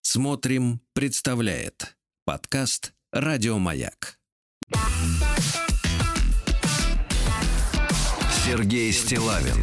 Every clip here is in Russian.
Смотрим, представляет подкаст «Радиомаяк». Сергей Стиллавин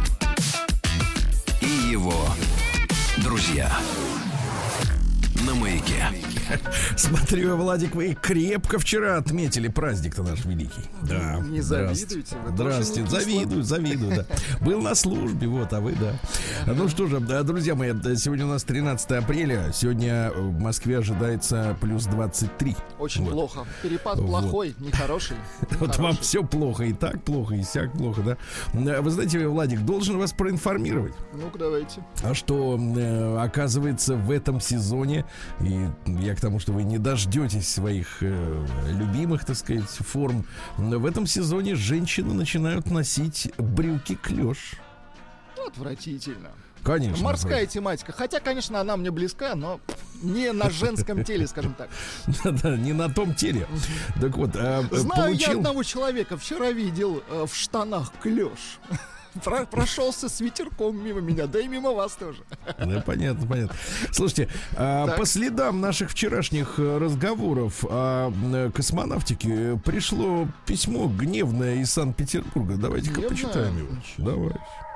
и его друзья на Маяке. Смотрю, Владик, вы крепко вчера отметили праздник-то наш великий. Да. Не завидуйте. Здравствуйте. Завидую, да. Был на службе, вот, а вы, да. Ну что же, друзья мои, сегодня у нас 13 апреля. Сегодня в Москве ожидается плюс 23. Очень плохо. Перепад плохой, нехороший. Вот вам все плохо, и так плохо, и сяк плохо, да. Вы знаете, Владик, должен вас проинформировать. Ну-ка, давайте. А что, оказывается, в этом сезоне, и я к тому, что вы не дождетесь своих любимых, так сказать, форм, в этом сезоне женщины начинают носить брюки клеш. Отвратительно. Конечно. Морская тематика. Хотя, конечно, она мне близка, но не на женском теле, скажем так. Да, не на том теле. Так вот, знаю я одного человека, вчера видел в штанах клеш. Прошелся с ветерком мимо меня, да и мимо вас тоже. Да, понятно. Слушайте, по следам наших вчерашних разговоров о космонавтике пришло письмо гневное из Санкт-Петербурга. Давайте-ка почитаем его. Давай.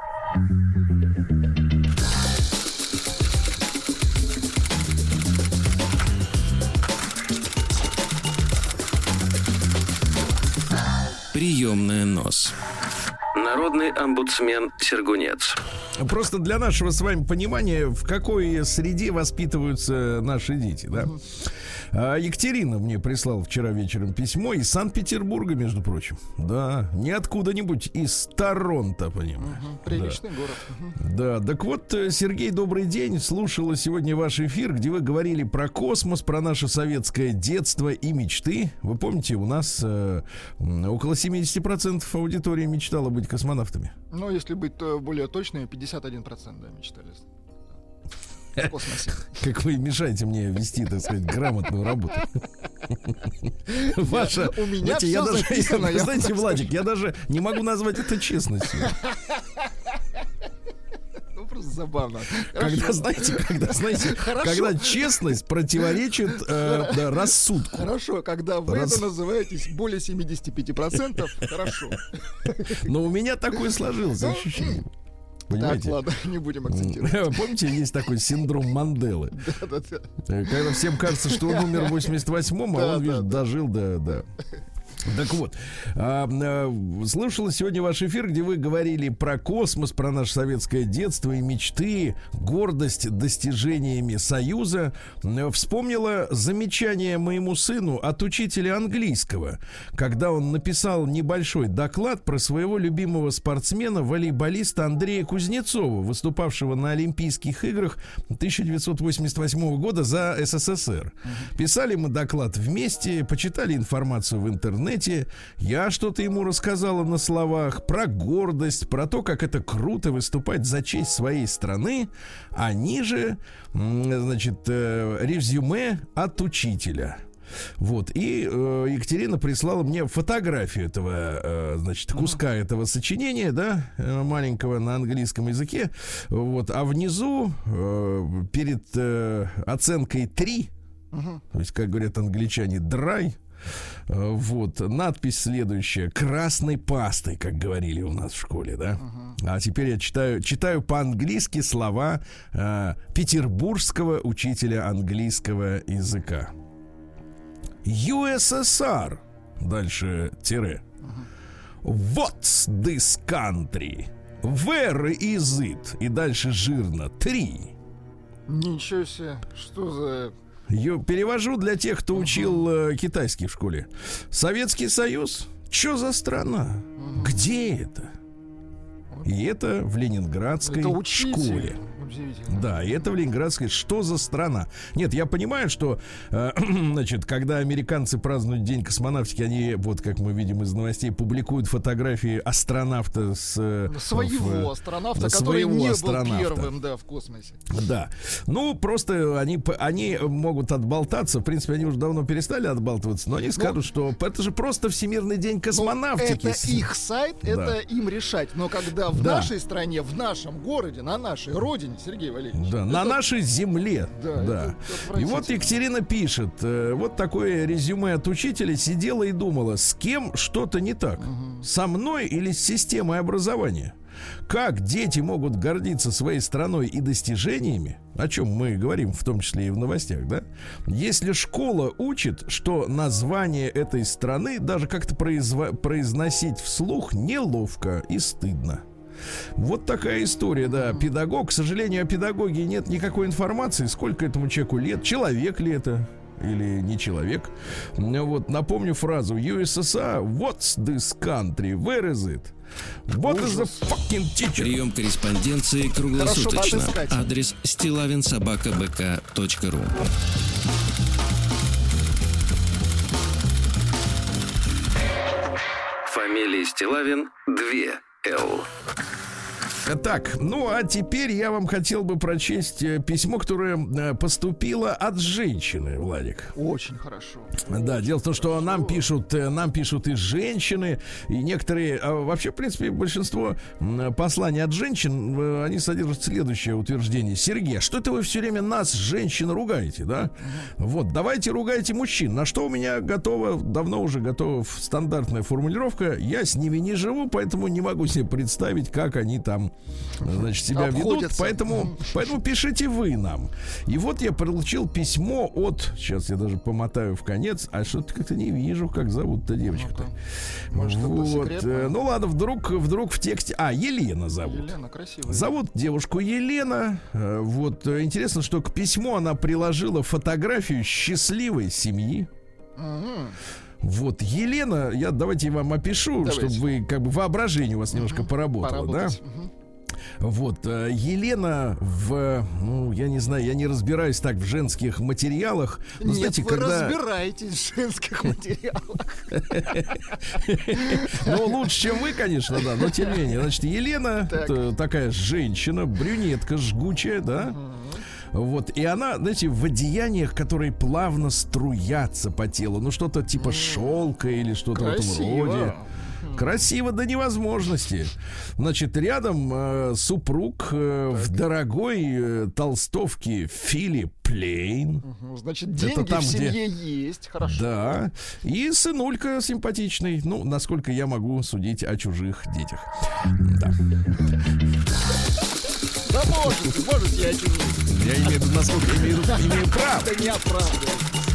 Приемная НОС. Народный омбудсмен Сергунец. Просто для нашего с вами понимания, в какой среде воспитываются наши дети, да? Екатерина мне прислала вчера вечером письмо из Санкт-Петербурга, между прочим. Да, не откуда-нибудь, из Торонто, понимаешь. Приличный город. Да, так вот, Сергей, добрый день. Слушала сегодня ваш эфир, где вы говорили про космос, про наше советское детство и мечты. Вы помните, у нас около 70% аудитории мечтала быть космонавтами. Ну, если быть более точным, 51%, да, мечтали. В космосе. Как вы мешаете мне вести, так сказать, грамотную работу. Ваша... У меня все записано. Знаете, Владик, я даже не могу назвать это честностью. Ну, просто забавно. Когда честность противоречит рассудку. Хорошо, когда вы это называетесь более 75%, хорошо. Но у меня такое сложилось ощущение. Понимаете? Так, ладно, не будем акцентировать. Помните, есть такой синдром Манделы? Да. Когда всем кажется, что он умер в 88-м, а он, видишь, дожил до... Так вот, слышала сегодня ваш эфир, где вы говорили про космос, про наше советское детство и мечты, гордость достижениями Союза. Вспомнила замечание моему сыну от учителя английского, когда он написал небольшой доклад про своего любимого спортсмена, волейболиста Андрея Кузнецова, выступавшего на Олимпийских играх 1988 года за СССР. Писали мы доклад вместе, почитали информацию в интернете. Я что-то ему рассказала на словах про гордость, про то, как это круто выступать за честь своей страны, а ниже, значит, резюме от учителя. Вот, и Екатерина прислала мне фотографию этого, значит, куска этого сочинения, да, маленького на английском языке. Вот, а внизу перед оценкой 3, то есть, как говорят англичане, dry, вот, надпись следующая: красной пастой, как говорили у нас в школе, да? А теперь я читаю по-английски слова петербургского учителя английского языка. USSR, дальше тире. What's this country? Where is it? И дальше жирно 3. Ничего себе, что за... Перевожу для тех, кто учил китайский в школе. Советский Союз? Чё за страна? Где это? И это в ленинградской школе. Да, и это в ленинградской. Что за страна? Нет, я понимаю, что значит, когда американцы празднуют День космонавтики, они, вот как мы видим из новостей, публикуют фотографии астронавта своего астронавта, который не был первым, да, в космосе. Да. Ну, просто они могут отболтаться. В принципе, они уже давно перестали отбалтываться, но они скажут, что это же просто Всемирный день космонавтики. Это их сайт, это им решать. Но когда в нашей стране, в нашем городе, на нашей родине Сергей Валерьевич. Да, на нашей земле. Да. И вот Екатерина пишет, вот такое резюме от учителя: сидела и думала, с кем что-то не так, со мной или с системой образования. Как дети могут гордиться своей страной и достижениями, о чем мы говорим, в том числе и в новостях, да, если школа учит, что название этой страны даже как-то произносить вслух неловко и стыдно. Вот такая история, да. Педагог, к сожалению, о педагоге нет никакой информации, сколько этому человеку лет, человек ли это или не человек. Вот, напомню фразу USSR: What's this country? Where is it? What is the fucking teacher? Прием корреспонденции круглосуточно. Адрес stilavinsobakabk.ru. Фамилия Стилавин 2 Л. Так, ну а теперь я вам хотел бы прочесть письмо, которое поступило от женщины, Владик. Очень хорошо. Да, дело в том, что нам пишут и женщины, и некоторые, вообще, в принципе, большинство посланий от женщин, они содержат следующее утверждение: Сергей, что это вы все время нас, женщин, ругаете, да? Вот, давайте ругайте мужчин. На что у меня давно уже готова стандартная формулировка: я с ними не живу, поэтому не могу себе представить, как они там, значит, себя ведут, поэтому пишите вы нам. И вот я получил письмо от, сейчас я даже помотаю в конец, а что-то как-то не вижу, как зовут-то девочку-то. Может, вот. Ну ладно, вдруг в тексте. Елена зовут. Елена, красивая. Зовут девушку Елена. Вот интересно, что к письму она приложила фотографию счастливой семьи. Вот, Елена, давайте я вам опишу, чтобы вы, как бы, воображение у вас немножко поработало, да? Вот, Елена я не знаю, я не разбираюсь так в женских материалах. Но, знаете, вы разбираетесь в женских материалах. Ну, лучше, чем вы, конечно, да, но тем не менее. Значит, Елена такая женщина, брюнетка жгучая, да? Вот, и она, знаете, в одеяниях, которые плавно струятся по телу. Ну, что-то типа шелка или что-то в этом роде. Красиво до невозможности. Значит, рядом супруг в дорогой толстовке Philip Plein. Значит, деньги там, в семье есть. Хорошо. Да. И сынулька симпатичный. Ну, насколько я могу судить о чужих детях. Да. Да можете, я чужих. Я имею в виду, насколько имею право. Это не оправдывает.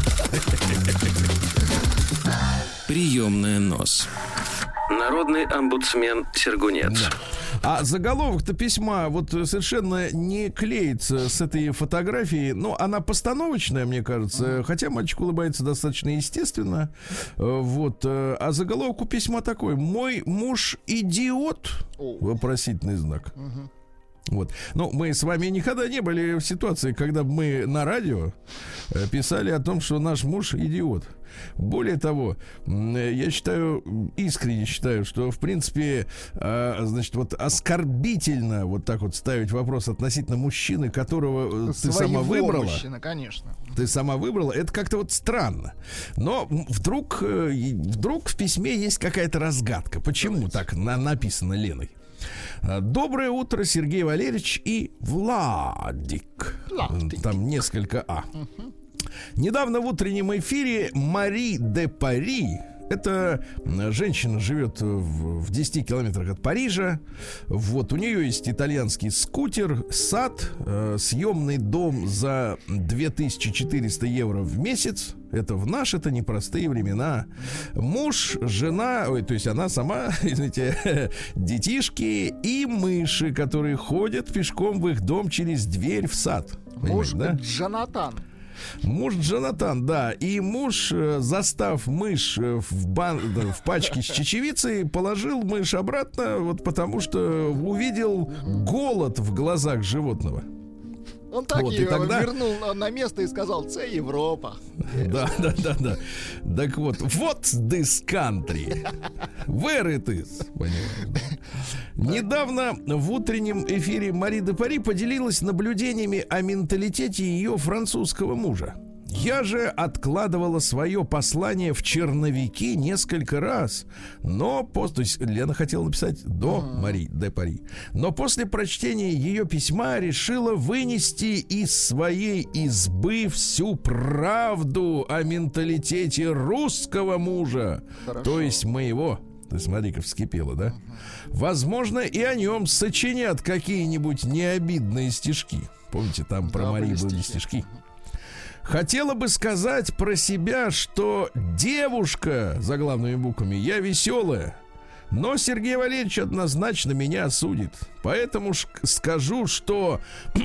Приемная нос. Народный омбудсмен Сергунец. Да. А заголовок-то письма вот совершенно не клеится с этой фотографией. Но она постановочная, мне кажется. Хотя мальчик улыбается достаточно естественно. Вот. А заголовок у письма такой: «Мой муж идиот?» Вопросительный знак. Вот. Ну, мы с вами никогда не были в ситуации, когда мы на радио писали о том, что наш муж идиот. Более того, я искренне считаю, что, в принципе, значит, вот оскорбительно вот так вот ставить вопрос относительно мужчины, которого ты сама выбрала. Мужчина, конечно. Ты сама выбрала, это как-то вот странно. Но вдруг в письме есть какая-то разгадка. Почему так написано Леной? Доброе утро, Сергей Валерьевич и Владик. Там несколько «а». Недавно в утреннем эфире Мари де Пари, это женщина, живет в 10 километрах от Парижа. Вот, у нее есть итальянский скутер, сад, съемный дом за 2400 евро в месяц. Это в наши-то непростые времена. Муж, жена, то есть она сама, извините, детишки и мыши, которые ходят пешком в их дом через дверь в сад. Муж, да? Джонатан. Муж Джонатан, да. И муж, застав мышь в пачке с чечевицей, положил мышь обратно, вот потому что увидел голод в глазах животного. Он так ее вернул на место и сказал: «Це Европа». Да. Так вот, what's this country? Where it is? Понимаешь, да? Недавно в утреннем эфире Мари де Пари поделилась наблюдениями о менталитете ее французского мужа. Я же откладывала свое послание в черновики несколько раз, но то есть Лена хотела написать до Мари де Пари, но после прочтения ее письма решила вынести из своей избы всю правду о менталитете русского мужа, то есть моего. Ты смотри-ка, вскипела, да? Возможно, и о нем сочинят какие-нибудь необидные стишки. Помните, там про Мари были стишки. Хотела бы сказать про себя, что девушка, заглавными буквами, я веселая, но Сергей Валерьевич однозначно меня осудит. Поэтому скажу, что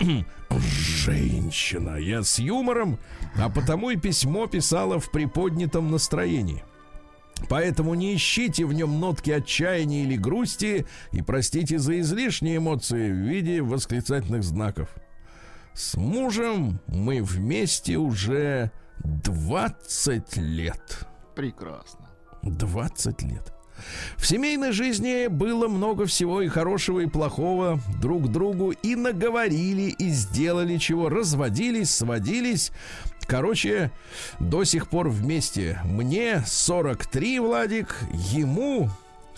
женщина, я с юмором, а потому и письмо писала в приподнятом настроении. Поэтому не ищите в нем нотки отчаяния или грусти и простите за излишние эмоции в виде восклицательных знаков. С мужем мы вместе уже 20 лет. Прекрасно. 20 лет. В семейной жизни было много всего и хорошего, и плохого. Друг другу и наговорили, и сделали чего. Разводились, сводились. Короче, до сих пор вместе. Мне 43, Владик, ему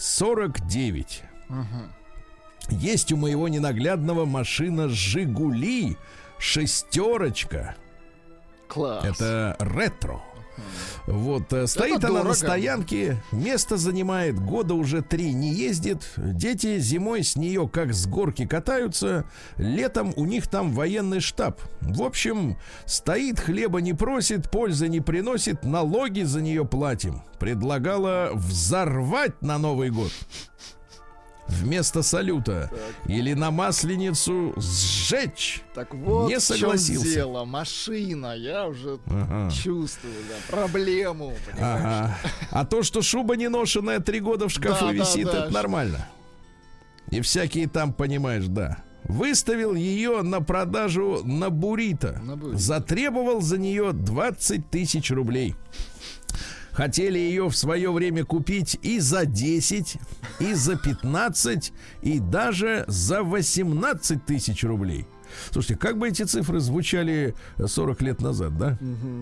49. Есть у моего ненаглядного машина «Жигули», шестерочка. Класс. Это ретро. Вот, стоит она на стоянке, место занимает, года уже 3 не ездит. Дети зимой с нее как с горки катаются, летом у них там военный штаб. В общем, стоит, хлеба не просит, пользы не приносит, налоги за нее платим. Предлагала взорвать на Новый год вместо салюта, так. Или на Масленицу сжечь. Так вот, не согласился. В чем дело, машина, я уже чувствую, да, проблему. А то, что шуба не ношенная 3 года в шкафу висит, это нормально. И всякие там, понимаешь, да. Выставил ее на продажу на Бурито. Затребовал за нее 20 тысяч рублей. Хотели ее в свое время купить и за 10, и за 15, и даже за 18 тысяч рублей. Слушайте, как бы эти цифры звучали 40 лет назад, да?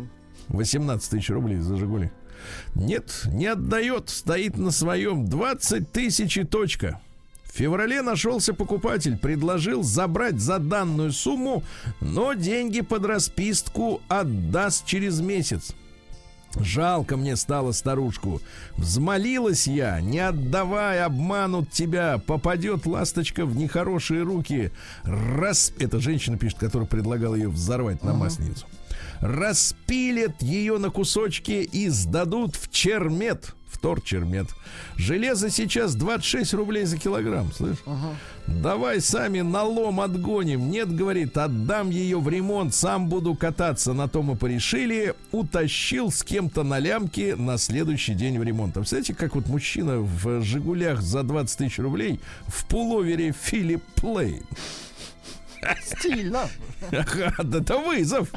18 тысяч рублей за «Жигули». Нет, не отдает, стоит на своем. 20 тысяч и точка. В феврале нашелся покупатель, предложил забрать за данную сумму, но деньги под расписку отдаст через месяц. Жалко мне стало старушку. Взмолилась я: не отдавай, обманут тебя, попадет ласточка в нехорошие руки. Это женщина пишет, которая предлагала ее взорвать на Масленицу. Распилят ее на кусочки и сдадут в чермет. Вторчермет. Железо сейчас 26 рублей за килограмм, слышь? Давай сами налом отгоним. Нет, говорит, отдам ее в ремонт, сам буду кататься. На то мы порешили. Утащил с кем-то на лямке на следующий день в ремонт. А представляете, как вот мужчина в «Жигулях» за 20 тысяч рублей в пуловере Филипп Плейн. Стильно. Это вызов.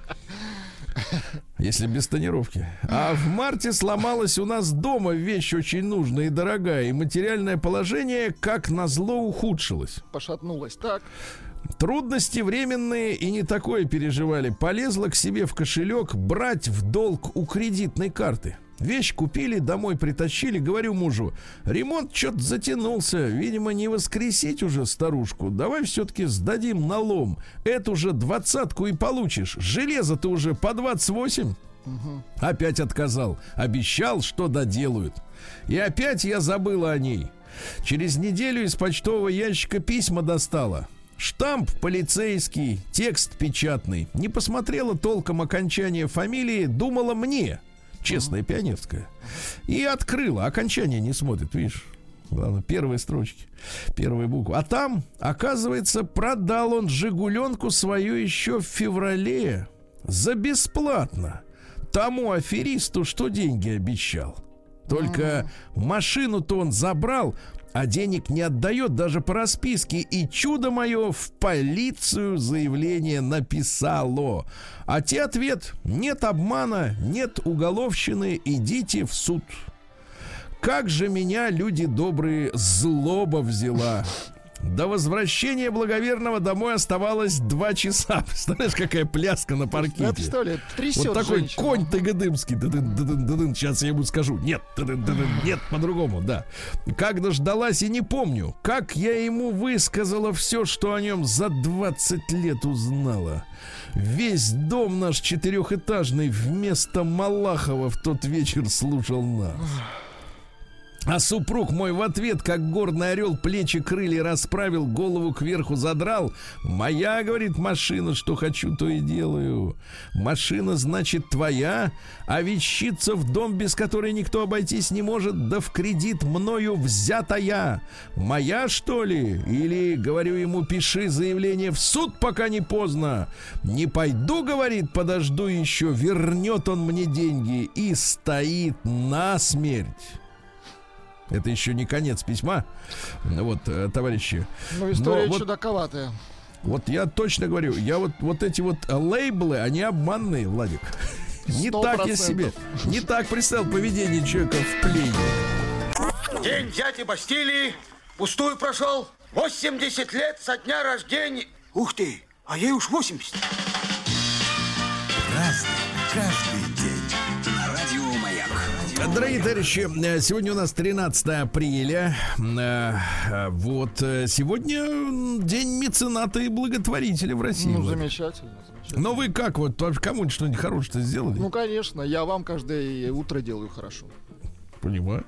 Если без тонировки. А в марте сломалась у нас дома вещь очень нужная и дорогая. И материальное положение, как назло, ухудшилось. Пошатнулось, так. Трудности временные и не такое переживали. Полезла к себе в кошелек брать в долг у кредитной карты. Вещь купили, домой притащили. Говорю мужу: ремонт что-то затянулся. Видимо, не воскресить уже старушку. Давай все-таки сдадим налом. Эту же 20-ку и получишь. Железо-то уже по 28. Опять отказал. Обещал, что доделают. И опять я забыла о ней. Через неделю из почтового ящика письма достала. Штамп полицейский, текст печатный. Не посмотрела толком окончание фамилии. Думала мне. Честная пионерская. И открыла. Окончание не смотрит, видишь. Главное, первые строчки, первые буквы. А там, оказывается, продал он «Жигуленку» свою еще в феврале за бесплатно тому аферисту, что деньги обещал. Только машину-то он забрал, а денег не отдает даже по расписке. И чудо мое, в полицию заявление написало. А те ответ: нет обмана, нет уголовщины, идите в суд. Как же меня, люди добрые, злоба взяла. До возвращения благоверного домой оставалось 2 часа. Представляешь, какая пляска на паркете. Я представляю, трясет вот такой женщину. конь тыгадымский. Сейчас я ему скажу. Нет, нет, по-другому, да. Как дождалась и не помню. Как я ему высказала все, что о нем за 20 лет узнала. Весь дом наш 4-этажный вместо Малахова в тот вечер слушал нас. А супруг мой в ответ, как горный орел, плечи крылья расправил, голову кверху задрал. Моя, говорит, машина, что хочу, то и делаю. Машина, значит, твоя, а вещица в дом, без которой никто обойтись не может, да в кредит мною взятая. Моя, что ли? Или, говорю ему, пиши заявление в суд, пока не поздно. Не пойду, говорит, подожду еще, вернет он мне деньги. И стоит насмерть. Это еще не конец письма. Вот, товарищи. Ну, история чудаковатая. Вот я точно говорю, я вот эти вот лейблы, они обманные, Владик. 100%. Не так я себе, не так представил поведение человека в плене. День дяди Бастилии пустую прошел. 80 лет со дня рождения. Ух ты, а ей уж 80. Разный, каждый день. Дорогие товарищи, сегодня у нас 13 апреля. Вот сегодня день мецената и благотворителя в России. Ну, замечательно. Но вы как, вот кому-нибудь что-нибудь хорошее сделали? Ну, конечно, я вам каждое утро делаю хорошо. Понимаю.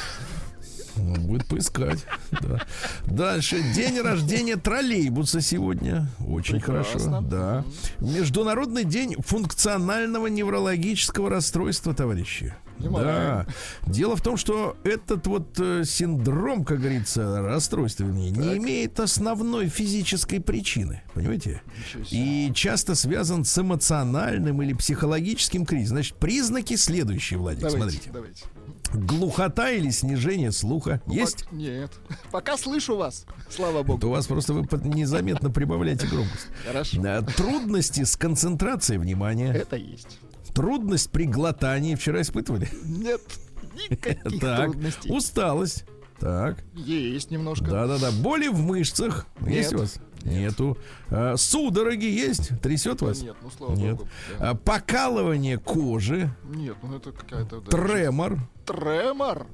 Будет поискать. Да. Дальше. День рождения троллейбуса сегодня. Очень прекрасно. Хорошо. Да. Международный день функционального неврологического расстройства, товарищи. Да. Дело в том, что этот вот синдром, как говорится, расстройство, не имеет основной физической причины. Понимаете? И часто связан с эмоциональным или психологическим кризисом. Значит, признаки следующие, Владик, смотрите. Давайте. Глухота или снижение слуха есть? Нет. Пока слышу вас, слава богу. Это у вас просто вы незаметно прибавляете громкость. Хорошо. Трудности с концентрацией внимания. Это есть. Трудность при глотании. Вчера испытывали? Нет, никаких трудностей. Усталость. Так. Есть немножко. Да-да-да. Боли в мышцах. Нет. Есть у вас? Нету. Судороги есть? Трясет вас? Нет, ну слава богу. Да. Покалывание кожи. Нет, ну это какая-то... Тремор. Тремор.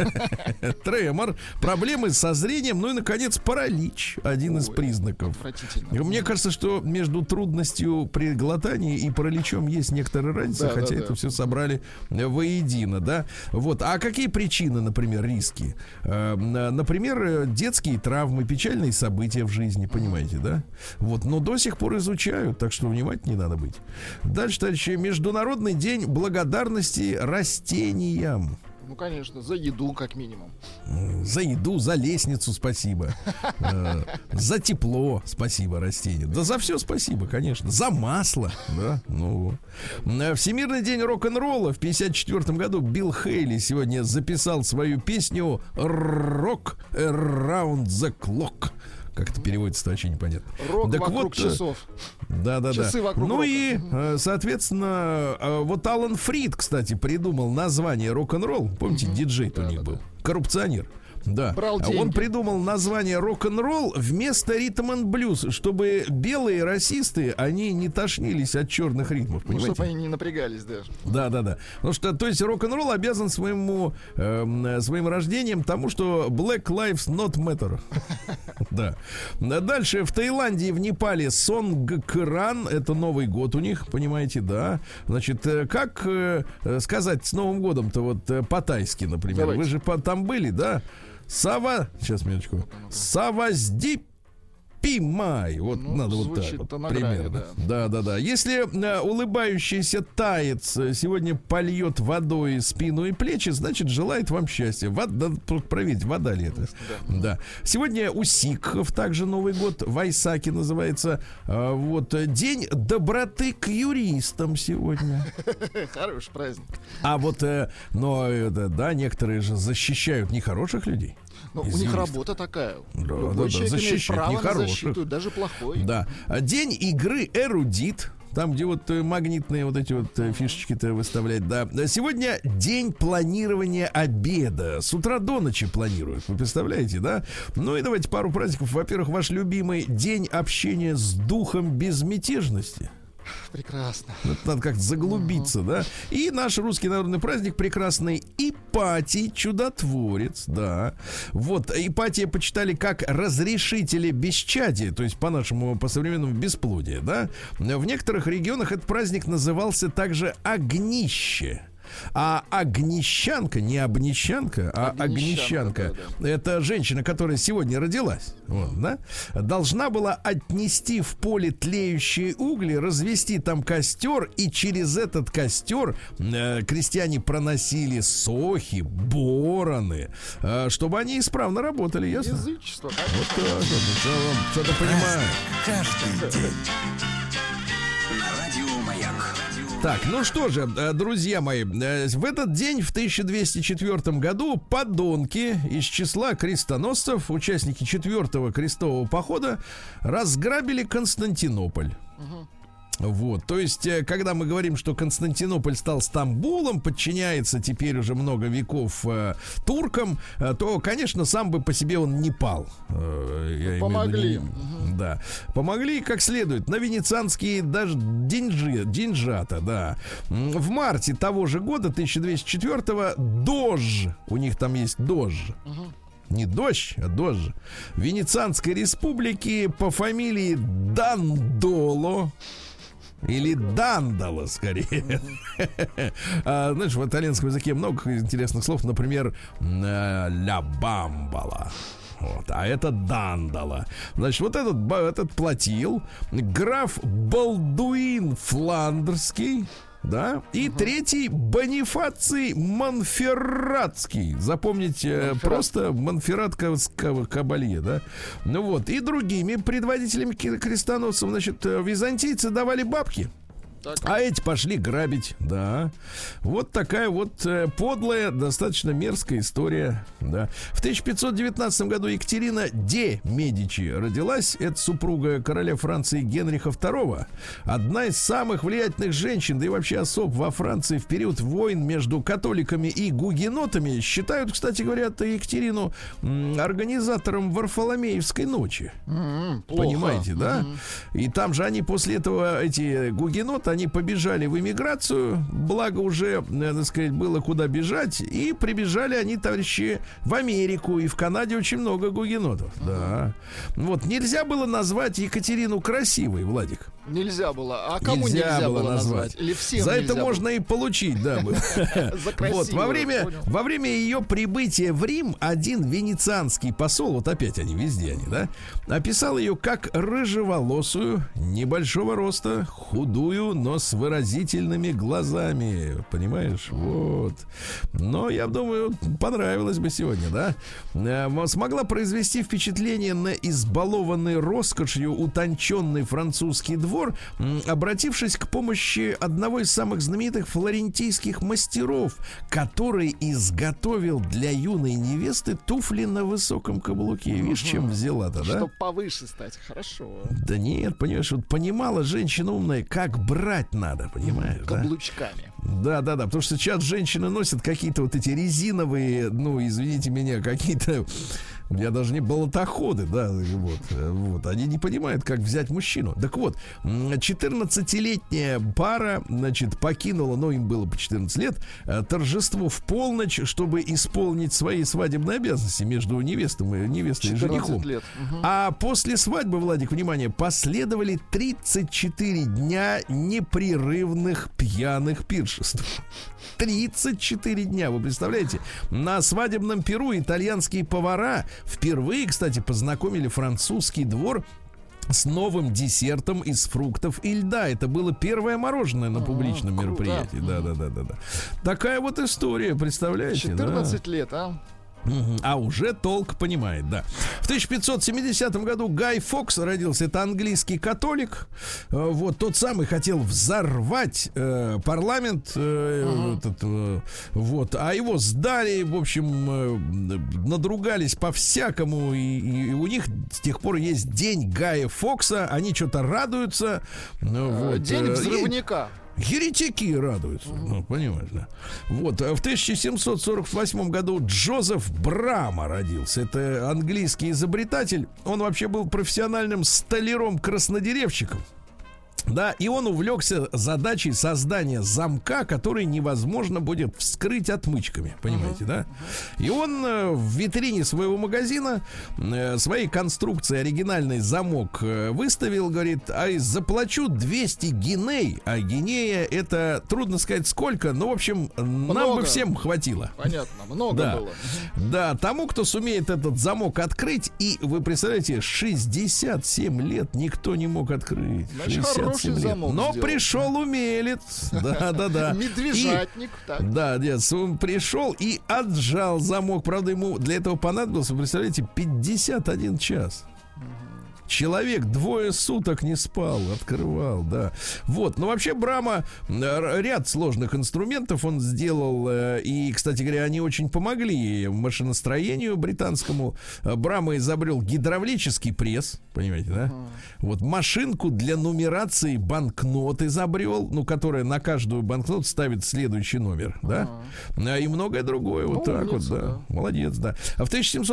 Тремор. Проблемы со зрением. Ну и, наконец, паралич. Один из признаков. Мне кажется, что между трудностью при глотании и параличом есть некоторая разница, хотя это все собрали воедино, да? Вот. А какие причины, например, риски? Например, детские травмы, печальные события в жизни, понимаете, да? Вот. Но до сих пор изучают, так что внимательнее надо быть. Дальше, товарищи, Международный день благодарности растениям. Ну, конечно, за еду, как минимум. За еду, за лестницу спасибо. За тепло спасибо растению. Да за все спасибо, конечно. За масло. Да? Ну. Всемирный день рок-н-ролла. В 1954 году Билл Хейли сегодня записал свою песню «Rock Around the Clock». Как это переводится, вообще непонятно. Рок так вокруг вот, часов. Да. Ну рока. И, соответственно, вот Алан Фрид, кстати, придумал название рок-н-ролл. Помните, диджей-то у них был. Коррупционер. Да. Он придумал название рок-н-ролл вместо ритм-н-блюз, чтобы белые расисты, они не тошнились от черных ритмов, понимаете? Ну, чтобы они не напрягались даже. Да. Потому что, то есть, рок-н-ролл обязан своим рождением тому, что Black Lives Not Matter. Да. Дальше в Таиланде и в Непале Сонгкран, это Новый год у них, понимаете, да. Значит, как сказать с Новым годом-то вот по-тайски, например? Давайте. Вы же там были, да? Сейчас, минуточку. Савазди Пимай. Вот надо вот так вот, примерно. Да. Если улыбающийся таец сегодня польет водой спину и плечи, значит, желает вам счастья. Проверьте, вода ли это? Да. Сегодня у сикхов также Новый год. Вайсаки называется. Вот день доброты к юристам сегодня. Хороший праздник. А вот, некоторые же защищают нехороших людей. Но у них работа такая. Да, защищать право нехороших. На защиту, даже плохой. Да. День игры эрудит. там, где вот магнитные вот эти вот фишечки-то выставлять, да. Сегодня день планирования обеда. С утра до ночи планируют, вы представляете, да? Ну и давайте пару праздников. Во-первых, ваш любимый день общения с духом безмятежности. Прекрасно. Это надо как-то заглубиться, да. И наш русский народный праздник прекрасный Ипатий Чудотворец, да. Вот, Ипатия почитали как разрешители бесчадия, то есть по-нашему, по-современному бесплодия, да. В некоторых регионах этот праздник назывался также Огнище. А огнищанка, не обнищанка, а огнищанка, да. Это женщина, которая сегодня родилась, вот, да, должна была отнести в поле тлеющие угли, развести там костер, и через этот костер крестьяне проносили сохи, бороны, чтобы они исправно работали, ясно? Язычество. Вот так вот, что-то понимаю. Каждый день. Так, ну что же, друзья мои, в этот день, в 1204 году, подонки из числа крестоносцев, участники 4-го крестового похода, разграбили Константинополь. Вот, то есть, когда мы говорим, что Константинополь стал Стамбулом, подчиняется теперь уже много веков туркам, то, конечно, сам бы по себе он не пал. Помогли. Да, помогли как следует. На венецианские даже деньжата, да. В марте того же года, 1204-го, Дож, у них там есть Дож. Не дождь, а дождь. Венецианской республики по фамилии Дандоло. Или Дандало, скорее. Знаешь, в итальянском языке много интересных слов. Например, ля бамбала. Вот, а это Дандало. Значит, вот этот платил граф Балдуин Фландерский. Да, и третий Бонифаций Монферратский. Запомните, просто Монферрат Кабалье, да. Ну вот, и другими предводителями крестоносцев, значит, византийцы давали бабки. А эти пошли грабить, да. Вот такая вот подлая, достаточно мерзкая история, да. В 1519 году Екатерина де Медичи родилась. Это супруга короля Франции Генриха II. Одна из самых влиятельных женщин, да и вообще особ во Франции в период войн между католиками и гугенотами. Считают, кстати говоря, Екатерину организатором Варфоломеевской ночи. Понимаете, да? И там же они после этого, эти гугеноты, они побежали в эмиграцию, благо уже, так сказать, было куда бежать, и прибежали они, товарищи, в Америку, и в Канаде очень много гугенотов, да. Вот, нельзя было назвать Екатерину красивой, Владик. Нельзя было. А кому нельзя было назвать? Или всем за это можно и получить, да. Вот, во время ее прибытия в Рим один венецианский посол, вот опять они, везде они, да, описал ее как рыжеволосую, небольшого роста, худую, но с выразительными глазами. Понимаешь? Вот. Но, я думаю, понравилось бы сегодня, да? Смогла произвести впечатление на избалованный роскошью утонченный французский двор, обратившись к помощи одного из самых знаменитых флорентийских мастеров, который изготовил для юной невесты туфли на высоком каблуке. Видишь, чем взяла-то, да? Чтобы повыше стать, хорошо. Да нет, понимаешь, вот понимала женщина умная, как брать надо, понимаешь, каблучками. Да, потому что сейчас женщины носят какие-то вот эти резиновые, ну, извините меня, какие-то, я даже не болотоходы, да, вот, они не понимают, как взять мужчину. Так вот, 14-летняя пара, значит, покинула, ну, им было по 14 лет, торжество в полночь, чтобы исполнить свои свадебные обязанности между невестой и женихом. Лет. А после свадьбы, Владик, внимание, последовали 34 дня непрерывных пьяных пиршеств. 34 дня, вы представляете? На свадебном пиру итальянские повара впервые, кстати, познакомили французский двор с новым десертом из фруктов и льда. Это было первое мороженое на публичном мероприятии. Да. Такая вот история, представляете? 14 лет, а? А уже толк понимает, да. В 1570 году Гай Фокс родился. Это английский католик. Вот, тот самый хотел взорвать парламент. Вот, а его сдали, в общем, надругались по-всякому. И у них с тех пор есть день Гая Фокса. Они что-то радуются. Вот, день взрывника. Еретики радуются, ну, понимаешь, да. Вот, в 1748 году Джозеф Брама родился. Это английский изобретатель. Он вообще был профессиональным столяром-краснодеревщиком. Да, и он увлекся задачей создания замка, который невозможно будет вскрыть отмычками, понимаете, да? И он в витрине своего магазина своей конструкции оригинальный замок выставил, говорит, заплачу 200 гиней, а гинея это трудно сказать сколько, но, в общем, нам бы всем хватило. Понятно, много было. Да, тому, кто сумеет этот замок открыть, и вы представляете, 67 лет никто не мог открыть. Но пришел умелец. Да. Медвежатник. Да, нет, он пришел и отжал замок. Правда, ему для этого понадобилось, вы представляете, 51 час. Человек 2 суток не спал, открывал, да. Вот, но вообще Брама ряд сложных инструментов он сделал. И, кстати говоря, они очень помогли машиностроению британскому. Брама изобрел гидравлический пресс, понимаете, да? Вот машинку для нумерации банкнот изобрел, ну, которая на каждую банкноту ставит следующий номер, да? И многое другое, вот так вот, да. Молодец, да. А в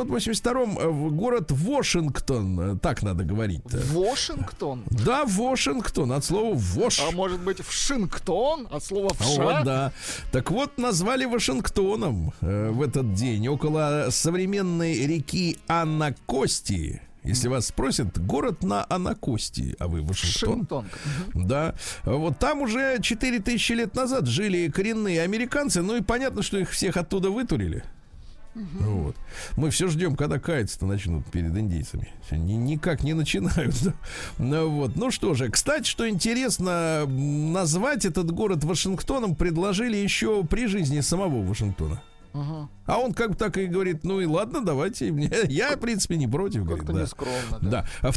1782-м город Вашингтон, так надо говорить-то. Вашингтон? Да, Вашингтон, от слова «вош». А может быть, Вашингтон, от слова «вша»? Вот, да. Так вот, назвали Вашингтоном в этот день около современной реки Анакости. Если вас спросят, город на Анакости, а вы Вашингтон. Да. Вот там уже 4000 лет назад жили коренные американцы, ну и понятно, что их всех оттуда вытурили. Вот. Мы все ждем, когда каяться-то начнут перед индейцами. Никак не начинают. Вот. Ну что же, кстати, что интересно, назвать этот город Вашингтоном предложили еще при жизни самого Вашингтона. А он как бы так и говорит, ну и ладно, давайте. Я, в принципе, не против. Говорит, да. Нескромно, да. В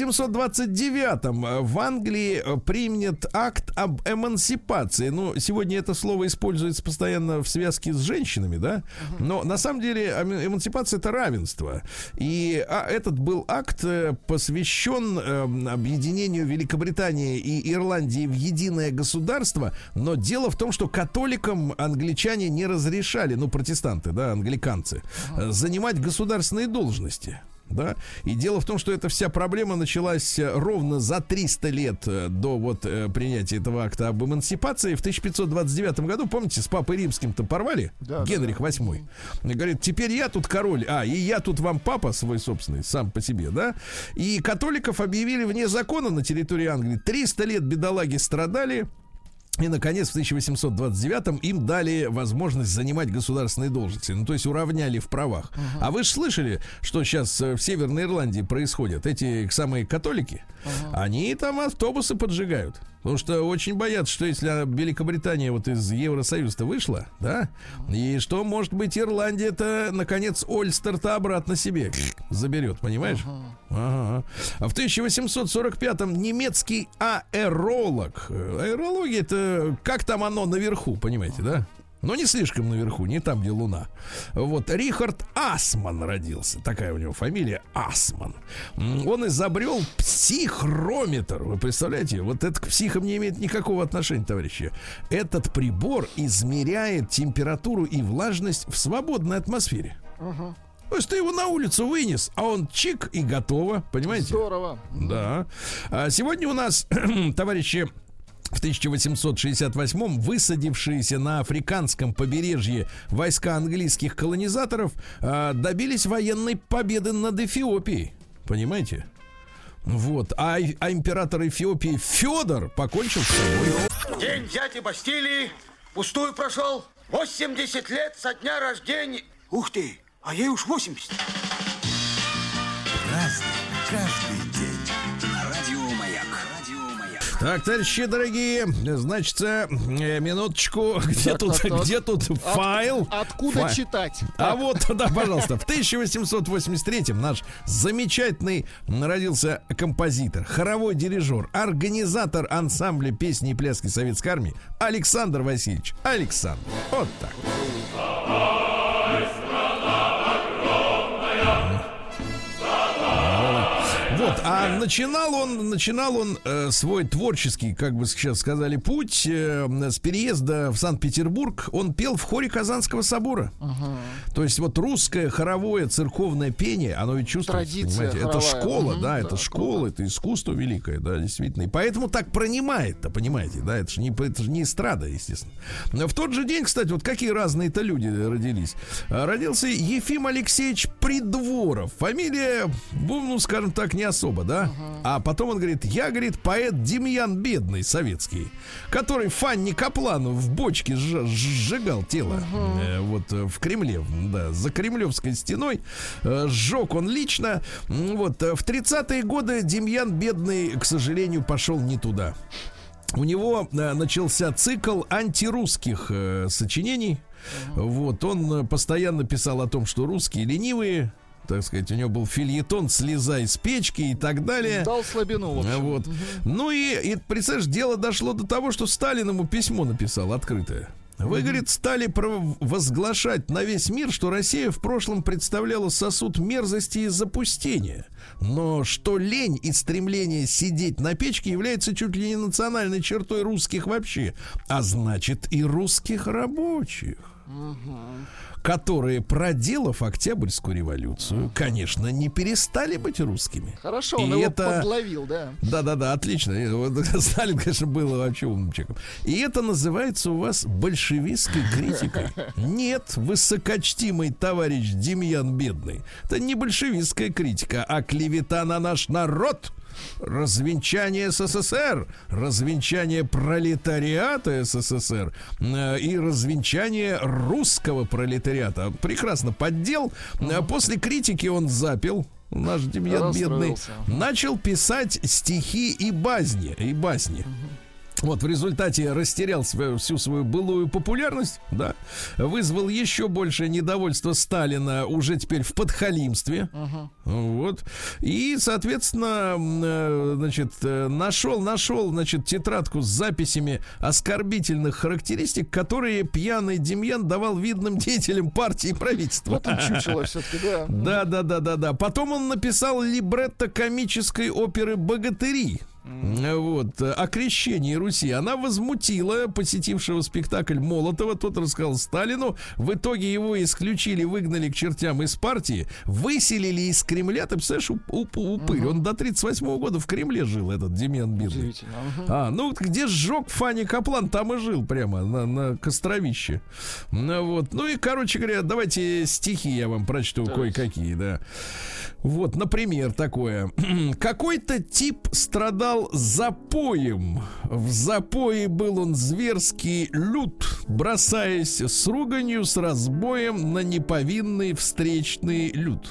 1829-м в Англии принят акт об эмансипации. Ну, сегодня это слово используется постоянно в связке с женщинами, да? Но на самом деле эмансипация — это равенство. И этот был акт посвящен объединению Великобритании и Ирландии в единое государство. Но дело в том, что католикам англичане не разрешали, ну, протестанты, да, англиканцы, занимать государственные должности. Да? И дело в том, что эта вся проблема началась ровно за 300 лет до вот принятия этого акта об эмансипации. В 1529 году, помните, с Папой Римским-то порвали? Да, Генрих VIII. И говорит, теперь я тут король, и я тут вам папа свой собственный, сам по себе, да? И католиков объявили вне закона на территории Англии. 300 лет бедолаги страдали. И, наконец, в 1829-м им дали возможность занимать государственные должности. Ну, то есть уравняли в правах. А вы же слышали, что сейчас в Северной Ирландии происходит? Эти самые католики, они там автобусы поджигают. Потому что очень боятся, что если Великобритания вот из Евросоюза вышла, да, и что, может быть, Ирландия-то, наконец, Ольстер-то обратно себе заберет, понимаешь? А в 1845-м немецкий аэролог. Аэрология — это как там оно наверху, понимаете, да? Но не слишком наверху, не там, где Луна. Вот, Рихард Ассман родился. Такая у него фамилия, Ассман. Он изобрел психрометр. Вы представляете? Вот это к психам не имеет никакого отношения, товарищи. Этот прибор измеряет температуру и влажность в свободной атмосфере. То есть ты его на улицу вынес, а он чик и готово. Понимаете? Здорово. Да. А сегодня у нас, товарищи, в 1868-м высадившиеся на африканском побережье войска английских колонизаторов добились военной победы над Эфиопией. Понимаете? Вот. А император Эфиопии Федор покончил с собой. День дяди Бастилии пустую прошел. 80 лет со дня рождения. Ух ты, а ей уж 80. Разный каждый день. Так, товарищи дорогие, значит, минуточку, где тут файл? Откуда читать? А вот, да, пожалуйста, в 1883-м наш замечательный родился композитор, хоровой дирижер, организатор ансамбля песни и пляски Советской Армии Александр Васильевич Александр. Вот так. Вот, а начинал он свой творческий, как бы сейчас сказали, путь с переезда в Санкт-Петербург. Он пел в хоре Казанского собора. То есть вот русское хоровое церковное пение, оно ведь чувствуется, понимаете, это школа, да, это школа, это искусство великое, да, действительно. И поэтому так пронимает-то, понимаете, да, это же не эстрада, естественно. Но в тот же день, кстати, вот какие разные-то люди родились. Родился Ефим Алексеевич Придворов. Фамилия, ну, скажем так, не особо, да? А потом он говорит, я, говорит, поэт Демьян Бедный советский, который Фанни Каплану в бочке сжигал тело вот в Кремле, да, за Кремлевской стеной. Сжег он лично. Вот в 30-е годы Демьян Бедный, к сожалению, пошел не туда. У него начался цикл антирусских сочинений. Вот, он постоянно писал о том, что русские ленивые, так сказать, у него был фельетон «Слезай с печки» и так далее. Дал слабину, в общем. Вот. Ну и, представляешь, дело дошло до того, что Сталин ему письмо написал открытое. Вы, говорит, стали возглашать на весь мир, что Россия в прошлом представляла сосуд мерзости и запустения, но что лень и стремление сидеть на печке является чуть ли не национальной чертой русских вообще, а значит и русских рабочих, которые, проделав Октябрьскую революцию, конечно, не перестали быть русскими. Хорошо, он его подловил, да? Да, отлично. Сталин, конечно, был вообще умным человеком. И это называется у вас большевистской критикой. Нет, высокочтимый товарищ Демьян Бедный, это не большевистская критика, а клевета на наш народ. Развенчание СССР, развенчание пролетариата СССР и развенчание русского пролетариата. Прекрасно поддел. После критики он запил. Наш Демьян Бедный начал писать стихи и басни. Вот в результате растерял всю свою былую популярность, да, вызвал еще большее недовольство Сталина уже теперь в подхалимстве, вот, и, соответственно, значит, нашел, значит, тетрадку с записями оскорбительных характеристик, которые пьяный Демьян давал видным деятелям партии и правительства. Вот он чучело все-таки, да. Да. Потом он написал либретто комической оперы «Богатыри». Вот, о крещении Руси. Она возмутила посетившего спектакль Молотова. Тот рассказал Сталину. В итоге его исключили, выгнали к чертям из партии, выселили из Кремля. Ты представляешь, упырь. Он до 38-го года в Кремле жил, этот Демьян Бедный. Ну, где сжег Фанни Каплан, там и жил прямо на костровище. Вот. Ну и, короче говоря, давайте стихи я вам прочту кое-какие, да. Вот, например, такое. Какой-то тип страдал запоем. В запое был он зверский лют, бросаясь с руганью, с разбоем на неповинный встречный люд.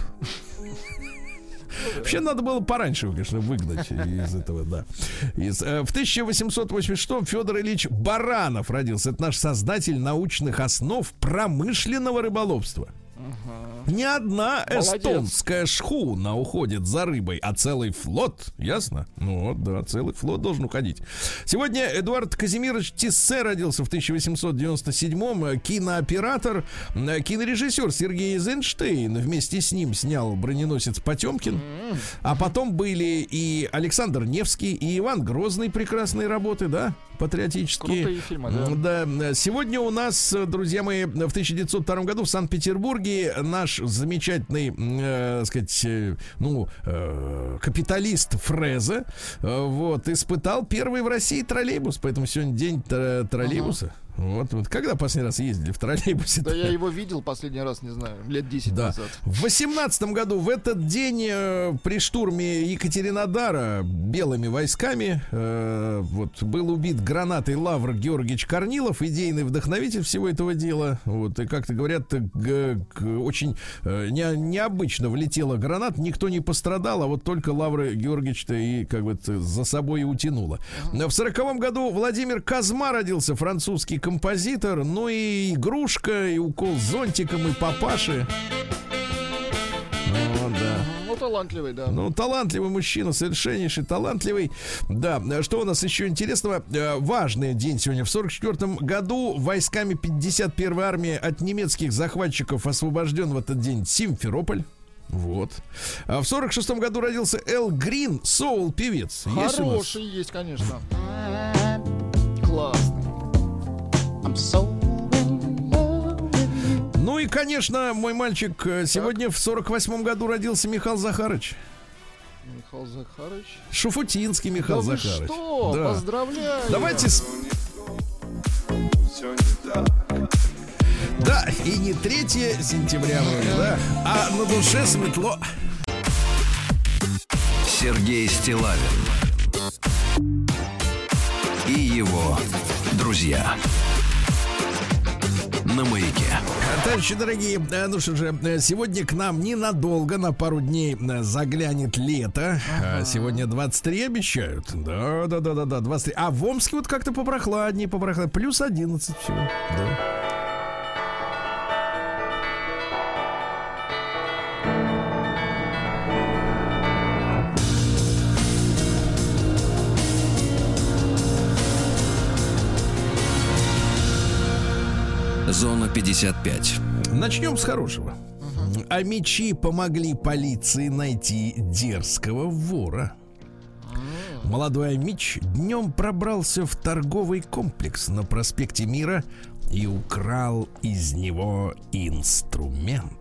Вообще надо было пораньше, конечно, выгнать из этого, да. В 1886-м Федор Ильич Баранов родился. Это наш создатель научных основ промышленного рыболовства. Не одна эстонская шхуна уходит за рыбой, а целый флот, ясно? Ну вот, да, целый флот должен уходить. Сегодня Эдуард Казимирович Тиссе родился в 1897-м. Кинооператор, кинорежиссер Сергей Эйзенштейн вместе с ним снял «Броненосец Потемкин». А потом были и Александр Невский, и Иван Грозный, прекрасные работы, да, патриотические. Крутые фильмы, да. Да. Сегодня у нас, друзья мои, в 1902 году в Санкт-Петербурге наш замечательный, сказать, капиталист Фрезе, вот, испытал первый в России троллейбус, поэтому сегодня день троллейбуса. Вот когда последний раз ездили в троллейбусе? Да я его видел последний раз, не знаю, лет 10 назад. В 18 году, в этот день, при штурме Екатеринодара белыми войсками был убит гранатой Лавр Георгиевич Корнилов, идейный вдохновитель всего этого дела. Вот, и, как-то говорят, очень необычно влетела граната, никто не пострадал, а вот только Лавр Георгиевич-то и как бы за собой и утянуло. В 40-м году Владимир Казма родился, французский композитор, ну и игрушка, и укол зонтиком, и папаши. Да. Ну, талантливый, да. Ну, талантливый мужчина, совершеннейший, талантливый. Да, что у нас еще интересного? Важный день сегодня. В 44-м году войсками 51-й армии от немецких захватчиков освобожден в этот день Симферополь. Вот. А в 46-м году родился Эл Грин, соул-певец. Хороший есть, конечно. Классный. Ну и, конечно, мой мальчик, сегодня в 48-м году родился Михаил Захарович. Михаил Захарович? Шуфутинский Михаил Захарович. Что? Да. Поздравляю. Давайте... Да, и не 3 сентября, да, а на душе светло. Сергей Стиллавин и его друзья на Маяке. Товарищи дорогие, ну что же, сегодня к нам ненадолго, на пару дней заглянет лето. Сегодня 23 обещают. Да, 23. А в Омске вот как-то попрохладнее, плюс 11 всего. Да. Зона 55. Начнем с хорошего. А мечи помогли полиции найти дерзкого вора. Молодой Амич днем пробрался в торговый комплекс на проспекте Мира и украл из него инструмент.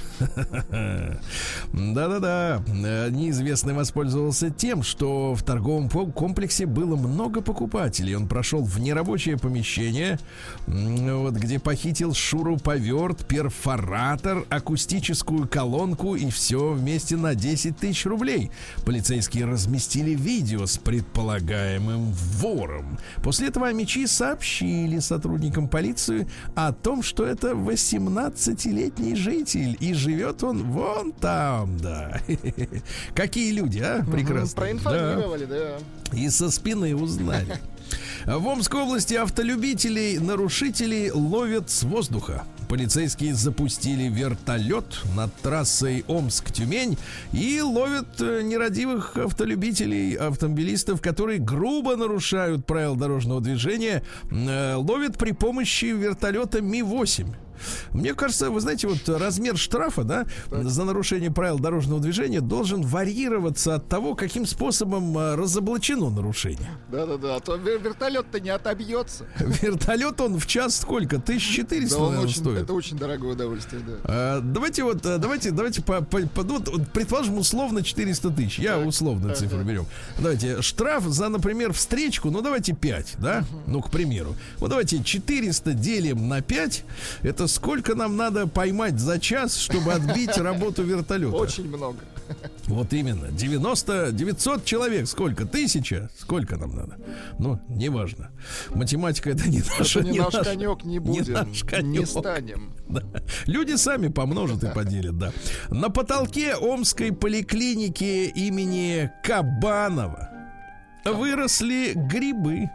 Да-да-да. Неизвестный воспользовался тем, что в торговом комплексе было много покупателей. Он прошел в нерабочее помещение, вот, где похитил шуруповерт, перфоратор, акустическую колонку и все вместе на 10 тысяч рублей. Полицейские разместили видео с предполагаемым вором. После этого амичи сообщили сотрудникам полиции о том, что это 18-летний житель и живет он вон там, да. Какие люди, а? Прекрасно. Проинформировали, да. И со спины узнали. В Омской области автолюбителей, нарушителей ловят с воздуха. Полицейские запустили вертолет над трассой Омск-Тюмень и ловят нерадивых автомобилистов, которые грубо нарушают правила дорожного движения. Ловят при помощи вертолета Ми-8. Мне кажется, вы знаете, вот размер штрафа, да, за нарушение правил дорожного движения должен варьироваться от того, каким способом разоблачено нарушение. Да-да-да, а то вертолет-то не отобьется. Вертолет он в час сколько? 1400, да, наверное, стоит. Это очень дорогое удовольствие, да. Давайте предположим, условно 400 тысяч. Я условную цифру берем. Давайте, штраф за, например, встречку, ну давайте 5, да? Ну, к примеру. Вот давайте 400 делим на 5. Это сколько нам надо поймать за час, чтобы отбить работу вертолета? Очень много. Вот именно. 900 человек. Сколько? 1000? Сколько нам надо? Ну, неважно. Математика — это не наша. Это не наш конек, не будем. Не наш конек. Не станем. Да. Люди сами помножат и поделят, да. На потолке Омской поликлиники имени Кабанова выросли грибы.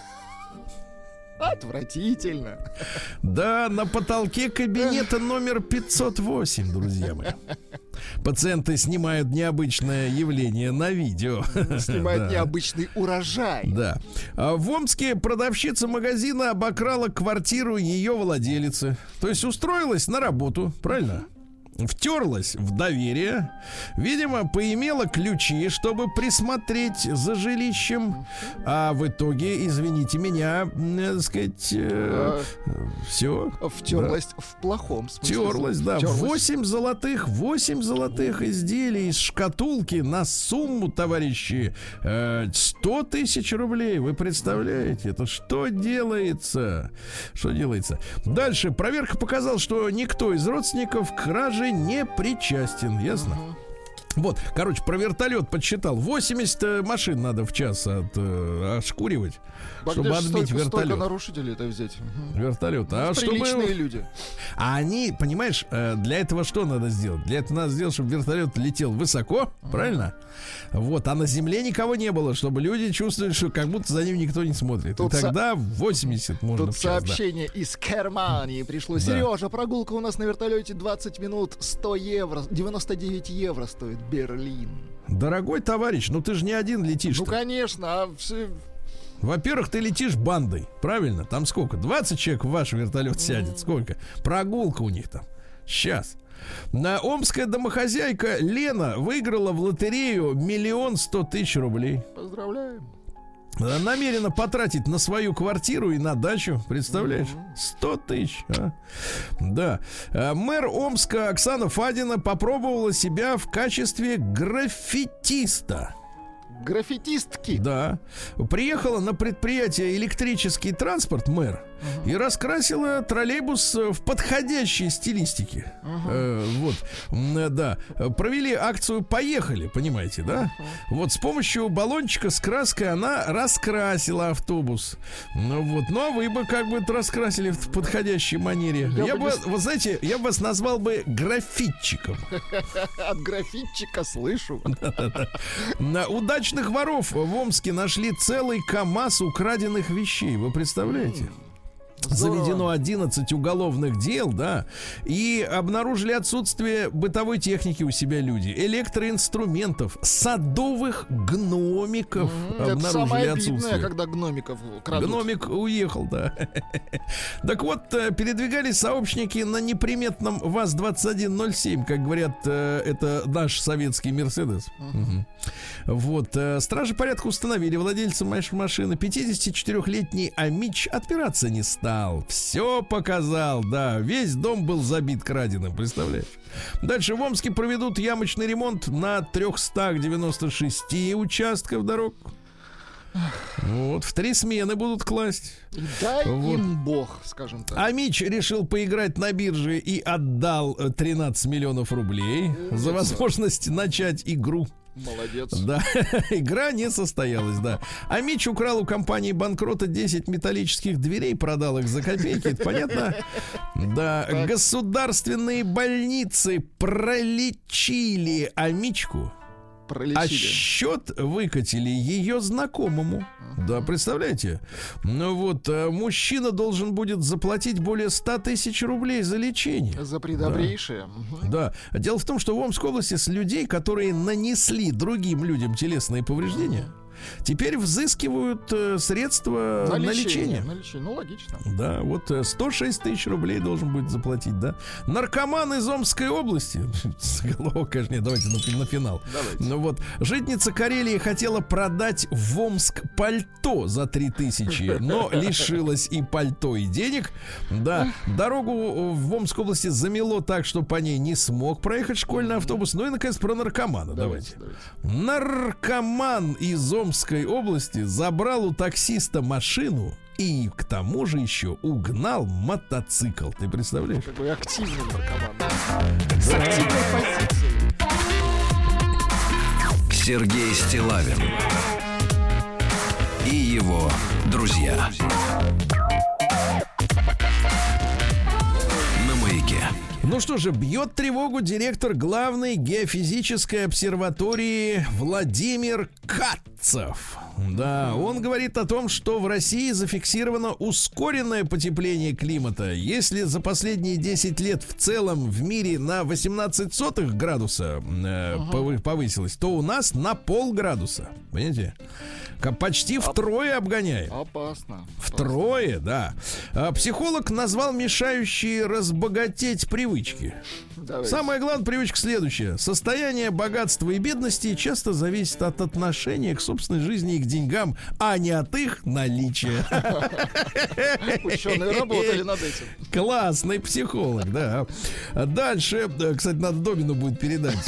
Отвратительно. Да, на потолке кабинета номер 508, друзья мои. Пациенты снимают необычное явление на видео. Снимают необычный урожай. Да. А в Омске продавщица магазина обокрала квартиру ее владелицы. То есть устроилась на работу, правильно? втерлась в доверие, видимо, поимела ключи, чтобы присмотреть за жилищем, а в итоге, извините меня, так сказать, все. Втерлась в плохом смысле. Втерлась, да. 8 золотых изделий из шкатулки на сумму, товарищи, 100 тысяч рублей. Вы представляете? Это что делается? Что делается? Дальше. Проверка показала, что никто из родственников к краже не причастен. Ясно? Вот, короче, про вертолет подсчитал. 80 машин надо в час ошкуривать, чтобы отбить вертолет. Столько нарушителей это взять. Вертолет. Приличные люди. А они, понимаешь, для этого что надо сделать? Для этого надо сделать, чтобы вертолет летел высоко, правильно? Вот, а на земле никого не было, чтобы люди чувствовали, что как будто за ним никто не смотрит. И тогда 80 можно тут в час. Тут сообщение из Германии пришло. Сережа, прогулка у нас на вертолете 20 минут, 100 евро, 99 евро стоит. Берлин. Дорогой товарищ, ну ты же не один летишь. Ну, конечно. Во-первых, ты летишь бандой, правильно? Там сколько? 20 человек в ваш вертолет сядет. Сколько? Прогулка у них там. Сейчас. Омская домохозяйка Лена выиграла в лотерею 1 100 000 рублей. Поздравляем. Намерена потратить на свою квартиру и на дачу. Представляешь? 100 000. Да. Мэр Омска Оксана Фадина попробовала себя в качестве граффитиста. Граффитистки. Да. Приехала на предприятие «Электрический транспорт» мэр и раскрасила троллейбус в подходящей стилистике. Вот. Да. Провели акцию «Поехали», понимаете, да? Вот с помощью баллончика с краской она раскрасила автобус. Ну а вы бы как бы раскрасили в подходящей манере. Вы знаете, я бы вас назвал бы граффитчиком. От граффитчика слышу. На удачных воров в Омске нашли целый КАМАЗ украденных вещей. Вы представляете? Заведено 11 уголовных дел, да, и обнаружили отсутствие бытовой техники у себя люди, электроинструментов, садовых гномиков. Это самое обидное, когда гномиков крадут. Гномик уехал, да. Так вот, передвигались сообщники на неприметном ВАЗ-2107, как говорят, это наш советский Мерседес. Вот, стражи порядка установили владельца машины. 54-летний Амич отпираться не стал. Все показал, да. Весь дом был забит краденым, представляешь? Дальше в Омске проведут ямочный ремонт на 396 участков дорог. Вот, в 3 смены будут класть. Дай им бог, скажем так. Амич решил поиграть на бирже и отдал 13 миллионов рублей за возможность начать игру. Молодец. Да, игра не состоялась, да. Амич украл у компании-банкрота 10 металлических дверей, продал их за копейки, это понятно? Да, государственные больницы пролечили Амичку. А счет выкатили ее знакомому. Да, представляете? Ну вот, мужчина должен будет заплатить более 100 000 рублей за лечение. За предобрейшее. Да. Дело в том, что в Омской области с людей, которые нанесли другим людям телесные повреждения, теперь взыскивают средства на лечение. Ну, логично. Да, вот 106 000 рублей должен будет заплатить, да. Наркоман из Омской области. Заголовок, конечно, нет, давайте на финал. Давайте. Ну вот, житница Карелии хотела продать в Омск пальто за 3000, но лишилась и пальто, и денег. Да, дорогу в Омской области замело так, что по ней не смог проехать школьный автобус. Ну и, наконец, про наркомана. Давайте. Наркоман из Омской области забрал у таксиста машину и к тому же еще угнал мотоцикл. Ты представляешь? Какой активный наркоман. С активной позицией. Сергей Стиллавин и его друзья. На маяке. Ну что же, бьет тревогу директор главной геофизической обсерватории Владимир Катцев. Да, он говорит о том, что в России зафиксировано ускоренное потепление климата. Если за последние 10 лет в целом в мире на 0,18 градуса повысилось, то у нас на полградуса. Понимаете? Почти втрое обгоняем. Опасно. Втрое, да. Психолог назвал мешающие разбогатеть привычки. Давайте. Самая главная привычка следующая. Состояние богатства и бедности часто зависит от отношения к собственной жизни и к деньгам, а не от их наличия. Ученые работали над этим. Классный психолог, да. Дальше, кстати, надо Домину будет передать.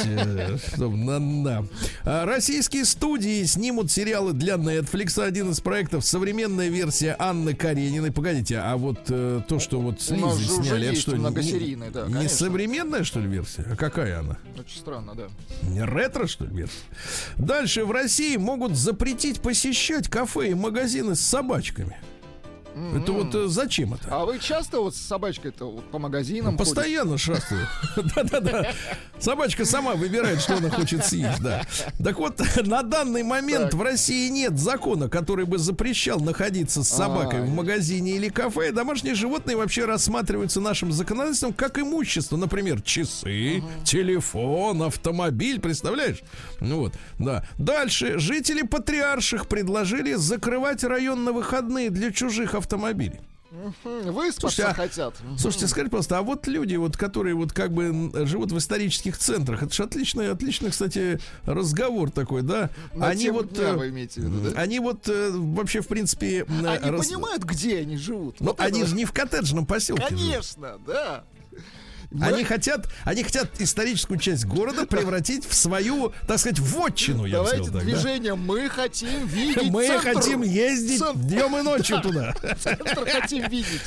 Российские студии снимут сериалы для Netflix. Один из проектов — современная версия Анны Карениной. Погодите, а вот то, что вот с Лизой сняли, это что, многосерийный, да, не современная, что ли, версия? А какая она? Очень странно, да. Не ретро, что ли, версия? Дальше, в России могут запретить посещать кафе и магазины с собачками. Это вот зачем это? А вы часто вот с собачкой-то вот по магазинам постоянно шастаю. Да-да-да. Собачка сама выбирает, что она хочет съесть, да. Так вот, на данный момент в России нет закона, который бы запрещал находиться с собакой в магазине или кафе. Домашние животные вообще рассматриваются нашим законодательством как имущество. Например, часы, телефон, автомобиль. Представляешь? Ну вот, да. Дальше. Жители Патриарших предложили закрывать район на выходные для чужих автомобилей. Выспаться хотят. Слушайте, скажите, пожалуйста, а вот люди, вот, которые вот как бы живут в исторических центрах, это же отличный, кстати, разговор такой, да? Они вот, вы имеете в виду, да? Они вот вообще, в принципе... Они понимают, где они живут. Ну, вот они же не в коттеджном поселке. Конечно, живут. Да. Они хотят историческую часть города превратить в свою, так сказать, вотчину. Давайте движение. Да? Мы хотим видеть Мы хотим ездить днем и ночью туда. Центр хотим видеть.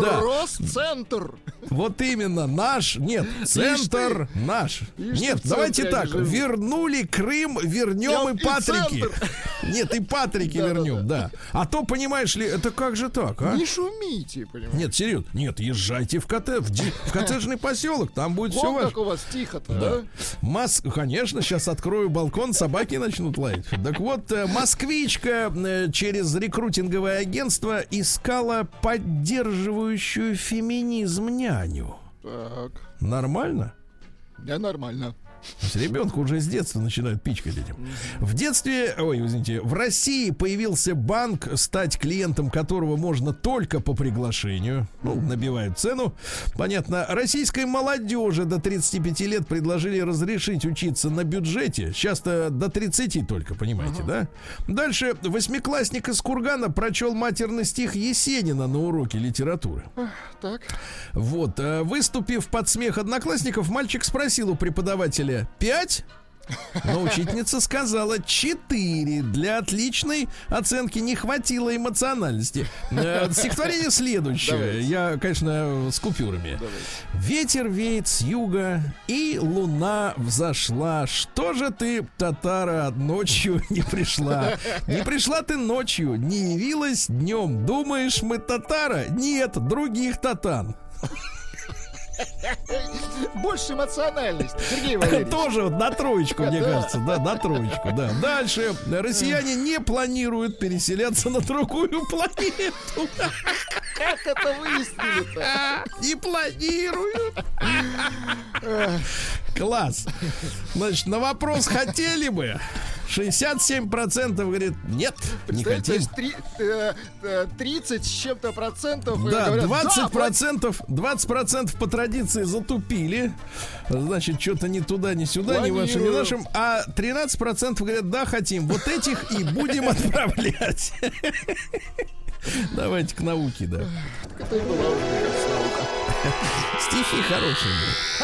Росцентр. Вот именно. Наш. Нет, центр наш. Нет, давайте так. Вернули Крым, вернем и Патрики. Нет, и Патрики вернем, да. А то, понимаешь ли, это как же так, а? Не шумите, понимаете. Нет, серьезно. Нет, езжайте в коттеджный поселок, там будет все ваше. Как у вас тихо-то, да? Конечно, сейчас открою балкон, собаки начнут лаять. Так вот, москвичка через рекрутинговое агентство искала поддерживающую феминизм няню. Так. Нормально? Да, нормально. То есть ребенку уже с детства начинают пичкать этим. В детстве, в России появился банк, стать клиентом которого можно только по приглашению. Ну, набивают цену. Понятно. Российской молодежи до 35 лет предложили разрешить учиться на бюджете. Сейчас-то до 30 только, понимаете, да? Дальше. Восьмиклассник из Кургана прочел матерный стих Есенина на уроке литературы. Так. Вот. Выступив под смех одноклассников, мальчик спросил у преподавателя: 5? Но учительница сказала 4. Для отличной оценки не хватило эмоциональности. Стихотворение следующее. Давайте. Я, конечно, с купюрами. Давайте. Ветер веет с юга, и луна взошла. Что же ты, татара, ночью не пришла? Не пришла ты ночью, не явилась днем. Думаешь, мы татара? Нет, других татан. Больше эмоциональности, Сергей Валерьевич. Тоже вот на троечку, мне кажется, да, на троечку, да. Дальше. Россияне не планируют переселяться на другую планету. Как это выяснили-то? Не планируют. Класс. Значит, на вопрос хотели бы 67% говорит нет, не хотим. То есть 30 с чем-то процентов. Да, говорят, 20% по традиции затупили. Значит, что-то ни туда, ни сюда, ни вашим, ни нашим. А 13% говорят, да, хотим. Вот этих и будем отправлять. Давайте к науке, да. Это и была, мне кажется, наука. Стихи хорошие.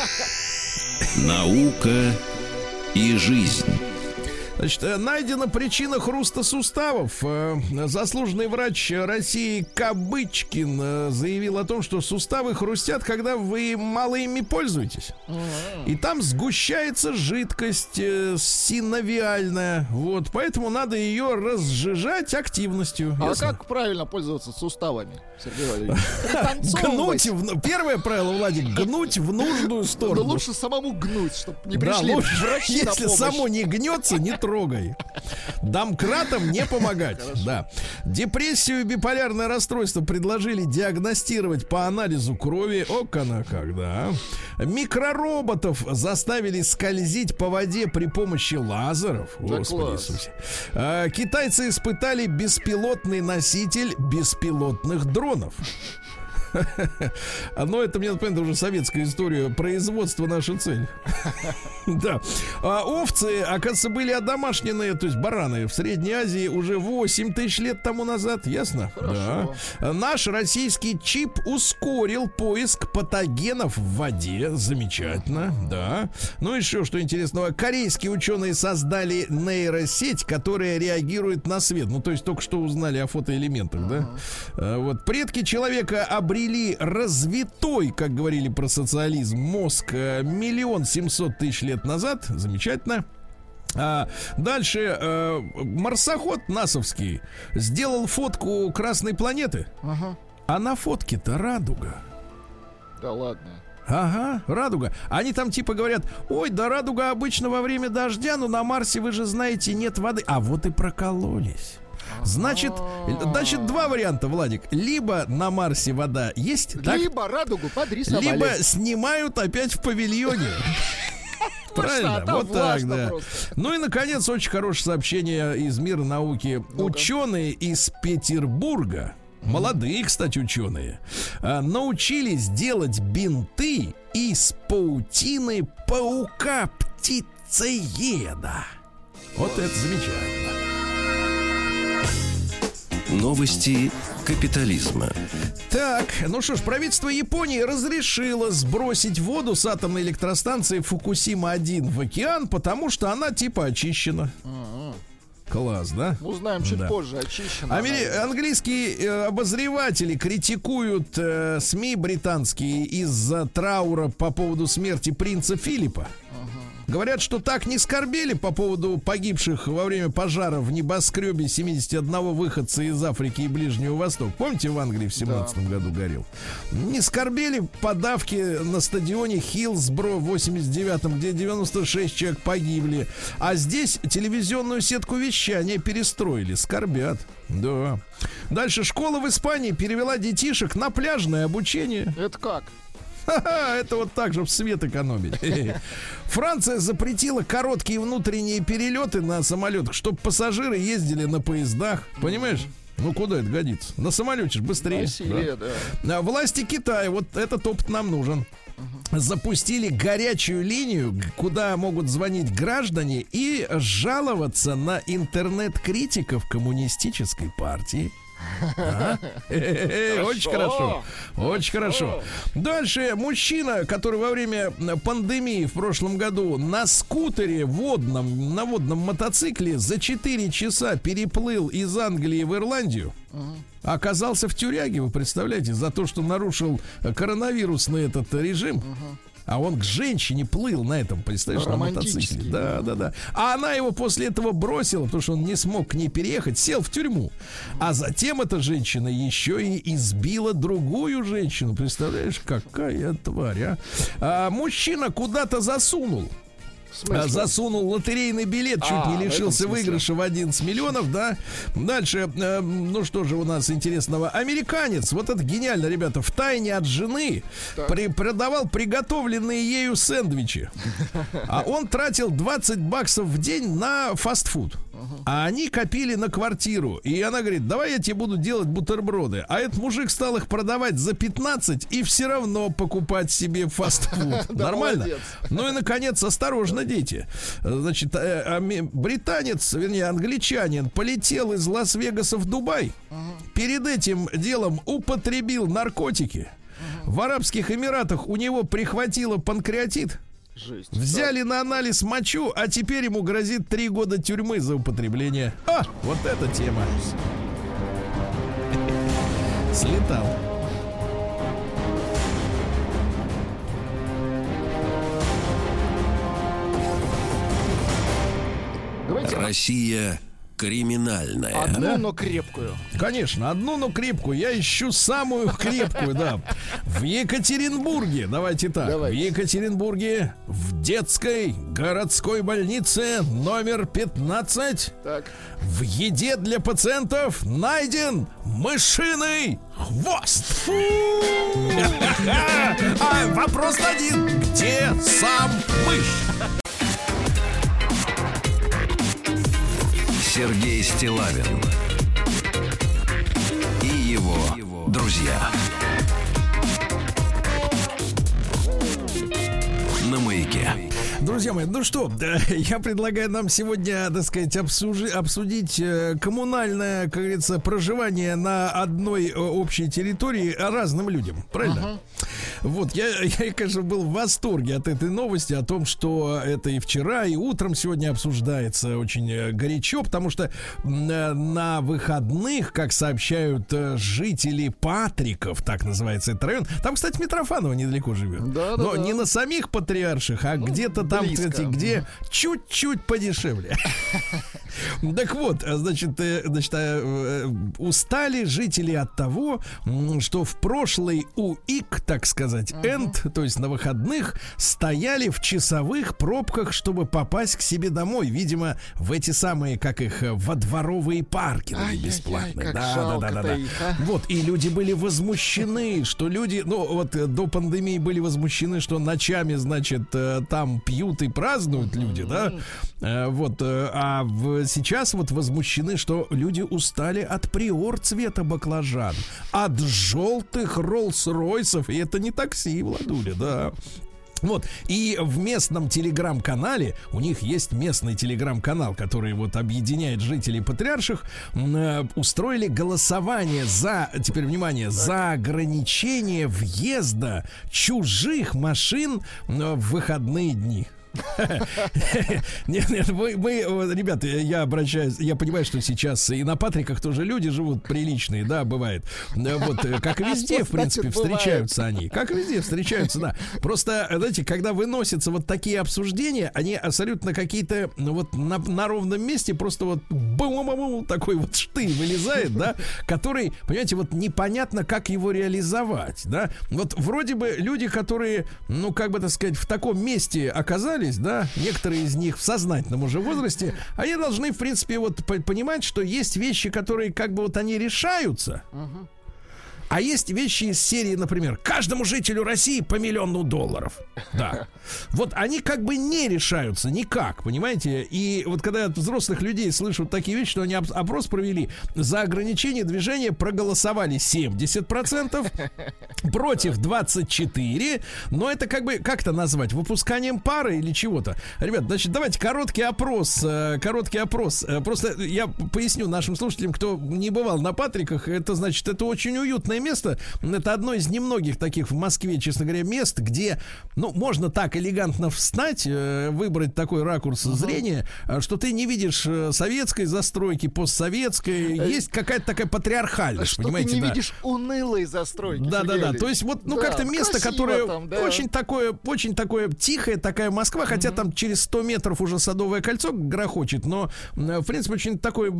Наука и жизнь. Значит, найдена причина хруста суставов. Заслуженный врач России Кабычкин заявил о том, что суставы хрустят, когда вы мало ими пользуетесь. И там сгущается жидкость синовиальная. Вот, поэтому надо ее разжижать активностью. А ясно? как правильно пользоваться суставами, Сергей Валерьевич? Гнуть. Первое правило, Владик, гнуть в нужную сторону. Но лучше самому гнуть, чтобы не Да, пришли лучше, врачи на если помощь. само не гнется, не трогай. Домкратам не помогать. Да. Депрессию и биполярное расстройство предложили диагностировать по анализу крови. О-ка-на как, да. Микророботов заставили скользить по воде при помощи лазеров. Господи Иисусе. Китайцы испытали беспилотный носитель беспилотных дронов. Но это мне напоминает уже советская история. Производство — наша цель. Да. А овцы, оказывается, были одомашненные, то есть бараны, в Средней Азии уже 8 тысяч лет тому назад. Ясно? Хорошо. Да. Наш российский чип ускорил поиск патогенов в воде. Замечательно. Да. Ну еще что интересного. Корейские ученые создали нейросеть, которая реагирует на свет. Ну, то есть только что узнали о фотоэлементах, да? Вот. Предки человека обрели развитой, как говорили про социализм, мозг 1 700 000 лет назад. Замечательно. Дальше марсоход насовский сделал фотку Красной планеты. А на фотке-то радуга. Да ладно. Ага, радуга. Они там типа говорят: ой, да радуга обычно во время дождя, но на Марсе, вы же знаете, нет воды. А вот и прокололись. Значит, два варианта, Владик. Либо на Марсе вода есть, либо радугу подрисовали. Либо снимают опять в павильоне. Правильно, вот так, да. Ну и, наконец, очень хорошее сообщение из мира науки. Ученые из Петербурга, молодые, кстати, ученые, научились делать бинты из паутины паука-птицееда. Вот это замечательно. Новости капитализма. Так, ну что ж, правительство Японии разрешило сбросить воду с атомной электростанции Фукусима-1 в океан, потому что она типа очищена. Класс, да? Узнаем чуть позже, очищена. Английские обозреватели критикуют СМИ британские из-за траура по поводу смерти принца Филиппа. Говорят, что так не скорбели по поводу погибших во время пожара в небоскребе 71 выходца из Африки и Ближнего Востока. Помните, в Англии в 17 году горел? Не скорбели по давке на стадионе Хиллсборо в 89-м, где 96 человек погибли. А здесь телевизионную сетку вещания перестроили. Скорбят. Да. Дальше. Школа в Испании перевела детишек на пляжное обучение. Это как? Это вот так, чтобы свет экономить. Франция запретила короткие внутренние перелеты на самолетах, чтобы пассажиры ездили на поездах. Понимаешь? Ну, куда это годится? На самолете же быстрее. Насилие, да. Власти Китая, вот этот опыт нам нужен, запустили горячую линию, куда могут звонить граждане и жаловаться на интернет-критиков коммунистической партии. Очень хорошо. Очень хорошо. Дальше. Мужчина, который во время пандемии в прошлом году на скутере на водном мотоцикле за 4 часа переплыл из Англии в Ирландию, оказался в тюряге, вы представляете, за то, что нарушил коронавирусный этот режим. А он к женщине плыл на этом, представляешь, на мотоцикле. Да. А она его после этого бросила, потому что он не смог к ней переехать, сел в тюрьму. А затем эта женщина еще и избила другую женщину. Представляешь, какая тварь, а мужчина куда-то засунул лотерейный билет, чуть не лишился выигрыша в 11 миллионов, да. Дальше, ну что же у нас интересного? Американец, вот это гениально, ребята, втайне от жены продавал приготовленные ею сэндвичи. А он тратил $20 в день на фастфуд. А они копили на квартиру. И она говорит: давай я тебе буду делать бутерброды. А этот мужик стал их продавать за 15 и все равно покупать себе фастфуд. Нормально? Ну и, наконец, осторожно, дети. Значит, британец, вернее, англичанин полетел из Лас-Вегаса в Дубай. Перед этим делом употребил наркотики. В Арабских Эмиратах у него прихватило панкреатит. Жесть. Взяли на анализ мочу, а теперь ему грозит 3 года тюрьмы за употребление. Вот эта тема. Слетал. Россия криминальная. Одну, но крепкую. Конечно, одну, но крепкую. Я ищу самую крепкую, да. В Екатеринбурге, давайте так. В Екатеринбурге в детской городской больнице номер 15 в еде для пациентов найден мышиный хвост. А вопрос один: где сам мышь? Сергей Стиллавин и его друзья. Друзья мои, ну что, я предлагаю нам сегодня, так сказать, обсудить коммунальное, как говорится, проживание на одной общей территории разным людям. Правильно? Вот, я, конечно, был в восторге от этой новости, о том, что это и вчера, и утром сегодня обсуждается очень горячо, потому что на выходных, как сообщают жители Патриков, так называется этот район, там, кстати, Митрофанова недалеко живет, но не на самих Патриарших, а где-то там, кстати, где чуть-чуть подешевле. Так вот, значит, устали жители от того, что в прошлый УИК, так сказать, энд, то есть на выходных, стояли в часовых пробках, чтобы попасть к себе домой. Видимо, в эти самые, как их, во дворовые паркинги бесплатные. Да. Вот, и люди были возмущены, что люди, ну, вот до пандемии были возмущены, что ночами, значит, там пьют и празднуют люди, да? Вот, а сейчас вот возмущены, что люди устали от приор цвета баклажан, от желтых Роллс-Ройсов, и это не такси, Владуля, да. Вот, и в местном телеграм-канале, у них есть местный телеграм-канал, который вот объединяет жителей Патриарших, устроили голосование за, теперь внимание, за ограничение въезда чужих машин в выходные дни. Нет, вы, ребята, я обращаюсь, я понимаю, что сейчас и на Патриках тоже люди живут приличные, да, бывает. Вот, как и везде, в принципе, встречаются они. Как и везде встречаются, да. Просто, знаете, когда выносятся вот такие обсуждения, они абсолютно какие-то, ну вот на ровном месте просто вот бум-бум-бум, такой вот штырь вылезает, да, который, понимаете, вот непонятно, как его реализовать, да. Вот вроде бы люди, которые, ну, как бы, так сказать, в таком месте оказались, да, некоторые из них в сознательном уже возрасте, они должны, в принципе, вот понимать, что есть вещи, которые как бы вот они решаются, а есть вещи из серии, например, каждому жителю России по $1 миллион. Да. Вот они как бы не решаются никак, понимаете? И вот когда я от взрослых людей слышу такие вещи, что они опрос провели, за ограничение движения проголосовали 70%, против 24%, но это как бы, как это назвать, выпусканием пары или чего-то? Ребят, значит, давайте короткий опрос. Просто я поясню нашим слушателям, кто не бывал на Патриках, это значит, это очень уютное место. Это одно из немногих таких в Москве, честно говоря, мест, где, ну, можно так элегантно встать, выбрать такой ракурс зрения, что ты не видишь советской застройки, постсоветской. Есть какая-то такая патриархальность, что понимаете? Ты не видишь унылой застройки. Да. То есть вот, ну, как-то место, которое там, очень такое тихое, такая Москва, хотя там через 100 метров уже Садовое кольцо грохочет, но, в принципе, очень такое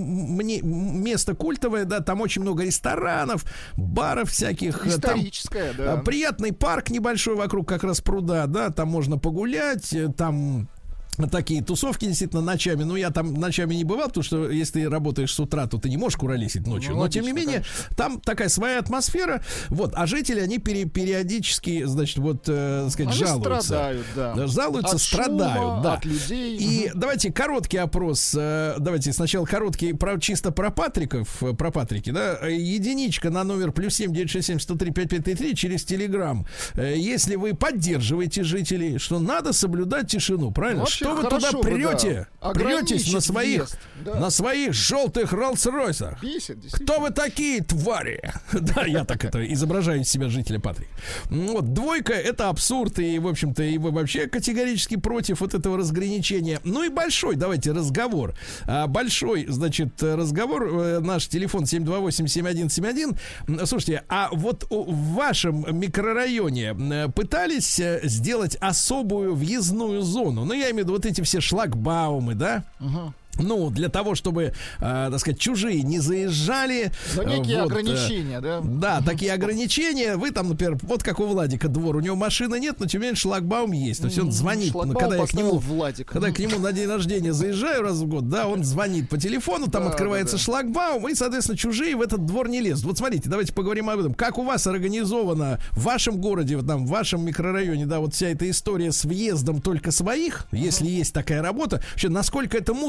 место культовое, да, там очень много ресторанов, баров всяких. Историческое, там, да. Приятный парк небольшой вокруг как раз пруда, да, там можно погулять, там такие тусовки действительно ночами. Ну, я там ночами не бывал, потому что если ты работаешь с утра, то ты не можешь куролесить ночью. Но, тем не менее, конечно, там такая своя атмосфера. Вот, а жители, они периодически, значит, вот, сказать, жалуются. Страдают, да. Жалуются, от страдают, шума, да. От людей. И давайте короткий опрос. Давайте сначала короткий, чисто про Патриков, про Патрики, да. Единичка на номер +7 967 103 5533 через Телеграм. Если вы поддерживаете жителей, что надо соблюдать тишину, правильно? Вообще, что вы туда прете? Да. Претесь на своих, въезд, да. на своих желтых Роллс-Ройсах. Кто вы такие, твари? Да, я так это изображаю из себя жителя Патрика. Вот, двойка — это абсурд, и, в общем-то, и вы вообще категорически против вот этого разграничения. Ну и большой, давайте, разговор. Большой, значит, разговор. Наш телефон 728-7171. Слушайте, а вот в вашем микрорайоне пытались сделать особую въездную зону? Ну, я имею в виду вот эти все шлагбаумы, да? Ну, для того, чтобы, так сказать, чужие не заезжали. Но некие вот, ограничения, да? Да, такие ограничения. Вы там, например, вот как у Владика двор, у него машины нет, но тем не менее шлагбаум есть. То есть он звонит, когда я к нему на день рождения заезжаю раз в год, да, он звонит по телефону, там открывается шлагбаум, и, соответственно, чужие в этот двор не лезут. Вот смотрите, давайте поговорим об этом. Как у вас организована в вашем городе, там, в вашем микрорайоне, да, вот вся эта история с въездом только своих, если есть такая работа. Вообще, насколько это муторное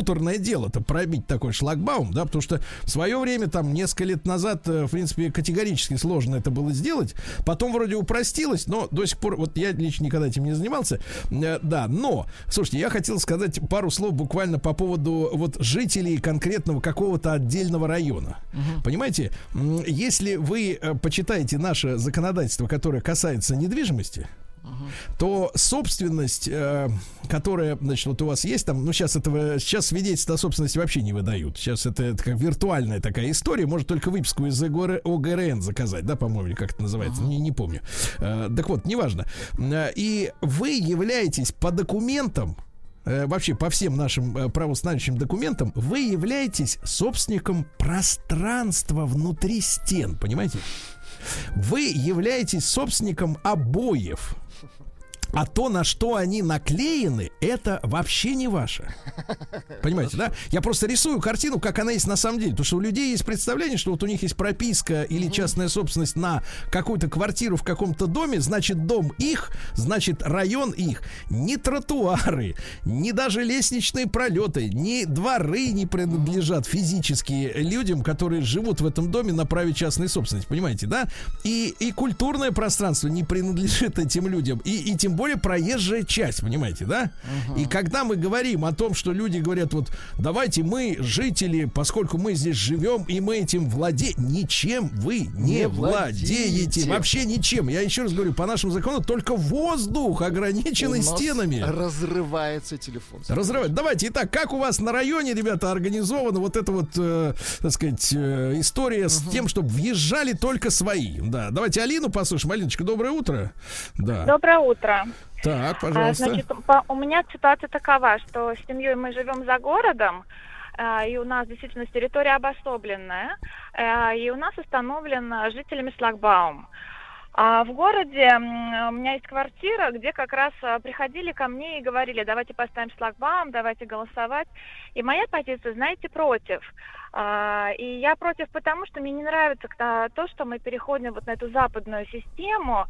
дело-то пробить такой шлагбаум, да, потому что в свое время, там, несколько лет назад, в принципе, категорически сложно это было сделать. Потом вроде упростилось, но до сих пор, вот я лично никогда этим не занимался. Да, но, слушайте, я хотел сказать пару слов буквально по поводу вот жителей конкретного какого-то отдельного района. Понимаете, если вы почитаете наше законодательство, которое касается недвижимости, то собственность, которая, значит, вот у вас есть там, ну, сейчас свидетельство о собственности вообще не выдают. Сейчас это как виртуальная такая история, может только выписку из ОГРН заказать, да, по-моему, или как это называется, не помню. Так вот, неважно. И вы являетесь по документам, вообще по всем нашим правоустанавливающим документам, вы являетесь собственником пространства внутри стен, понимаете? Вы являетесь собственником обоев. А то, на что они наклеены, это вообще не ваше. Понимаете, да? Я просто рисую картину, как она есть на самом деле. Потому что у людей есть представление, что вот у них есть прописка или частная собственность на какую-то квартиру в каком-то доме, значит, дом их, значит, район их. Ни тротуары, ни даже лестничные пролеты, ни дворы не принадлежат физически людям, которые живут в этом доме на праве частной собственности. Понимаете, да? И культурное пространство не принадлежит этим людям. И тем более проезжая часть, понимаете, да? И когда мы говорим о том, что люди говорят, вот, давайте мы, жители, поскольку мы здесь живем, и мы этим владеем, ничем вы не владеете. Вообще ничем. Я еще раз говорю, по нашему закону только воздух ограничен стенами. Разрывается телефон. Разрывает. Давайте, итак, как у вас на районе, ребята, организована вот эта вот, так сказать, история с тем, чтобы въезжали только свои. Да, давайте Алину послушаем. Алиночка, доброе утро. Да. Доброе утро. Так, пожалуйста. Значит, у меня ситуация такова, что с семьей мы живем за городом, и у нас действительно территория обособленная, и у нас установлен жителями шлагбаум. А в городе у меня есть квартира, где как раз приходили ко мне и говорили, давайте поставим шлагбаум, давайте голосовать. И моя позиция, знаете, против. И я против, потому что мне не нравится то, что мы переходим вот на эту западную систему,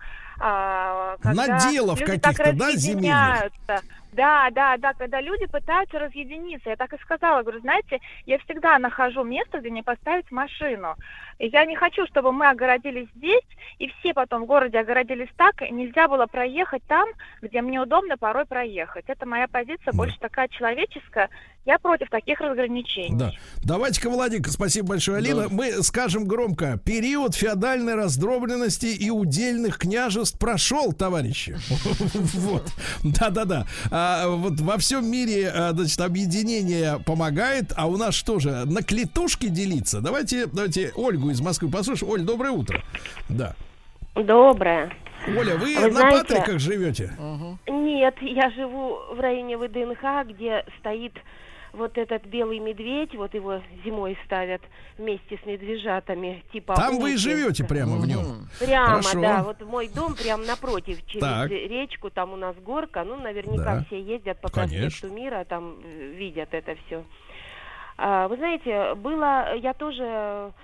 наделов люди каких-то, так да, земельных? Да, когда люди пытаются разъединиться. Я так и сказала, говорю, знаете, я всегда нахожу место, где мне поставить машину. И я не хочу, чтобы мы огородились здесь, и все потом в городе огородились так, и нельзя было проехать там, где мне удобно порой проехать. Это моя позиция, больше такая человеческая. Я против таких разграничений. Да. Давайте-ка, Владик, спасибо большое, Алина. Да. Мы скажем громко: период феодальной раздробленности и удельных княжеств прошел, товарищи. Вот. Да-да-да. Вот во всем мире, значит, объединение помогает, а у нас что же, на клетушке делиться? Давайте Ольгу из Москвы послушаем. Оль, доброе утро. Да. Доброе. Оля, вы на Патриках живете? Нет, я живу в районе ВДНХ, где стоит вот этот белый медведь, вот его зимой ставят вместе с медвежатами, типа. Там вы и живете прямо в нем? Прямо, хорошо. Да, вот мой дом прямо напротив, через речку, там у нас горка, ну, наверняка все ездят по проспекту Мира, там видят это все. Вы знаете, я тоже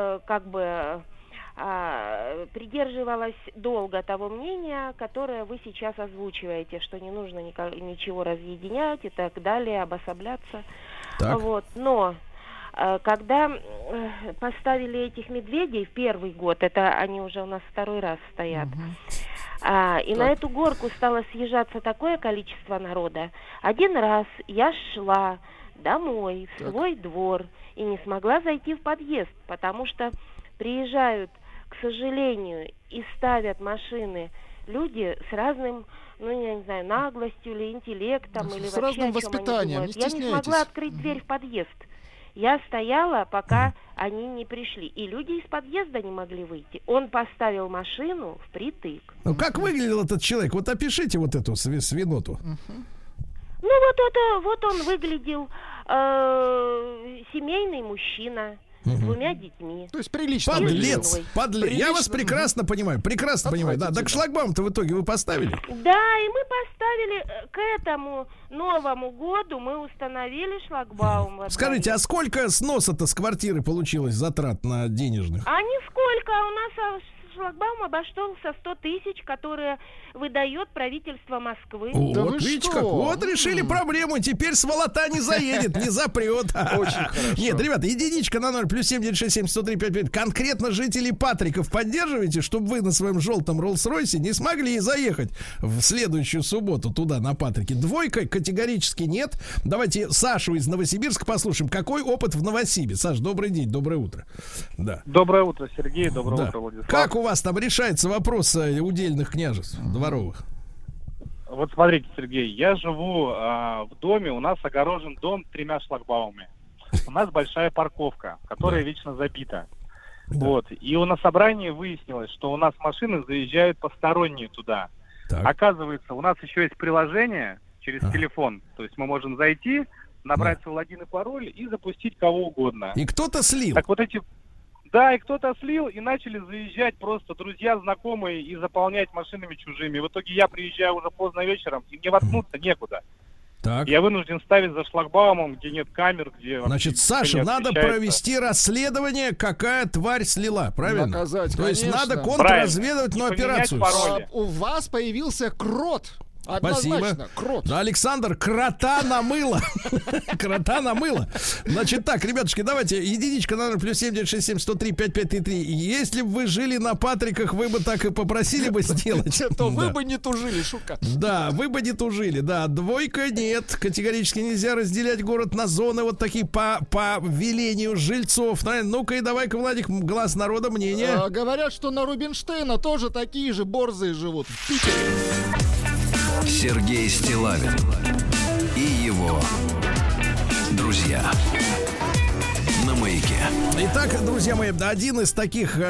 придерживалась долго того мнения, которое вы сейчас озвучиваете, что не нужно ничего разъединять и так далее, обособляться. Так. Вот. Но когда поставили этих медведей в первый год, это они уже у нас второй раз стоят, и на эту горку стало съезжаться такое количество народа. Один раз я шла домой, в свой двор, и не смогла зайти в подъезд, потому что приезжают, к сожалению, и ставят машины люди с разным, ну, я не знаю, наглостью или интеллектом, или вообще разным воспитанием. Я не смогла открыть дверь в подъезд. Я стояла, пока они не пришли. И люди из подъезда не могли выйти. Он поставил машину впритык. Ну, как выглядел этот человек? Вот опишите вот эту свиноту. Ну, вот он выглядел семейный мужчина. С двумя детьми. То есть прилично. Подлец. Я вас прекрасно понимаю. Да, так шлагбаум-то в итоге вы поставили? Да, и мы поставили к этому Новому году, мы установили шлагбаум. Скажите, а сколько сноса-то с квартиры получилось затрат на денежных? А нисколько. У нас шлагбаум обошелся 100 тысяч, которые выдает правительство Москвы. Да вот, видите, как вот решили проблему. Теперь сволота не заедет, не запрет. Очень хорошо. Нет, ребята, единичка на 0 +7 967 103 55. Конкретно жителей Патриков поддерживаете, чтобы вы на своем желтом Роллс-Ройсе не смогли заехать в следующую субботу туда, на Патрике. Двойка категорически нет. Давайте Сашу из Новосибирска послушаем. Какой опыт в Новосибе? Саш, добрый день, доброе утро. Да. Доброе утро, Сергей. Доброе утро, Владислав. Как у вас там решается вопрос удельных княжеств дворовых? Вот смотрите, Сергей, я живу в доме, у нас огорожен дом 3 шлагбаумами. У нас большая парковка, которая вечно забита. Да. Вот. И на собрании выяснилось, что у нас машины заезжают посторонние туда. Так. Оказывается, у нас еще есть приложение через телефон. То есть мы можем зайти, набрать свой логин и пароль и запустить кого угодно. И кто-то слил. Так вот эти... Да, и кто-то слил, и начали заезжать просто друзья, знакомые, и заполнять машинами чужими. В итоге я приезжаю уже поздно вечером, и мне воткнуться некуда. Так. Я вынужден ставить за шлагбаумом, где нет камер, где... Значит, Саша, надо провести расследование, какая тварь слила, правильно? Наказать, То есть конечно. надо контрразведывательную операцию. У вас появился крот. Спасибо. Крот. Да, Александр, крота намыло. Крота намыло. Значит так, ребятушки, давайте, единичка на 0 +7 967 103 5533. Если бы вы жили на Патриках, вы бы так и попросили бы сделать. То вы бы не тужили, шутка. Да, вы бы не тужили, да. Двойка нет. Категорически нельзя разделять город на зоны вот такие по велению жильцов. Ну-ка и давай-ка, Владик, глаз народа, мнение. Говорят, что на Рубинштейна тоже такие же борзые живут. В Питере. Сергей Стиллавин и его друзья на Маяке. Итак, друзья мои, один из таких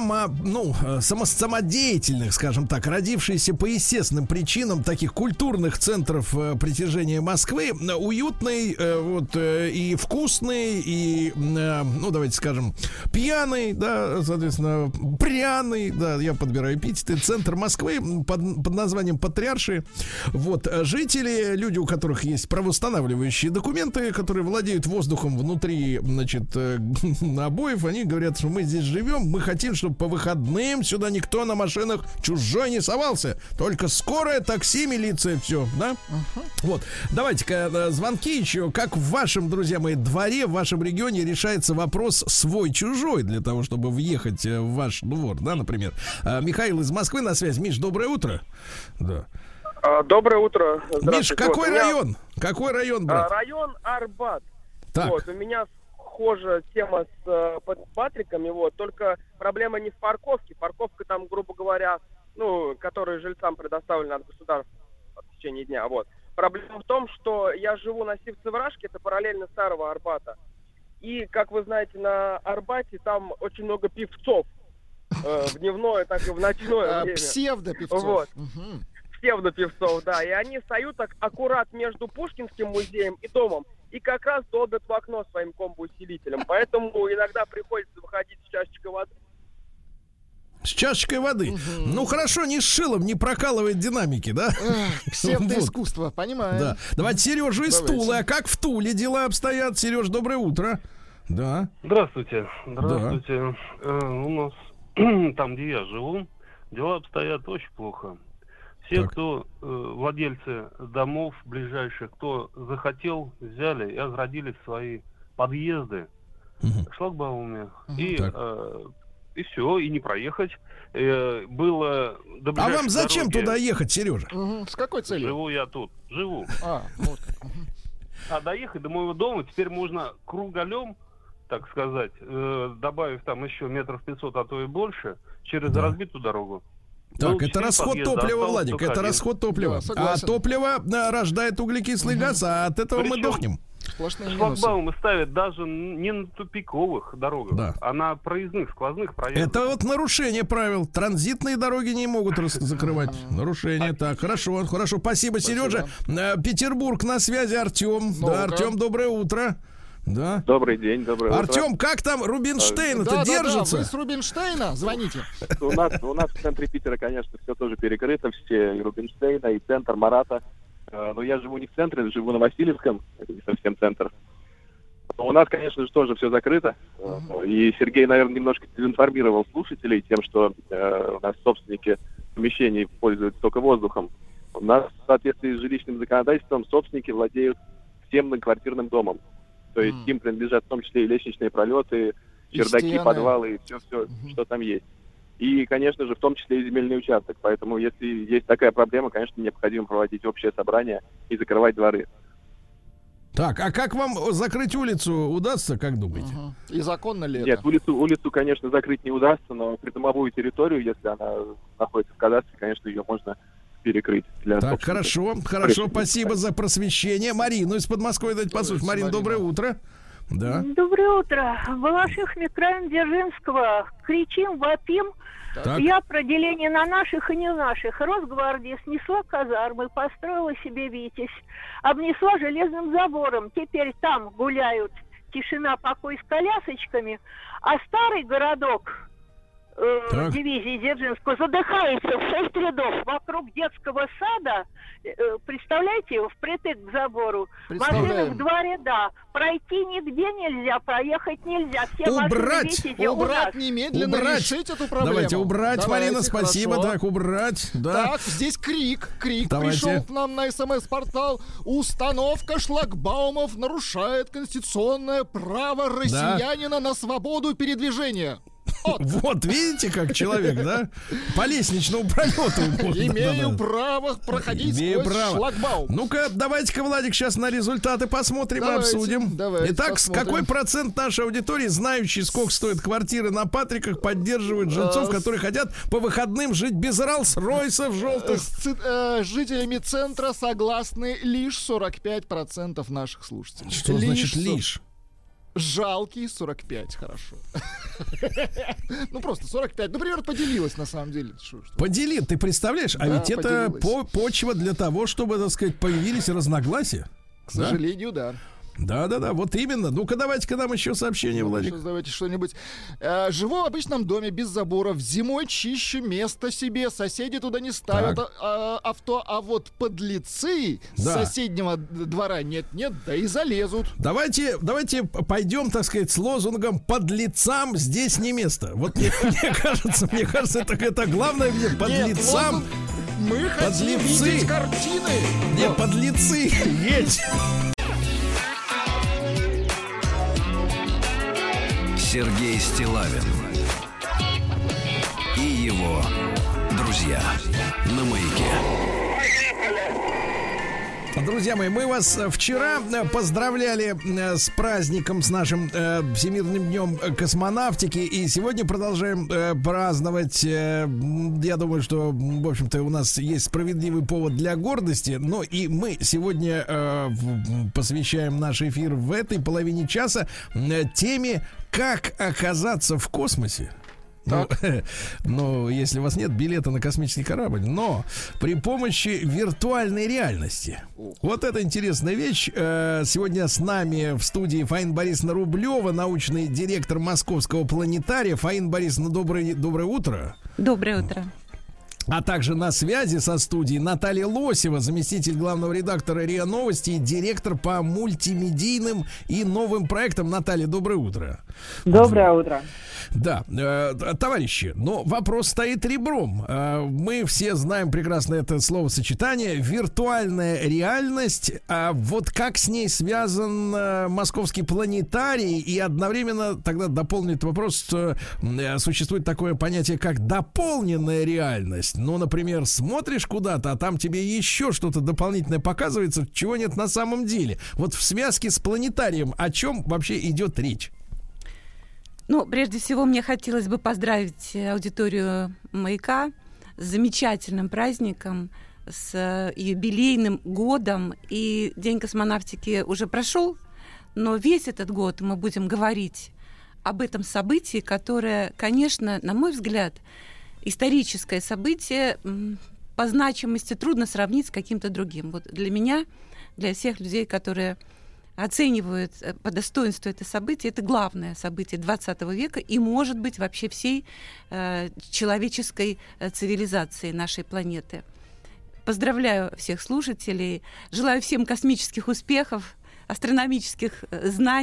самодеятельных, скажем так, родившийся по естественным причинам таких культурных центров притяжения Москвы, уютный, и вкусный, и, давайте скажем, пьяный, да, соответственно, пряный, да, я подбираю эпитеты, центр Москвы под названием Патриарши. Вот, жители, люди, у которых есть правоустанавливающие документы, которые владеют воздухом внутри, значит, обоев, они говорят, что мы здесь живем, мы хотим, чтобы по выходным сюда никто на машинах чужой не совался, только скорая, такси, милиция, все, да? Вот, давайте-ка звонки еще. Как в вашем, друзья мои, дворе, в вашем регионе решается вопрос свой-чужой для того, чтобы въехать в ваш двор, да, например? Михаил из Москвы на связь. Миш, доброе утро. Да. Доброе утро. Миш, какой район? Какой район, брат? Район Арбат. Так. Вот, у меня схожа тема с Патриками, вот, только проблема не в парковке. Парковка там, грубо говоря, которая жильцам предоставлена от государства в течение дня, вот. Проблема в том, что я живу на Сивцеврашке, это параллельно Старого Арбата. И, как вы знаете, на Арбате там очень много певцов. В дневное, так и в ночное время. Псевдопевцов. Вот. Псевдопевцов, да. И они стоят так аккурат между Пушкинским музеем и домом. И как раз долбят в окно своим комбо-усилителем. Поэтому иногда приходится выходить с чашечкой воды. С чашечкой воды. Ну хорошо, не с шилом, не прокалывает динамики, да? Псевдоискусство, понимаю. Да. Давайте Сережу из Тулы. А как в Туле дела обстоят? Сереж, доброе утро. Да. Здравствуйте. Здравствуйте. У нас там, где я живу, дела обстоят очень плохо. Все, кто владельцы домов ближайших, кто захотел, взяли и оградили свои подъезды шлагбаумами. И все, и не проехать. Было до А вам зачем туда ехать, Сережа? С какой целью? Живу я тут. Живу. Вот. А доехать до моего дома теперь можно круголем, так сказать, добавив там еще 500 метров, а то и больше, через разбитую дорогу. Так, это расход топлива, Владик, это расход топлива. А топливо рождает углекислый газ, а от этого мы дохнем. Шлагбаумы ставят даже не на тупиковых дорогах, а на проездных, сквозных проездах. Это вот нарушение правил. Транзитные дороги не могут закрывать. Нарушение. Так, хорошо. Спасибо, Сережа. Петербург на связи, Артем. Да, Артем, доброе утро. Да. Добрый день, доброе утро. Артем, как там Рубинштейн-то держится? Вы с Рубинштейна звоните. У нас в центре Питера, конечно, все тоже перекрыто, все и Рубинштейна, и центр Марата. Но я живу не в центре, живу на Васильевском, это не совсем центр. У нас, конечно же, тоже все закрыто. И Сергей, наверное, немножко дезинформировал слушателей тем, что у нас собственники помещений пользуются только воздухом. У нас в соответствии с жилищным законодательством собственники владеют всем многоквартирным домом. То есть им принадлежат в том числе и лестничные пролеты, чердаки, подвалы, и все, что там есть. И, конечно же, в том числе и земельный участок. Поэтому, если есть такая проблема, конечно, необходимо проводить общее собрание и закрывать дворы. Так, а как вам закрыть улицу удастся, как думаете? И законно ли это? Нет, улицу, конечно, закрыть не удастся, но придомовую территорию, если она находится в кадастре, конечно, ее можно перекрыть. Так, хорошо, спасибо за просвещение. Марину из Подмосковья дать послушать. Марина, доброе утро. Да. Доброе утро. Балашихный край Дзержинского. Кричим, вопим. Так. Я про деление на наших и не наших. Росгвардия снесла казармы, построила себе Витязь, обнесла железным забором. Теперь там гуляют тишина, покой с колясочками, а старый городок дивизии Дзержинского задыхается в 6 рядов вокруг детского сада. Представляете, впритык к забору. Машины в 2 ряда. Пройти нигде нельзя, проехать нельзя. Все убрать немедленно, решить эту проблему. Давайте убрать, Марина, спасибо. Хорошо. Так, убрать. Да. Так, здесь крик Давайте. Пришел к нам на СМС-портал. Установка шлагбаумов нарушает конституционное право россиянина на свободу передвижения. Вот видите, как человек, да? По лестничному пролету. Имею право проходить сквозь шлагбаум. Ну-ка, давайте-ка, Владик, сейчас на результаты посмотрим и обсудим. Итак, какой процент нашей аудитории, знающий, сколько стоят квартиры на Патриках, поддерживают жильцов, которые хотят по выходным жить без Роллс-Ройсов желтых? С жителями центра согласны лишь 45% наших слушателей. Что значит лишь? Жалкие 45, хорошо. Ну, просто 45. Например, поделилась, на самом деле. Поделил, ты представляешь? А ведь это почва для того, чтобы, так сказать, появились разногласия. К сожалению, да. Да, вот именно. Ну-ка, давайте-ка нам еще сообщение, Владик. Давайте что-нибудь. Живу в обычном доме без заборов. Зимой чищу место себе. Соседи туда не ставят авто. А вот подлецы с соседнего двора нет-нет, да и залезут. Давайте пойдем, так сказать, с лозунгом «Подлецам здесь не место». Вот мне кажется, это главное, где подлецам. Мы хотим видеть картины. Не, подлецы есть. Сергей Стиллавин и его друзья на Маяке. Друзья мои, мы вас вчера поздравляли с праздником, с нашим Всемирным днем космонавтики, и сегодня продолжаем праздновать. Я думаю, что, в общем-то, у нас есть справедливый повод для гордости, но и мы сегодня посвящаем наш эфир в этой половине часа теме «Как оказаться в космосе». Ну, если у вас нет билета на космический корабль, но при помощи виртуальной реальности. Вот это интересная вещь. Сегодня с нами в студии Фаина Борисовна Рублева, научный директор Московского планетария. Фаина Борисовна, доброе утро. Доброе утро. А также на связи со студией Наталья Лосева, заместитель главного редактора РИА Новости и директор по мультимедийным и новым проектам. Наталья, доброе утро. Доброе утро. Да, товарищи, но вопрос стоит ребром. Мы все знаем прекрасно это словосочетание «виртуальная реальность». А вот как с ней связан Московский планетарий? И одновременно тогда дополнит вопрос, что существует такое понятие, как дополненная реальность. Ну, например, смотришь куда-то, а там тебе еще что-то дополнительное показывается, чего нет на самом деле. Вот в связке с планетарием о чем вообще идет речь? Ну, прежде всего, мне хотелось бы поздравить аудиторию «Маяка» с замечательным праздником, с юбилейным годом. И День космонавтики уже прошел, но весь этот год мы будем говорить об этом событии, которое, конечно, на мой взгляд, историческое событие, по значимости трудно сравнить с каким-то другим. Вот для меня, для всех людей, которые оценивают по достоинству это событие, это главное событие 20 века и, может быть, вообще всей человеческой цивилизации нашей планеты. Поздравляю всех слушателей, желаю всем космических успехов, астрономических знаний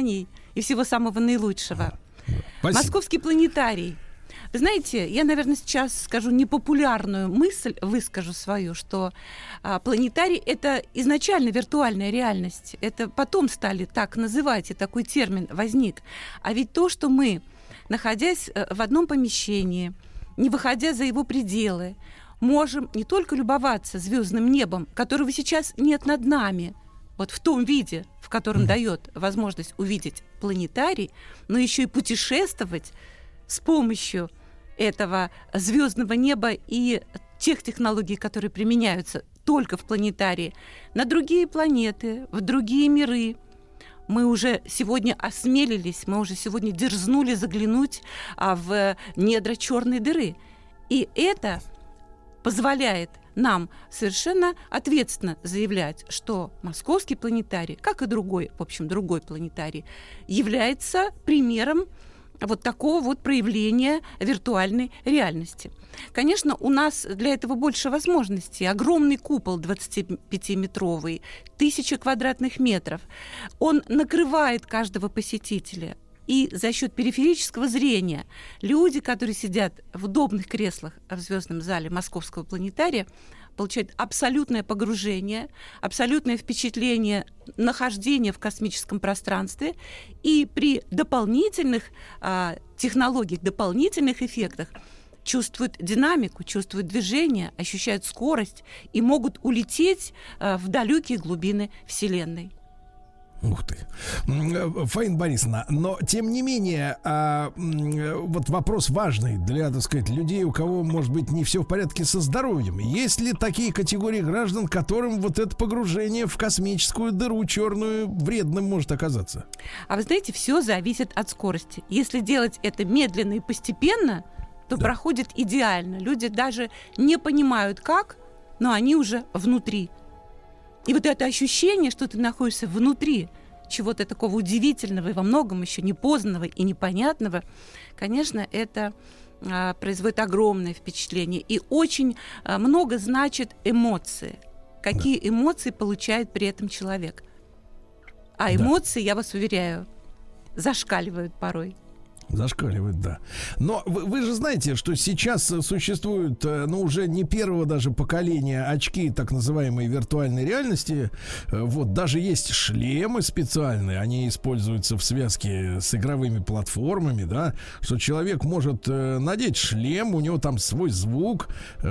и всего самого наилучшего. Спасибо. Московский планетарий. Вы знаете, я, наверное, сейчас скажу непопулярную мысль, выскажу свою, что планетарий — это изначально виртуальная реальность. Это потом стали так называть, и такой термин возник. А ведь то, что мы, находясь в одном помещении, не выходя за его пределы, можем не только любоваться звездным небом, которого сейчас нет над нами, вот в том виде, в котором дает возможность увидеть планетарий, но еще и путешествовать с помощью этого звездного неба и тех технологий, которые применяются только в планетарии, на другие планеты, в другие миры. Мы уже сегодня осмелились, мы уже сегодня дерзнули заглянуть в недра черной дыры. И это позволяет нам совершенно ответственно заявлять, что Московский планетарий, как и другой планетарий, является примером вот такого вот проявления виртуальной реальности. Конечно, у нас для этого больше возможностей. Огромный купол 25-метровый, 1000 квадратных метров. Он накрывает каждого посетителя. И за счет периферического зрения люди, которые сидят в удобных креслах в звездном зале Московского планетария, получают абсолютное погружение, абсолютное впечатление нахождения в космическом пространстве, и при дополнительных технологиях, дополнительных эффектах чувствуют динамику, чувствуют движение, ощущают скорость и могут улететь в далекие глубины Вселенной. Ух ты. Фаина Борисовна, но тем не менее, вот вопрос важный для, так сказать, людей, у кого, может быть, не все в порядке со здоровьем. Есть ли такие категории граждан, которым вот это погружение в космическую дыру черную вредным может оказаться? А вы знаете, все зависит от скорости. Если делать это медленно и постепенно, то проходит идеально. Люди даже не понимают, как, но они уже внутри. И вот это ощущение, что ты находишься внутри чего-то такого удивительного и во многом еще непознанного и непонятного, конечно, это производит огромное впечатление. И очень много значит эмоции. Какие эмоции получает при этом человек. А эмоции, я вас уверяю, зашкаливают порой. Зашкаливает, да. Но вы же знаете, что сейчас существуют, уже не первого даже поколения очки так называемой виртуальной реальности. Вот, даже есть шлемы специальные, они используются в связке с игровыми платформами, да, что человек может надеть шлем, у него там свой звук,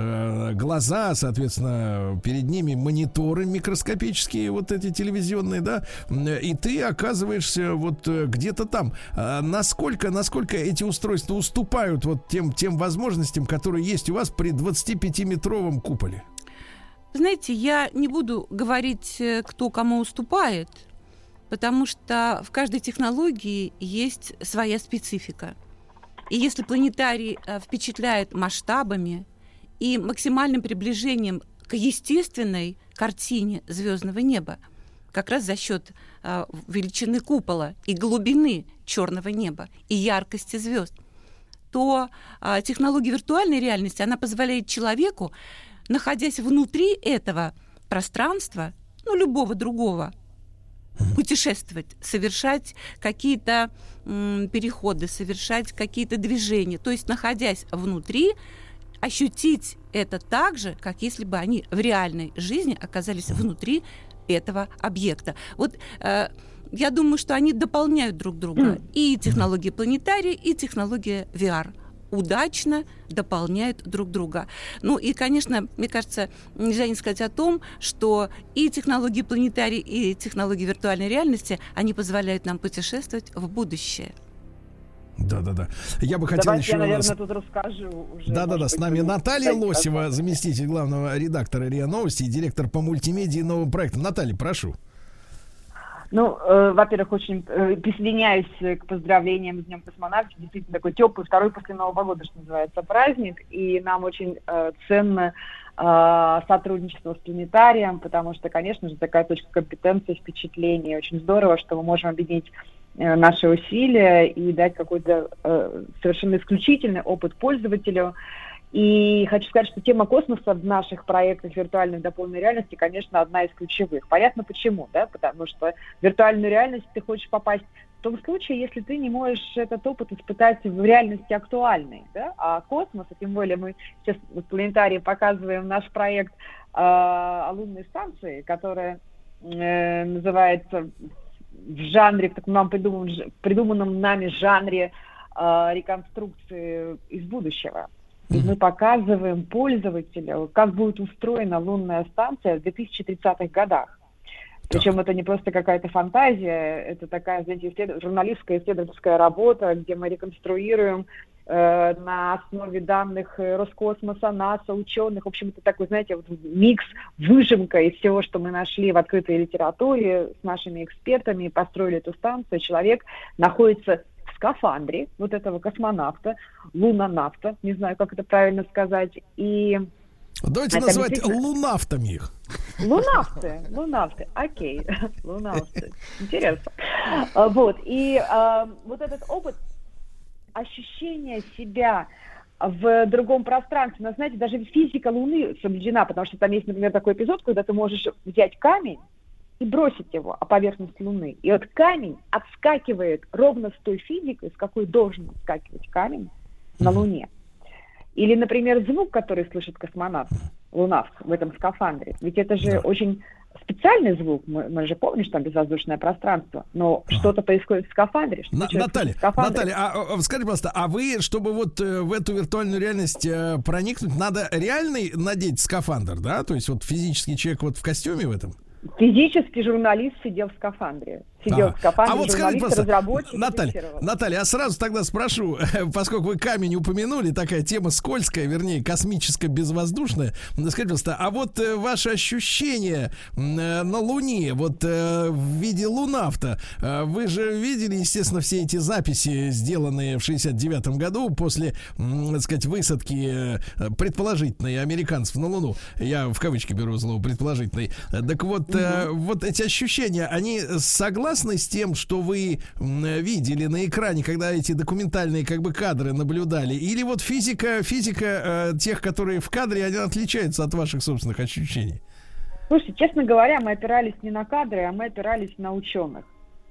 глаза, соответственно, перед ними мониторы микроскопические, вот эти телевизионные, да, и ты оказываешься вот где-то там. Насколько эти устройства уступают вот тем возможностям, которые есть у вас при 25-метровом куполе? Знаете, я не буду говорить, кто кому уступает, потому что в каждой технологии есть своя специфика. И если планетарий впечатляет масштабами и максимальным приближением к естественной картине звездного неба, как раз за счет величины купола и глубины черного неба и яркости звезд, то технология виртуальной реальности, она позволяет человеку, находясь внутри этого пространства, любого другого, путешествовать, совершать какие-то переходы, совершать какие-то движения. То есть, находясь внутри, ощутить это так же, как если бы они в реальной жизни оказались внутри этого объекта. Вот я думаю, что они дополняют друг друга. И технология планетария, и технология VR удачно дополняют друг друга. И, конечно, мне кажется, нельзя не сказать о том, что и технологии планетария, и технологии виртуальной реальности, они позволяют нам путешествовать в будущее. Да. Я бы хотел Давайте еще... я, наверное, тут расскажу уже. Да. С нами Наталья Лосева, заместитель главного редактора РИА Новости и директор по мультимедиа и новым проектам. Наталья, прошу. Во-первых, очень присоединяюсь к поздравлениям с Днем космонавтики. Действительно, такой теплый, второй после Нового года, что называется, праздник. И нам очень ценно сотрудничество с планетарием, потому что, конечно же, такая точка компетенции, впечатления. Очень здорово, что мы можем объединить наши усилия и дать какой-то совершенно исключительный опыт пользователю. И хочу сказать, что тема космоса в наших проектах виртуальной дополненной реальности, конечно, одна из ключевых. Понятно почему, да? Потому что в виртуальную реальность ты хочешь попасть в том случае, если ты не можешь этот опыт испытать в реальности актуальной. Да? А космос, а тем более мы сейчас в планетарии показываем наш проект о лунной станции, которая называется в жанре, в таком нам придуманном нами жанре реконструкции из будущего. И мы показываем пользователю, как будет устроена лунная станция в 2030-х годах. Причем это не просто какая-то фантазия, это такая, знаете, журналистская исследовательская работа, где мы реконструируем на основе данных Роскосмоса, НАСА, ученых. В общем, это такой, знаете, вот микс, выжимка из всего, что мы нашли в открытой литературе с нашими экспертами, построили эту станцию. Человек находится в скафандре вот этого космонавта, лунонавта, не знаю, как это правильно сказать, и... Давайте это называть действительно... лунавтами их. Лунавты, окей, лунавты, интересно. Вот, и вот этот опыт ощущения себя в другом пространстве, но, знаете, даже физика Луны соблюдена, потому что там есть, например, такой эпизод, когда ты можешь взять камень и бросить его о поверхность Луны. И вот камень отскакивает ровно с той физикой, с какой должен отскакивать камень на Луне. Или, например, звук, который слышит космонавт, лунавт в этом скафандре. Ведь это же очень специальный звук. Мы же помним, что там безвоздушное пространство. Но что-то происходит в скафандре. Наталья, скажите, пожалуйста, а вы, чтобы вот в эту виртуальную реальность проникнуть, надо реальный надеть скафандр, да? То есть вот физический человек вот в костюме в этом? Физический журналист сидел в скафандре. Сидел в скафандре, вот журналист, разработчик. Наталья, я сразу тогда спрошу, поскольку вы камень упомянули, такая тема скользкая, вернее, космическо-безвоздушная. Скажите, пожалуйста, а вот ваши ощущения на Луне, вот в виде лунавта, вы же видели, естественно, все эти записи, сделанные в 69-м году после, так сказать, высадки предположительной американцев на Луну. Я в кавычки беру слово предположительной. Так вот, вот эти ощущения, они согласны с тем, что вы видели на экране, когда эти документальные как бы кадры наблюдали? Или вот физика тех, которые в кадре, они отличаются от ваших собственных ощущений? Слушайте, честно говоря, мы опирались не на кадры, а мы опирались на ученых.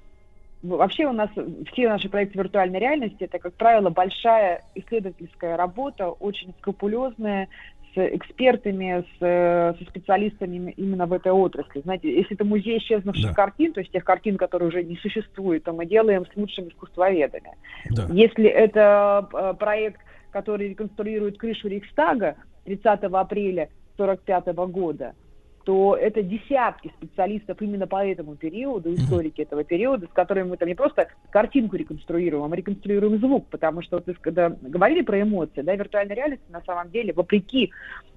Вообще у нас все наши проекты виртуальной реальности — это, как правило, большая исследовательская работа, очень скрупулезная, с экспертами, со специалистами именно в этой отрасли. Знаете, если это музей исчезнувших картин, то есть тех картин, которые уже не существуют, то мы делаем с лучшими искусствоведами. Да. Если это проект, который реконструирует крышу Рейхстага 30 апреля 1945 года, то это десятки специалистов именно по этому периоду, историки этого периода, с которыми мы там не просто картинку реконструируем, а мы реконструируем звук, потому что, вот, когда говорили про эмоции, да, виртуальная реальность, на самом деле, вопреки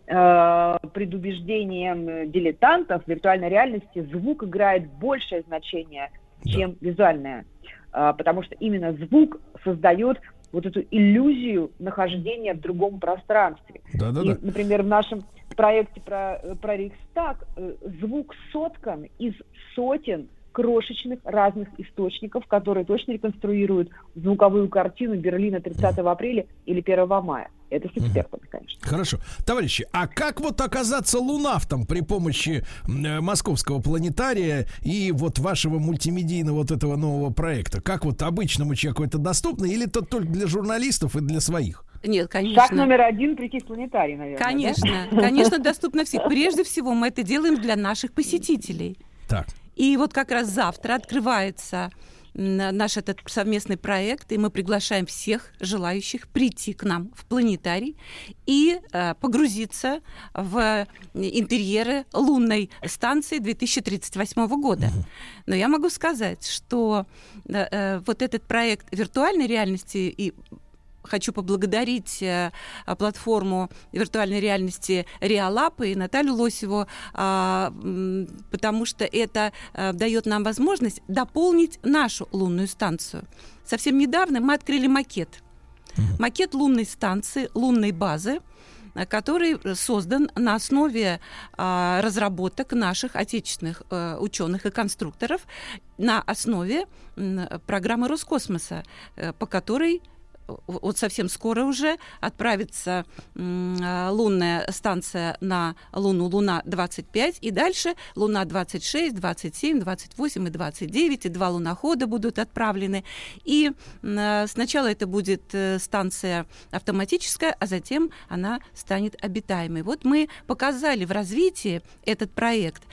предубеждениям дилетантов, в виртуальной реальности звук играет большее значение, чем визуальное, потому что именно звук создает вот эту иллюзию нахождения в другом пространстве. И, например, в нашем проекте про Рейхстаг звук соткан из сотен крошечных разных источников, которые точно реконструируют звуковую картину Берлина 30 апреля или 1 мая. Это с экспертами, конечно. Хорошо. Товарищи, а как вот оказаться лунавтом при помощи Московского планетария и вот вашего мультимедийного вот этого нового проекта? Как вот обычному человеку это доступно или это только для журналистов и для своих? Нет, конечно. Шаг номер 1 — прийти в планетарий, наверное. Конечно, да? Конечно, доступно всем. Прежде всего, мы это делаем для наших посетителей. Так. И вот как раз завтра открывается наш этот совместный проект, и мы приглашаем всех желающих прийти к нам в планетарий и погрузиться в интерьеры лунной станции 2038 года. Но я могу сказать, что вот этот проект виртуальной реальности, и хочу поблагодарить платформу виртуальной реальности RealLab и Наталью Лосеву, потому что это дает нам возможность дополнить нашу лунную станцию. Совсем недавно мы открыли макет. Макет лунной станции, лунной базы, который создан на основе разработок наших отечественных ученых и конструкторов, на основе программы Роскосмоса, по которой вот совсем скоро уже отправится лунная станция на Луну, Луна-25, и дальше Луна-26, 27, 28 и 29, и 2 лунохода будут отправлены. И сначала это будет станция автоматическая, а затем она станет обитаемой. Вот мы показали в развитии этот проект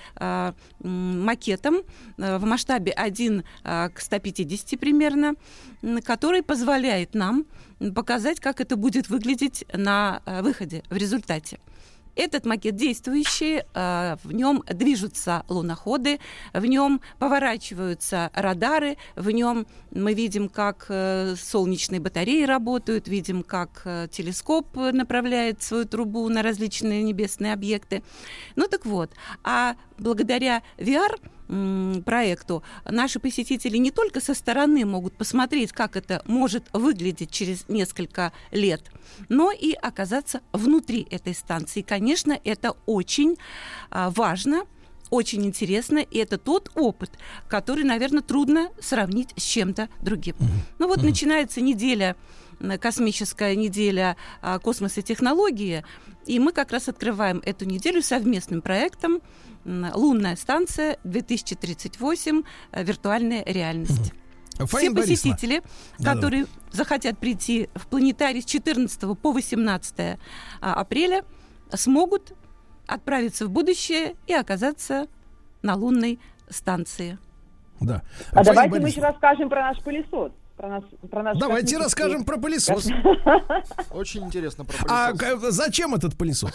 макетом в масштабе 1 к 150 примерно, который позволяет нам показать, как это будет выглядеть на выходе, в результате. Этот макет действующий, в нем движутся луноходы, в нем поворачиваются радары, в нем мы видим, как солнечные батареи работают, видим, как телескоп направляет свою трубу на различные небесные объекты. Ну так вот, а благодаря VR-проекту наши посетители не только со стороны могут посмотреть, как это может выглядеть через несколько лет, но и оказаться внутри этой станции. Конечно, это очень важно, очень интересно, и это тот опыт, который, наверное, трудно сравнить с чем-то другим. Ну вот начинается неделя, космическая неделя космоса и технологии, и мы как раз открываем эту неделю совместным проектом «Лунная станция 2038. Виртуальная реальность». Все посетители, которые захотят прийти в планетарий с 14 по 18 апреля, смогут отправиться в будущее и оказаться на лунной станции. Да. А давайте мы еще расскажем про наш пылесос. Давайте расскажем про пылесос. Очень интересно про пылесос. А зачем этот пылесос?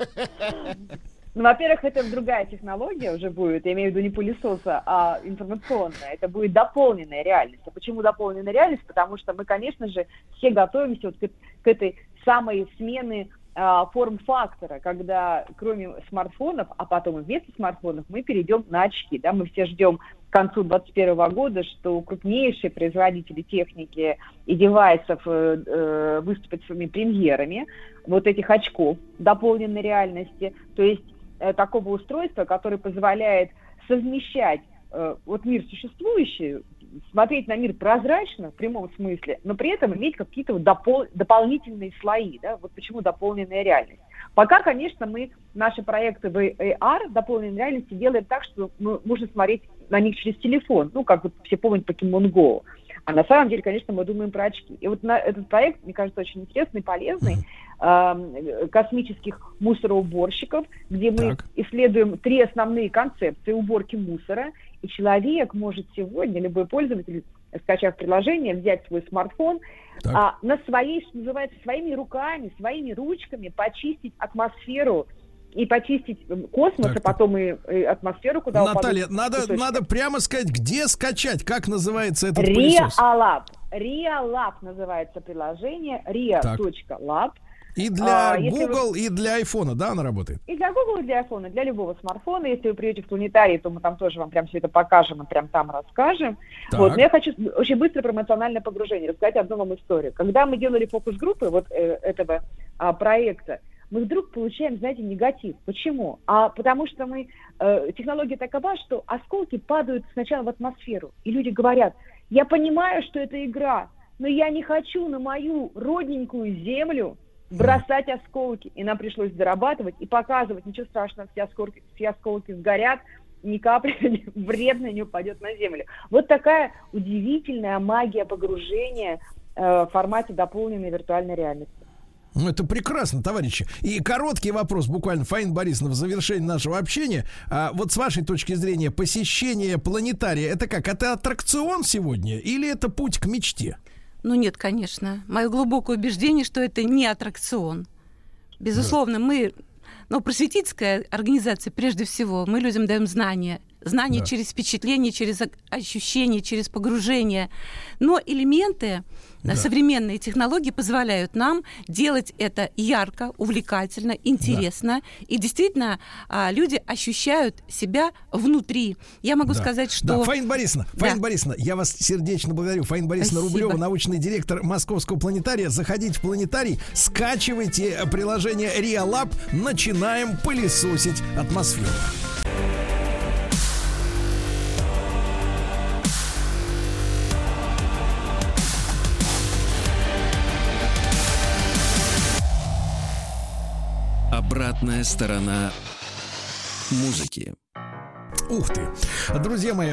Ну, во-первых, это другая технология уже будет, я имею в виду не пылесоса, а информационная. Это будет дополненная реальность. А почему дополненная реальность? Потому что мы, конечно же, все готовимся вот к этой самой смене форм-фактора, когда кроме смартфонов, а потом и вместо смартфонов, мы перейдем на очки. Да? Мы все ждем к концу 2021 года, что крупнейшие производители техники и девайсов выступят своими премьерами вот этих очков дополненной реальности. То есть такого устройства, которое позволяет совмещать вот мир существующий, смотреть на мир прозрачно, в прямом смысле, но при этом иметь какие-то вот дополнительные слои. Да? Вот почему дополненная реальность. Пока, конечно, мы наши проекты в AR, дополненной реальности, делаем так, что можно смотреть на них через телефон. Ну, как вот все помнят Pokemon Go. А на самом деле, конечно, мы думаем про очки. И вот на этот проект, мне кажется, очень интересный, полезный, космических мусороуборщиков, где мы исследуем 3 основные концепции уборки мусора. И человек может сегодня, любой пользователь, скачав приложение, взять свой смартфон, на своей, что называется, своими руками, своими ручками почистить атмосферу и почистить космос, а потом и атмосферу, куда Наталья, надо прямо сказать, где скачать, как называется этот пылесос? RIA Lab называется приложение, ria.lab. И для Google, и для айфона, да, она работает? И для Google, и для айфона, для любого смартфона. Если вы придете в планетарий, то мы там тоже вам прям все это покажем и прям там расскажем. Вот. Но я хочу очень быстро про эмоциональное погружение рассказать одну вам историю. Когда мы делали фокус-группы вот этого проекта, мы вдруг получаем, знаете, негатив. Почему? Потому что технология такова, что осколки падают сначала в атмосферу. И люди говорят, я понимаю, что это игра, но я не хочу на мою родненькую Землю бросать осколки. И нам пришлось дорабатывать и показывать, ничего страшного, все осколки сгорят, ни капли вредно не упадет на Землю. Вот такая удивительная магия погружения в формате дополненной виртуальной реальности. Ну, это прекрасно, товарищи. И короткий вопрос, буквально, Фаина Борисовна, в завершении нашего общения. Вот с вашей точки зрения, посещение планетария, это как? Это аттракцион сегодня или это путь к мечте? Ну нет, конечно. Мое глубокое убеждение, что это не аттракцион. Безусловно, мы, просветительская организация, прежде всего, мы людям даем знания. Знания через впечатление, через ощущение, через погружение. Но элементы, современные технологии позволяют нам делать это ярко, увлекательно, интересно. И действительно, люди ощущают себя внутри. Я могу сказать, что... Да, Фаина Борисовна, я вас сердечно благодарю. Фаина Борисовна Рублева, научный директор Московского планетария. Заходите в планетарий, скачивайте приложение RIA Lab, начинаем пылесосить атмосферу. Обратная сторона музыки. Ух ты! Друзья мои,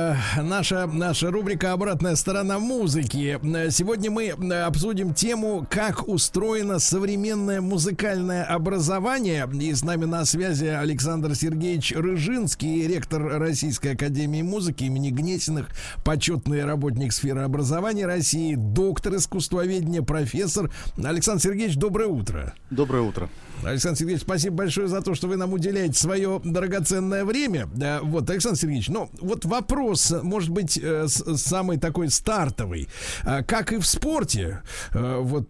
наша рубрика «Обратная сторона музыки». Сегодня мы обсудим тему, как устроено современное музыкальное образование. И с нами на связи Александр Сергеевич Рыжинский, ректор Российской академии музыки имени Гнесиных, почетный работник сферы образования России, доктор искусствоведения, профессор. Александр Сергеевич, доброе утро. Доброе утро. Александр Сергеевич, спасибо большое за то, что вы нам уделяете свое драгоценное время. Вот, Александр Сергеевич, ну, вот вопрос, может быть, самый такой стартовый. Как и в спорте, вот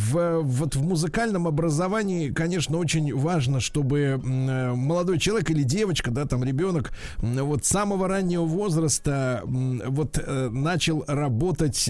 в музыкальном образовании, конечно, очень важно, чтобы молодой человек или девочка, да, там, ребенок, вот с самого раннего возраста вот начал работать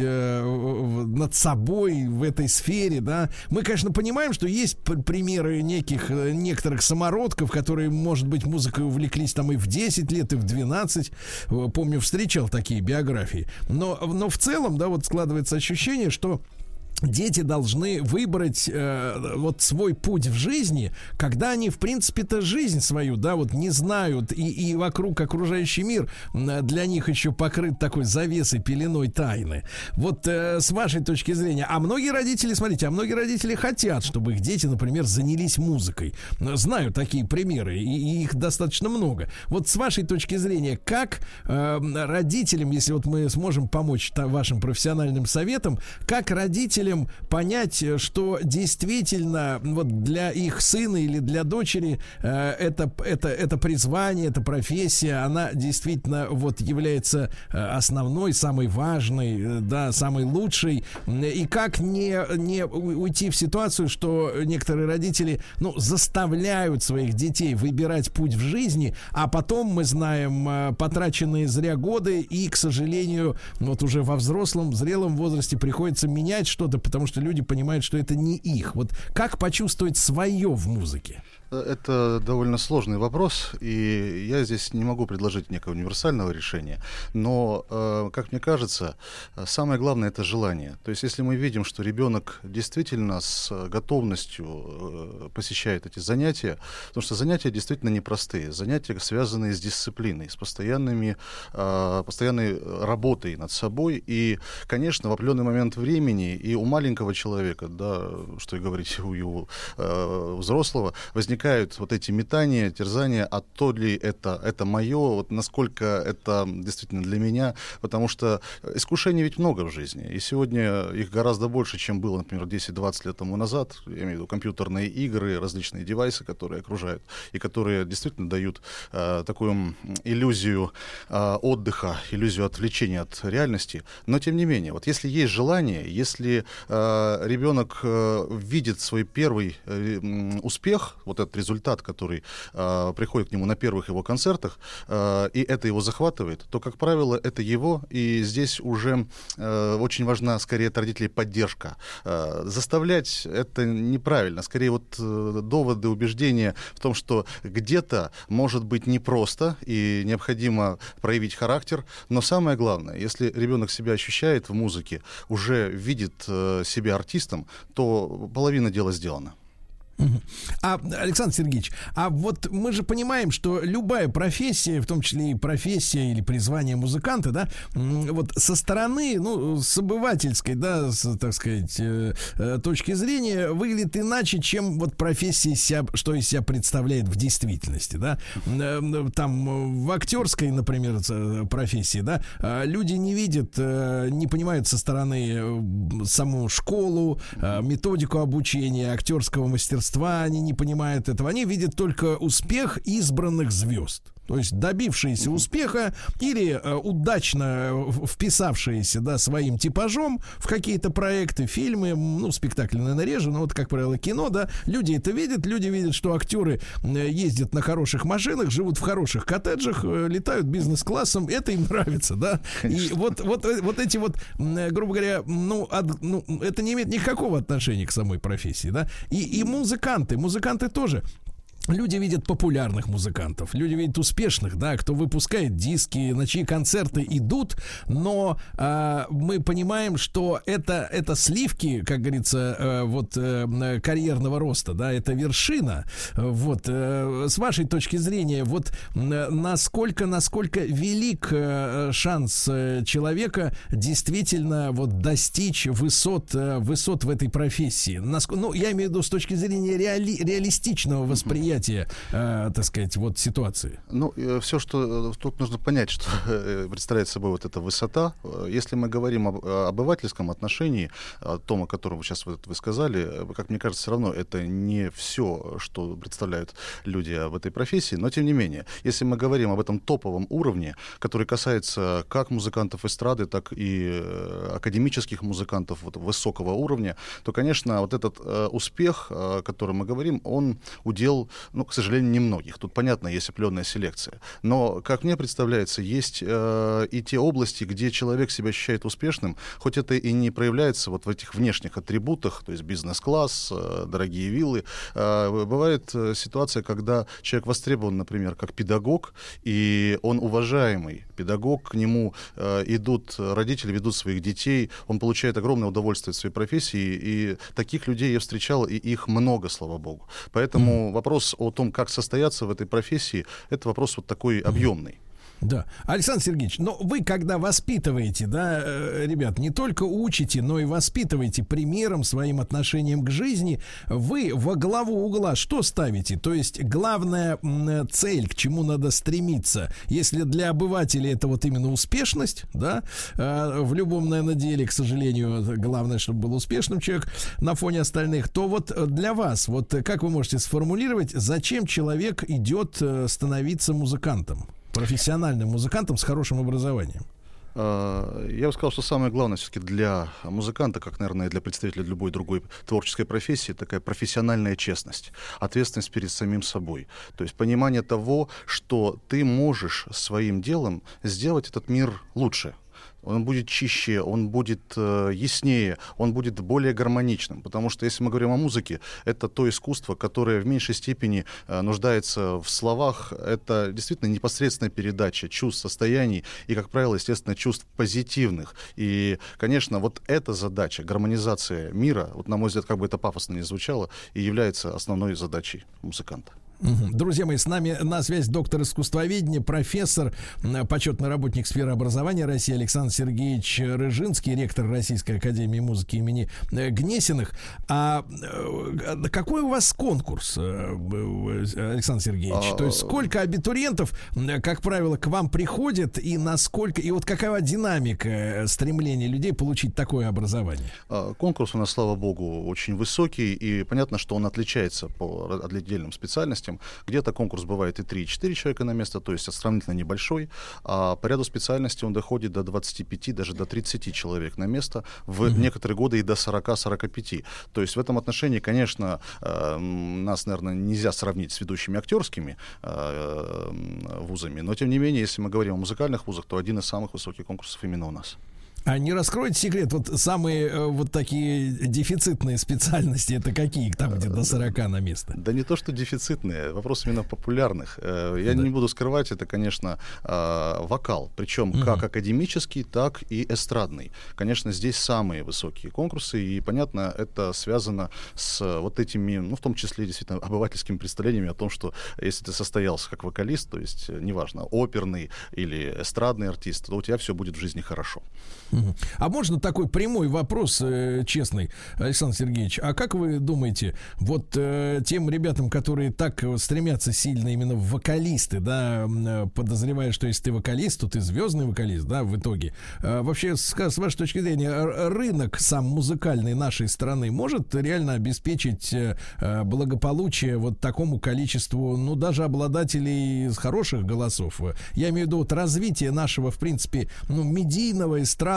над собой в этой сфере, да. Мы, конечно, понимаем, что есть примеры некоторых самородков, которые, может быть, музыкой увлеклись там и в 10 лет, и в 12. Помню, встречал такие биографии. Но в целом, да, вот складывается ощущение, что дети должны выбрать вот свой путь в жизни, когда они, в принципе-то, жизнь свою, да, вот не знают, и вокруг окружающий мир для них еще покрыт такой завесой, пеленой тайны. Вот с вашей точки зрения, а многие родители, смотрите, хотят, чтобы их дети, например, занялись музыкой. Знаю такие примеры, и их достаточно много. Вот с вашей точки зрения, как родителям, если вот мы сможем помочь вашим профессиональным советам, как родителям понять, что действительно вот для их сына или для дочери это призвание, эта профессия, она действительно вот является основной, самой важной, да, самой лучшей, и как не уйти в ситуацию, что некоторые родители, ну, заставляют своих детей выбирать путь в жизни, а потом, мы знаем, потраченные зря годы, и, к сожалению, вот уже во взрослом, зрелом возрасте приходится менять что-то, потому что люди понимают, что это не их. Вот как почувствовать свое в музыке? Это довольно сложный вопрос, и я здесь не могу предложить некого универсального решения, но, как мне кажется, самое главное — это желание. То есть, если мы видим, что ребенок действительно с готовностью посещает эти занятия, потому что занятия действительно непростые, занятия, связанные с дисциплиной, с постоянной работой над собой, и, конечно, в определенный момент времени и у маленького человека, да, что и говорить, у взрослого, возникает вот эти метания, терзания, а то ли это мое, вот насколько это действительно для меня, потому что искушений ведь много в жизни, и сегодня их гораздо больше, чем было, например, 10-20 лет тому назад. Я имею в виду компьютерные игры, различные девайсы, которые окружают, и которые действительно дают такую иллюзию отдыха, иллюзию отвлечения от реальности, но тем не менее, вот если есть желание, если ребенок видит свой первый успех, вот этот результат, который приходит к нему на первых его концертах, и это его захватывает, то, как правило, это его, и здесь уже очень важна, скорее, от родителей поддержка. Заставлять это неправильно, скорее вот доводы, убеждения в том, что где-то может быть непросто и необходимо проявить характер, но самое главное, если ребенок себя ощущает в музыке, уже видит себя артистом, то половина дела сделана. Александр Сергеевич, а вот мы же понимаем, что любая профессия, в том числе и профессия или призвание музыканта, да, вот со стороны, ну, с обывательской, да, так сказать, точки зрения, выглядит иначе, чем вот профессия что из себя представляет в действительности, да. Там в актерской, например, профессии, да, люди не видят, не понимают со стороны саму школу, методику обучения, актерского мастерства, они не понимают этого. Они видят только успех избранных звезд. То есть добившиеся успеха или удачно вписавшиеся, да, своим типажом в какие-то проекты, фильмы, ну, спектакли, наверное, реже, но вот, как правило, кино, да, люди это видят, люди видят, что актеры ездят на хороших машинах, живут в хороших коттеджах, летают бизнес-классом, это им нравится, да. Конечно. И вот эти вот, грубо говоря, это не имеет никакого отношения к самой профессии, да. И музыканты тоже. люди видят популярных музыкантов, люди видят успешных, да, кто выпускает диски, на чьи концерты идут, но мы понимаем, что это сливки, как говорится, карьерного роста, да, это вершина. Вот, с вашей точки зрения, вот насколько велик шанс человека действительно вот достичь высот в этой профессии? Ну, я имею в виду с точки зрения реалистичного восприятия, так сказать, вот ситуации. Ну, все, что тут нужно понять, что представляет собой вот эта высота. Если мы говорим об обывательском отношении, о том, о котором вы сейчас вы сказали, как мне кажется, все равно это не все, что представляют люди в этой профессии, но тем не менее, если мы говорим об этом топовом уровне, который касается как музыкантов эстрады, так и академических музыкантов вот, высокого уровня, то, конечно, вот этот успех, о котором мы говорим, он удел, ну, к сожалению, немногих. Тут, понятно, есть определенная селекция. Но, как мне представляется, есть и те области, где человек себя ощущает успешным, хоть это и не проявляется вот в этих внешних атрибутах, то есть бизнес-класс, дорогие виллы. Бывает ситуация, когда человек востребован, например, как педагог, и он уважаемый педагог, к нему идут родители, ведут своих детей, он получает огромное удовольствие от своей профессии, и таких людей я встречал, и их много, слава богу. Поэтому вопрос о том, как состояться в этой профессии, это вопрос вот такой объемный. Да. Александр Сергеевич, но вы, когда воспитываете, да, ребят, не только учите, но и воспитываете примером, своим отношением к жизни, вы во главу угла что ставите? То есть главная цель, к чему надо стремиться, если для обывателя это вот именно успешность, да, в любом, наверное, деле, к сожалению, главное, чтобы был успешным человек на фоне остальных, то вот для вас, вот как вы можете сформулировать, зачем человек идет становиться музыкантом? Профессиональным музыкантом с хорошим образованием? Я бы сказал, что самое главное все-таки для музыканта, как, наверное, и для представителя любой другой творческой профессии, такая профессиональная честность, ответственность перед самим собой. То есть понимание того, что ты можешь своим делом сделать этот мир лучше. Он будет чище, он будет яснее, он будет более гармоничным. Потому что, если мы говорим о музыке, это то искусство, которое в меньшей степени нуждается в словах. Это действительно непосредственная передача чувств, состояний и, как правило, естественно, чувств позитивных. И, конечно, вот эта задача, гармонизация мира, вот, на мой взгляд, как бы это пафосно ни звучало, и является основной задачей музыканта. Друзья мои, с нами на связь доктор искусствоведения, профессор, почетный работник сферы образования России Александр Сергеевич Рыжинский, ректор Российской академии музыки имени Гнесиных. А какой у вас конкурс, Александр Сергеевич? То есть сколько абитуриентов, как правило, к вам приходит, и насколько, и вот какова динамика стремления людей получить такое образование? Конкурс у нас, слава богу, очень высокий, и понятно, что он отличается по отдельным специальностям. Где-то конкурс бывает и 3-4 человека на место, то есть сравнительно небольшой, а по ряду специальностей он доходит до 25, даже до 30 человек на место, в некоторые годы и до 40-45. То есть в этом отношении, конечно, нас, наверное, нельзя сравнить с ведущими актерскими вузами, но тем не менее, если мы говорим о музыкальных вузах, то один из самых высоких конкурсов именно у нас. А не раскройте секрет, вот самые вот такие дефицитные специальности, это какие, там где до 40 на место? Да не то, что дефицитные, вопрос именно популярных. Я не буду скрывать, это, конечно, вокал, причем как академический, так и эстрадный. Конечно, здесь самые высокие конкурсы, и, понятно, это связано с вот этими, ну, в том числе, действительно, обывательскими представлениями о том, что если ты состоялся как вокалист, то есть, неважно, оперный или эстрадный артист, то у тебя все будет в жизни хорошо. А можно такой прямой вопрос, честный, Александр Сергеевич? А как вы думаете, вот тем ребятам, которые так стремятся сильно именно в вокалисты, да, подозревая, что если ты вокалист, то ты звездный вокалист, да, в итоге, вообще, с вашей точки зрения, рынок сам музыкальный нашей страны может реально обеспечить благополучие вот такому количеству, ну, даже обладателей хороших голосов? Я имею в виду вот развитие нашего, в принципе, ну, медийного, эстрадного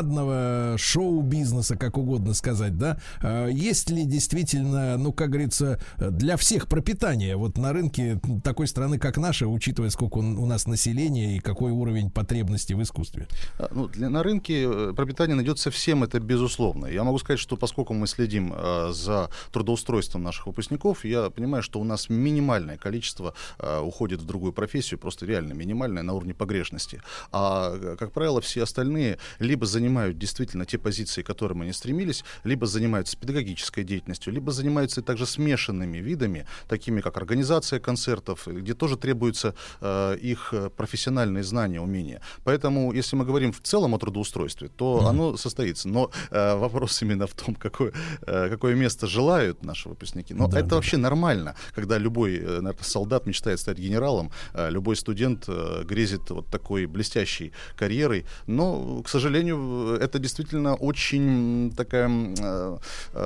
эстрадного шоу-бизнеса, как угодно сказать, да, есть ли действительно, ну, как говорится, для всех пропитание вот на рынке такой страны, как наша, учитывая, сколько у нас населения и какой уровень потребностей в искусстве? Ну, на рынке пропитание найдется всем, это безусловно. Я могу сказать, что поскольку мы следим за трудоустройством наших выпускников, я понимаю, что у нас минимальное количество уходит в другую профессию, просто реально минимальное на уровне погрешности. А, как правило, все остальные либо занимают действительно те позиции, к которым они стремились, либо занимаются педагогической деятельностью, либо занимаются также смешанными видами, такими как организация концертов, где тоже требуются их профессиональные знания, умения. Поэтому, если мы говорим в целом о трудоустройстве, то оно состоится. Но вопрос именно в том, какое место желают наши выпускники. Но это вообще нормально, когда любой, наверное, солдат мечтает стать генералом, любой студент грезит вот такой блестящей карьерой. Но, к сожалению, это действительно очень такая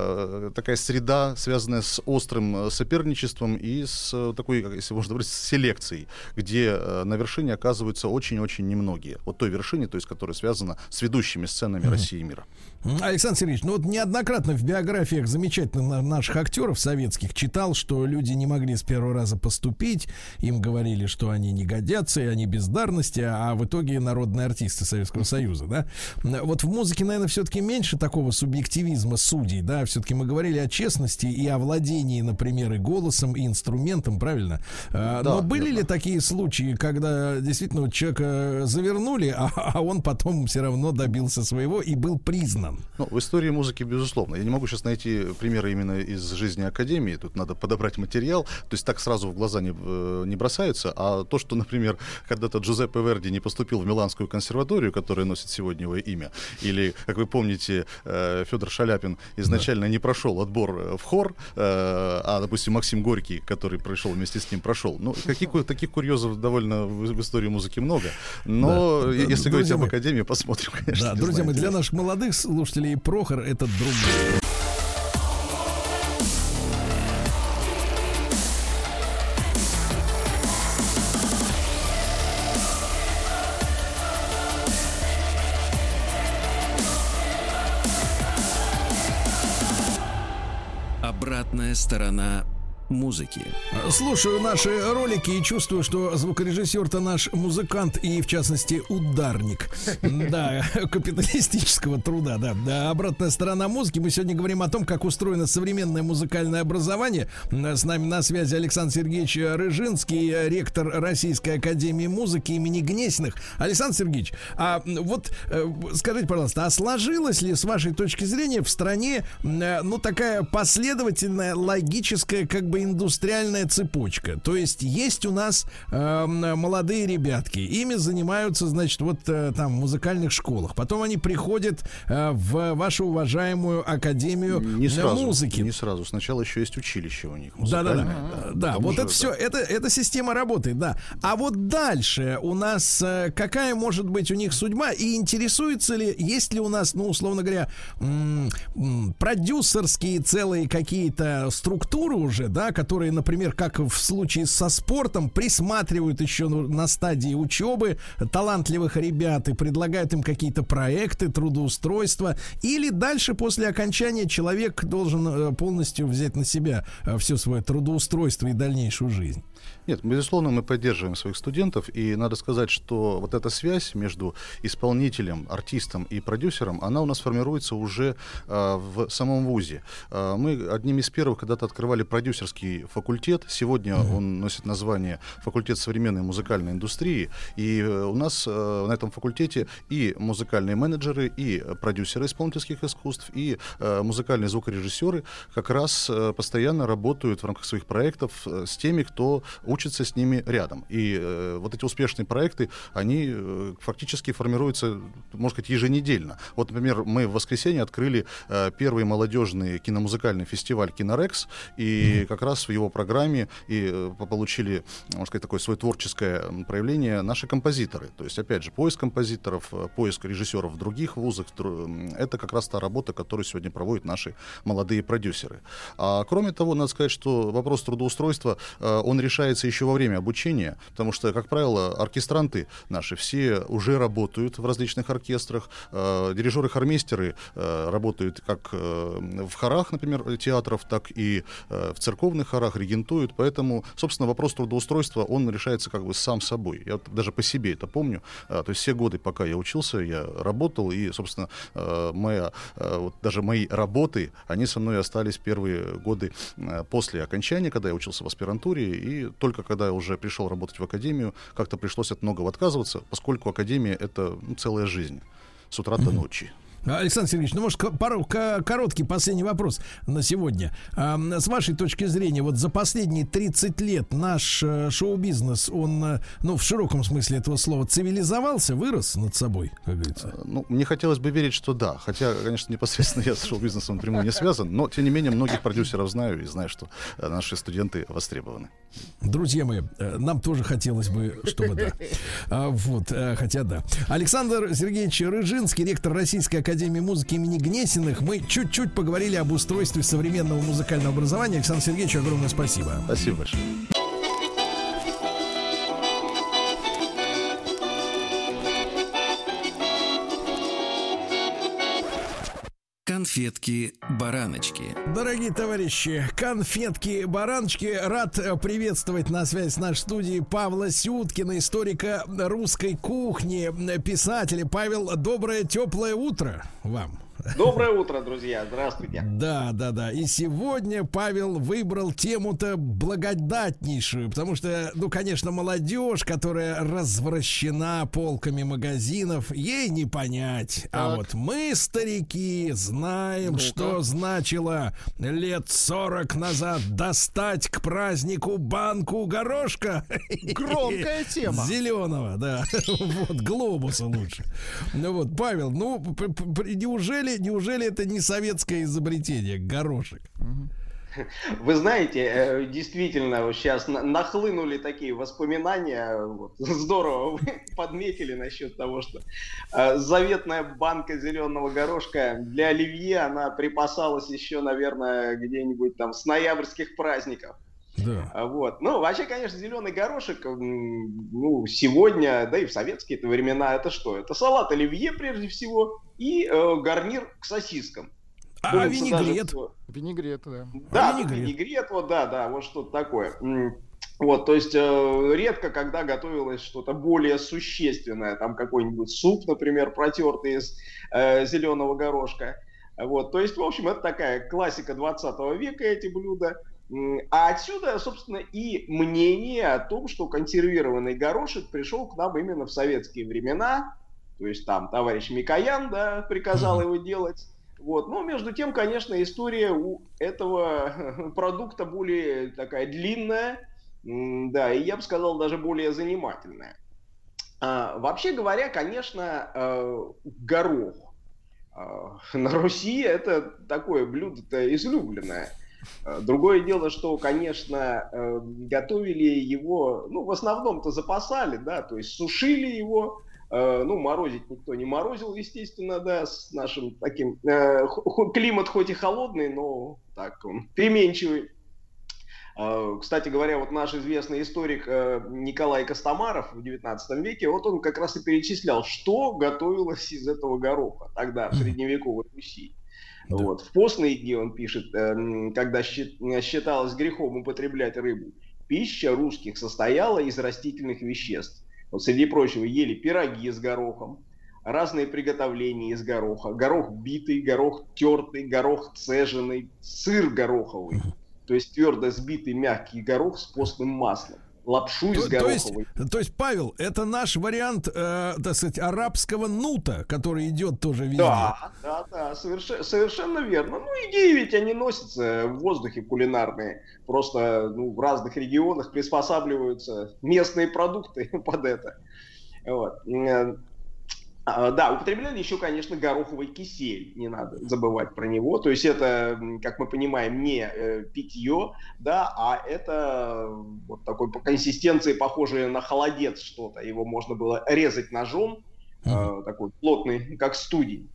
среда, связанная с острым соперничеством и с такой, если можно говорить, с селекцией, где на вершине оказываются очень-очень немногие. Вот той вершине, то есть, которая связана с ведущими сценами России и мира. Александр Сергеевич, ну вот неоднократно в биографиях замечательных наших актеров советских читал, что люди не могли с первого раза поступить, им говорили, что они не годятся, и они бездарности, а в итоге народные артисты Советского Союза, да? Вот в музыке, наверное, все-таки меньше такого субъективизма судей, да? Все-таки мы говорили о честности и о владении, например, и голосом, и инструментом, правильно? Но были ли такие случаи, когда действительно человека завернули, а он потом все равно добился своего и был признан? Ну, в истории музыки, безусловно. Я не могу сейчас найти примеры именно из жизни Академии. Тут надо подобрать материал. То есть так сразу в глаза не бросаются. А то, что, например, когда-то Джузеппе Верди не поступил в Миланскую консерваторию, которая носит сегодня его имя, или, как вы помните, Федор Шаляпин изначально не прошел отбор в хор, а, допустим, Максим Горький, который пришел вместе с ним, прошел. Ну, таких курьезов довольно в истории музыки много. Но если говорить об Академии, посмотрим, конечно. Да, друзья мои, для наших молодых слушателей Прохор — это другой. Обратная сторона музыки. Слушаю наши ролики и чувствую, что звукорежиссер-то наш музыкант и, в частности, ударник. Да, капиталистического труда, да. Обратная сторона музыки. Мы сегодня говорим о том, как устроено современное музыкальное образование. С нами на связи Александр Сергеевич Рыжинский, ректор Российской академии музыки имени Гнесиных. Александр Сергеевич, а вот скажите, пожалуйста, а сложилась ли, с вашей точки зрения, в стране, ну, такая последовательная, логическая, как бы индустриальная цепочка? То есть у нас молодые ребятки, ими занимаются, значит, вот там в музыкальных школах. Потом они приходят в вашу уважаемую академию музыки. Не сразу. Сначала еще есть училище у них. Да. Вот это все, эта система работает, да. А вот дальше у нас какая может быть у них судьба? И интересуется ли, есть ли у нас, ну, условно говоря, продюсерские целые какие-то структуры уже, да, которые, например, как в случае со спортом, присматривают еще на стадии учебы талантливых ребят и предлагают им какие-то проекты, трудоустройства, или дальше после окончания человек должен полностью взять на себя все свое трудоустройство и дальнейшую жизнь? Нет, безусловно, мы поддерживаем своих студентов, и надо сказать, что вот эта связь между исполнителем, артистом и продюсером, она у нас формируется уже в самом вузе. Мы одними из первых когда-то открывали продюсерский факультет. Сегодня он носит название «Факультет современной музыкальной индустрии», и у нас на этом факультете и музыкальные менеджеры, и продюсеры исполнительских искусств, и музыкальные звукорежиссеры как раз постоянно работают в рамках своих проектов с теми, кто учится с ними рядом. И вот эти успешные проекты, они фактически формируются, можно сказать, еженедельно. Вот, например, мы в воскресенье открыли первый молодежный киномузыкальный фестиваль «Кинорекс», и как раз раз в его программе и получили, можно сказать, такое свое творческое проявление наши композиторы. То есть, опять же, поиск композиторов, поиск режиссеров в других вузах, это как раз та работа, которую сегодня проводят наши молодые продюсеры. А кроме того, надо сказать, что вопрос трудоустройства, он решается еще во время обучения, потому что, как правило, оркестранты наши все уже работают в различных оркестрах, дирижеры-хормейстеры работают как в хорах, например, театров, так и в церковных хорах, регентуют, поэтому, собственно, вопрос трудоустройства, он решается как бы сам собой. Я даже по себе это помню, то есть все годы, пока я учился, я работал, и, собственно, даже мои работы, они со мной остались первые годы после окончания, когда я учился в аспирантуре, и только когда я уже пришел работать в академию, как-то пришлось от многого отказываться, поскольку академия — это целая жизнь с утра до ночи. Александр Сергеевич, ну, может, короткий последний вопрос на сегодня. С вашей точки зрения, вот за последние 30 лет наш шоу-бизнес, он, ну, в широком смысле этого слова, цивилизовался, вырос над собой, как говорится? Ну, мне хотелось бы верить, что да. Хотя, конечно, непосредственно я с шоу-бизнесом напрямую не связан, но, тем не менее, многих продюсеров знаю и знаю, что наши студенты востребованы. Друзья мои, нам тоже хотелось бы, чтобы да. Хотя да. Александр Сергеевич Рыжинский, ректор Российской академии музыки имени Гнесиных. Мы чуть-чуть поговорили об устройстве современного музыкального образования. Александр Сергеевич, огромное спасибо. Спасибо большое. Конфетки-бараночки. Дорогие товарищи, конфетки-бараночки. Рад приветствовать на связи с нашей студией Павла Сюткина, историка русской кухни, писателя. Павел, доброе, теплое утро вам. Доброе утро, друзья. Здравствуйте. Да. И сегодня Павел выбрал тему-то благодатнейшую, потому что, ну, конечно, молодежь, которая развращена полками магазинов, ей не понять. Так. А вот мы, старики, знаем, что значило лет 40 назад достать к празднику банку горошка. Громкая тема. Зеленого, да. Вот, глобуса лучше. Ну вот, Павел, ну, неужели это не советское изобретение, горошек? Вы знаете, действительно, сейчас нахлынули такие воспоминания. Здорово вы подметили насчет того, что заветная банка зеленого горошка для оливье, она припасалась еще, наверное, где-нибудь там с ноябрьских праздников. Да. Вот. Ну, вообще, конечно, зеленый горошек, ну, сегодня, да и в советские времена, это что? Это салат оливье, прежде всего, и гарнир к сосискам. А винегрет? Винегрет, да. Да, винегрет, вот, да, вот что-то такое. Вот, то есть редко, когда готовилось что-то более существенное, там какой-нибудь суп, например, протертый из зеленого горошка. Вот, то есть, в общем, это такая классика 20 века, эти блюда. А отсюда, собственно, и мнение о том, что консервированный горошек пришел к нам именно в советские времена. То есть там товарищ Микоян, да, приказал его делать. Вот. Но между тем, конечно, история у этого продукта более такая длинная, да, и я бы сказал, даже более занимательная. Вообще говоря, конечно, горох на Руси это такое блюдо-то излюбленное. Другое дело, что, конечно, готовили его, ну, в основном-то запасали, да, то есть сушили его, ну, морозить никто не морозил, естественно, да, с нашим таким, климат хоть и холодный, но так, он переменчивый. Кстати говоря, вот наш известный историк Николай Костомаров в 19 веке, вот он как раз и перечислял, что готовилось из этого гороха тогда, в средневековой Руси. Да. Вот. В постные дни, он пишет, когда считалось грехом употреблять рыбу, пища русских состояла из растительных веществ. Вот, среди прочего, ели пироги с горохом, разные приготовления из гороха, горох битый, горох тертый, горох цеженый, сыр гороховый, то есть твердо сбитый мягкий горох с постным маслом. Лапшу из гороховой. То есть, Павел, это наш вариант, так сказать, арабского нута, который идет тоже везде. Да, совершенно верно. Ну, идеи ведь они носятся в воздухе кулинарные. Просто в разных регионах приспосабливаются местные продукты под это. Вот. Да, употребляли еще, конечно, гороховый кисель, не надо забывать про него. То есть это, как мы понимаем, не питье, да, а это вот такой по консистенции похожее на холодец что-то. Его можно было резать ножом, такой плотный, как студень.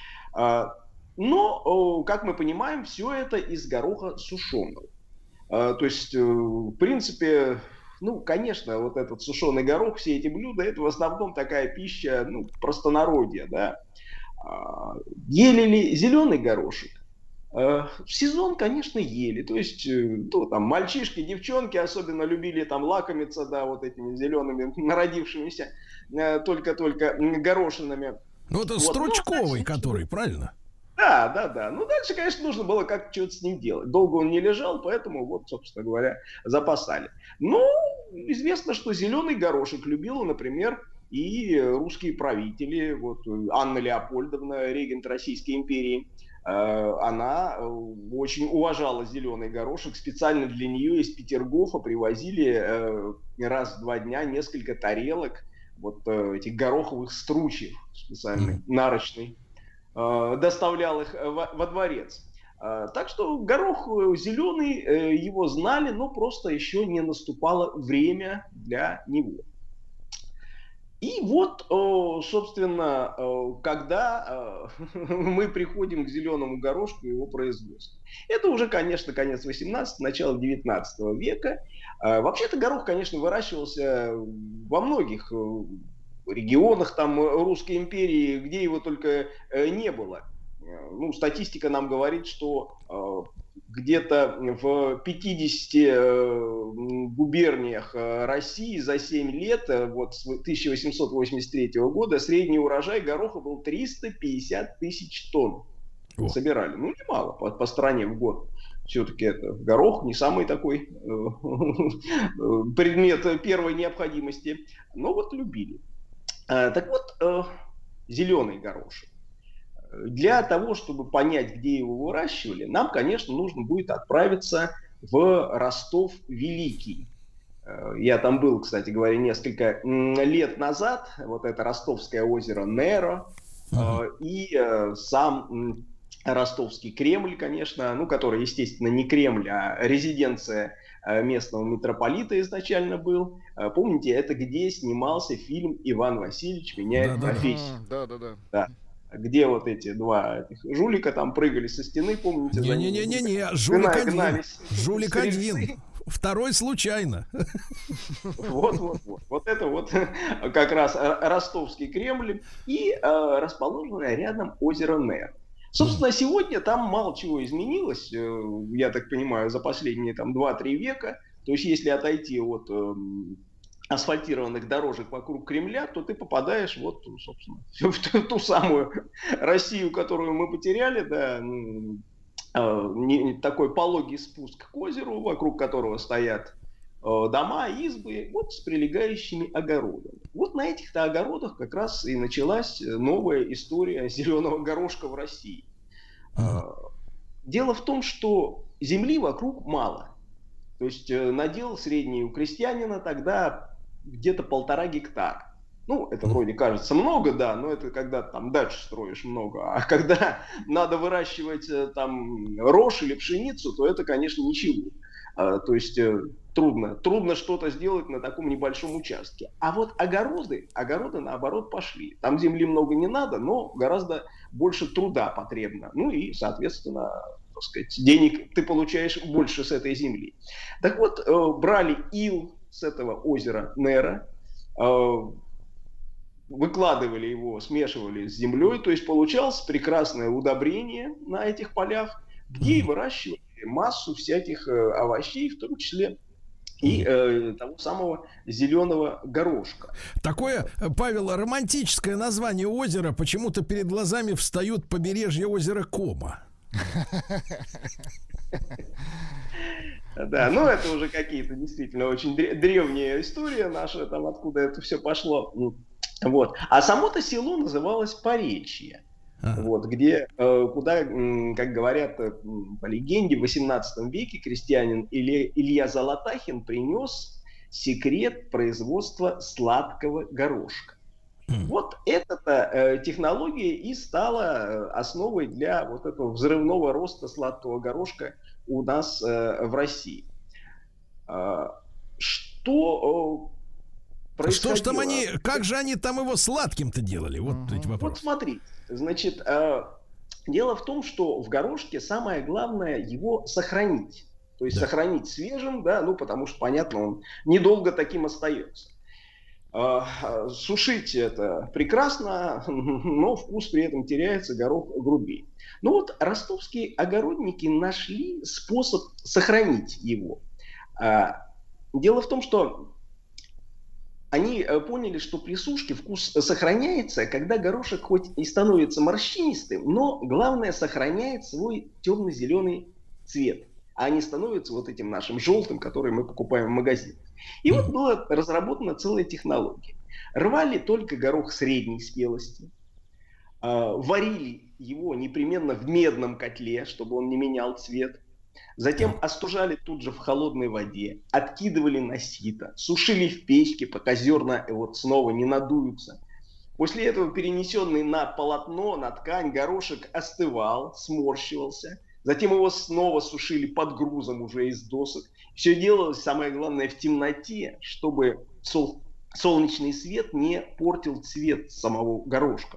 Но, как мы понимаем, все это из гороха сушеного. То есть, в принципе... Ну, конечно, вот этот сушеный горох, все эти блюда, это в основном такая пища, ну, простонародья, да. Ели ли зеленый горошек? В сезон, конечно, ели. То есть, ну, там, мальчишки, девчонки особенно любили там лакомиться, да, вот этими зелеными народившимися только-только горошинами. Ну, это вот, стручковый, ну, который, правильно? Да. Ну, дальше, конечно, нужно было как-то что-то с ним делать. Долго он не лежал, поэтому, вот, собственно говоря, запасали. Ну, известно, что зеленый горошек любила, например, и русские правители. Вот Анна Леопольдовна, регент Российской империи, она очень уважала зеленый горошек. Специально для нее из Петергофа привозили раз в 2 дня несколько тарелок вот этих гороховых стручьев специальных, нарочный. Доставлял их во дворец. Так что горох зеленый, его знали, но просто еще не наступало время для него. И вот, собственно, когда мы приходим к зеленому горошку и его производству. Это уже, конечно, конец 18-го, начало 19 века. Вообще-то горох, конечно, выращивался во многих регионах там Русской империи, где его только не было. Ну, статистика нам говорит, что где-то в 50 губерниях России за 7 лет, вот с 1883 года, средний урожай гороха был 350 тысяч тонн. Собирали. Ну, немало по стране в год. Все-таки это горох не самый такой предмет первой необходимости. Но вот любили. Так вот, зеленый горошек. Для того, чтобы понять, где его выращивали, нам, конечно, нужно будет отправиться в Ростов-Великий. Я там был, кстати говоря, несколько лет назад. Вот это Ростовское озеро Неро и сам Ростовский Кремль, конечно, ну, который, естественно, не Кремль, а резиденция местного митрополита изначально был. Помните, это где снимался фильм «Иван Васильевич меняет профессию». Да. Где вот эти два этих жулика там прыгали со стены, помните? Не-не-не, жулик один. Жулик один. Второй случайно. Вот это вот как раз Ростовский Кремль и расположенное рядом озеро Нер. Собственно, сегодня там мало чего изменилось, я так понимаю, за последние там 2-3 века. То есть, если отойти от асфальтированных дорожек вокруг Кремля, то ты попадаешь вот, собственно, в ту самую Россию, которую мы потеряли, да, такой пологий спуск к озеру, вокруг которого стоят дома, избы, вот с прилегающими огородами. Вот на этих-то огородах как раз и началась новая история зеленого горошка в России. Дело в том, что земли вокруг мало. То есть надел средний у крестьянина тогда где-то 1,5 гектара. Ну, это вроде кажется много, да, но это когда там дачу строишь много. А когда надо выращивать там рожь или пшеницу, то это, конечно, ничего. То есть трудно что-то сделать на таком небольшом участке. А вот огороды наоборот пошли. Там земли много не надо, но гораздо больше труда потребно. Ну и, соответственно, так сказать, денег ты получаешь больше с этой земли. Так вот, брали ил с этого озера Нера, выкладывали его, смешивали с землей, то есть получалось прекрасное удобрение на этих полях, где и выращивали массу всяких овощей, в том числе и того самого зеленого горошка. Такое, Павел, романтическое название озера, почему-то перед глазами встают побережье озера Кома. Да, ну это уже какие-то действительно очень древние истории наши, там откуда это все пошло. Вот. А само-то село называлось Поречье. Вот, где, куда, как говорят по легенде, в 18 веке крестьянин Илья Золотахин принес секрет производства сладкого горошка. Вот эта технология и стала основой для вот этого взрывного роста сладкого горошка у нас в России. Что происходило? Что ж там они, как же они там его сладким-то делали? Вот эти вопросы. Вот смотрите, значит, дело в том, что в горошке самое главное его сохранить. То есть сохранить свежим, да, ну потому что, понятно, он недолго таким остается. Сушить это прекрасно, но вкус при этом теряется, горох грубее. Ну вот ростовские огородники нашли способ сохранить его. Дело в том, что они поняли, что при сушке вкус сохраняется, когда горошек хоть и становится морщинистым, но главное сохраняет свой темно-зеленый цвет, а не становится вот этим нашим желтым, который мы покупаем в магазине. И вот была разработана целая технология. Рвали только горох средней спелости, варили его непременно в медном котле, чтобы он не менял цвет. Затем остужали тут же в холодной воде, откидывали на сито, сушили в печке, пока зерна вот снова не надуются. После этого перенесенный на полотно, на ткань горошек остывал, сморщивался. Затем его снова сушили под грузом уже из досок. Все делалось, самое главное, в темноте, чтобы солнечный свет не портил цвет самого горошка.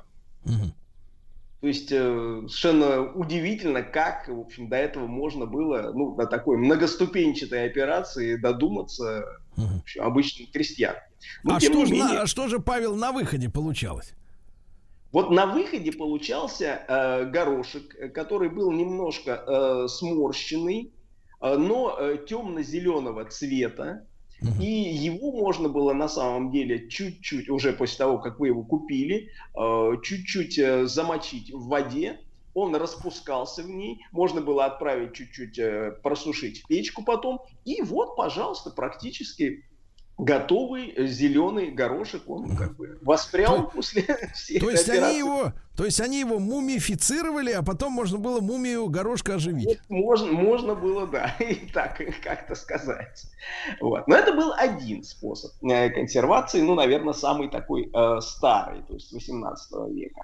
То есть совершенно удивительно, как, в общем, до этого можно было, ну, до такой многоступенчатой операции додуматься обычным крестьянам. А что же, Павел, на выходе получалось? Вот на выходе получался горошек, который был немножко сморщенный, но темно-зеленого цвета. И его можно было на самом деле чуть-чуть, уже после того, как вы его купили, чуть-чуть замочить в воде. Он распускался в ней. Можно было отправить чуть-чуть просушить в печку потом. И вот, пожалуйста, практически готовый зеленый горошек. Он как бы воспрял после всей этой операции. То есть они его мумифицировали, а потом можно было мумию горошка оживить. Можно было, да, и так как-то сказать. Вот. Но это был один способ консервации, ну, наверное, самый такой старый, то есть 18 века.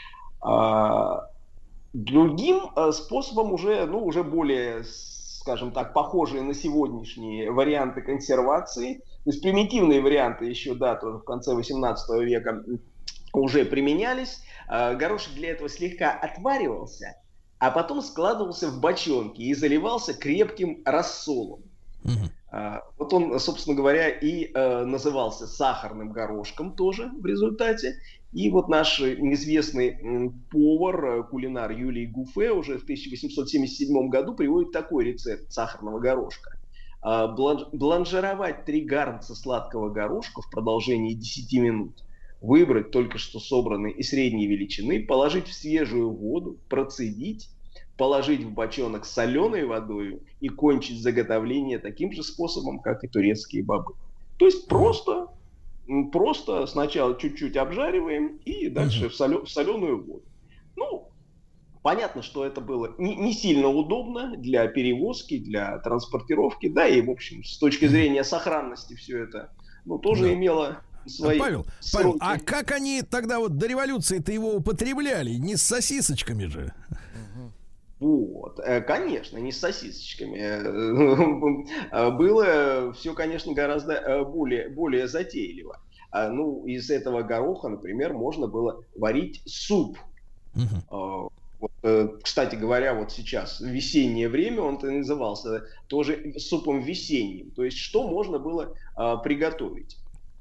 Другим способом уже более, скажем так, похожие на сегодняшние варианты консервации, то есть примитивные варианты еще, да, тоже в конце 18 века уже применялись. Горошек для этого слегка отваривался, а потом складывался в бочонки и заливался крепким рассолом. Вот он, собственно говоря, и назывался сахарным горошком тоже в результате. И вот наш известный повар, кулинар Юлий Гуфе уже в 1877 году приводит такой рецепт сахарного горошка. Бланшировать 3 гарнца сладкого горошка в продолжении 10 минут. Выбрать только что собранный и средней величины, положить в свежую воду, процедить, положить в бочонок с соленой водой и кончить заготовление таким же способом, как и турецкие бобы. То есть просто сначала чуть-чуть обжариваем и дальше в соленую воду. Ну, понятно, что это было не сильно удобно для перевозки, для транспортировки, да, и, в общем, с точки зрения сохранности все это, тоже имело свои... Павел, а как они тогда вот до революции-то его употребляли? Не с сосисочками же? Вот, конечно, не с сосисочками. Было все, конечно, гораздо более затейливо. Ну, из этого гороха, например, можно было варить суп. Кстати говоря, вот сейчас весеннее время, он-то назывался тоже супом весенним. То есть, что можно было приготовить?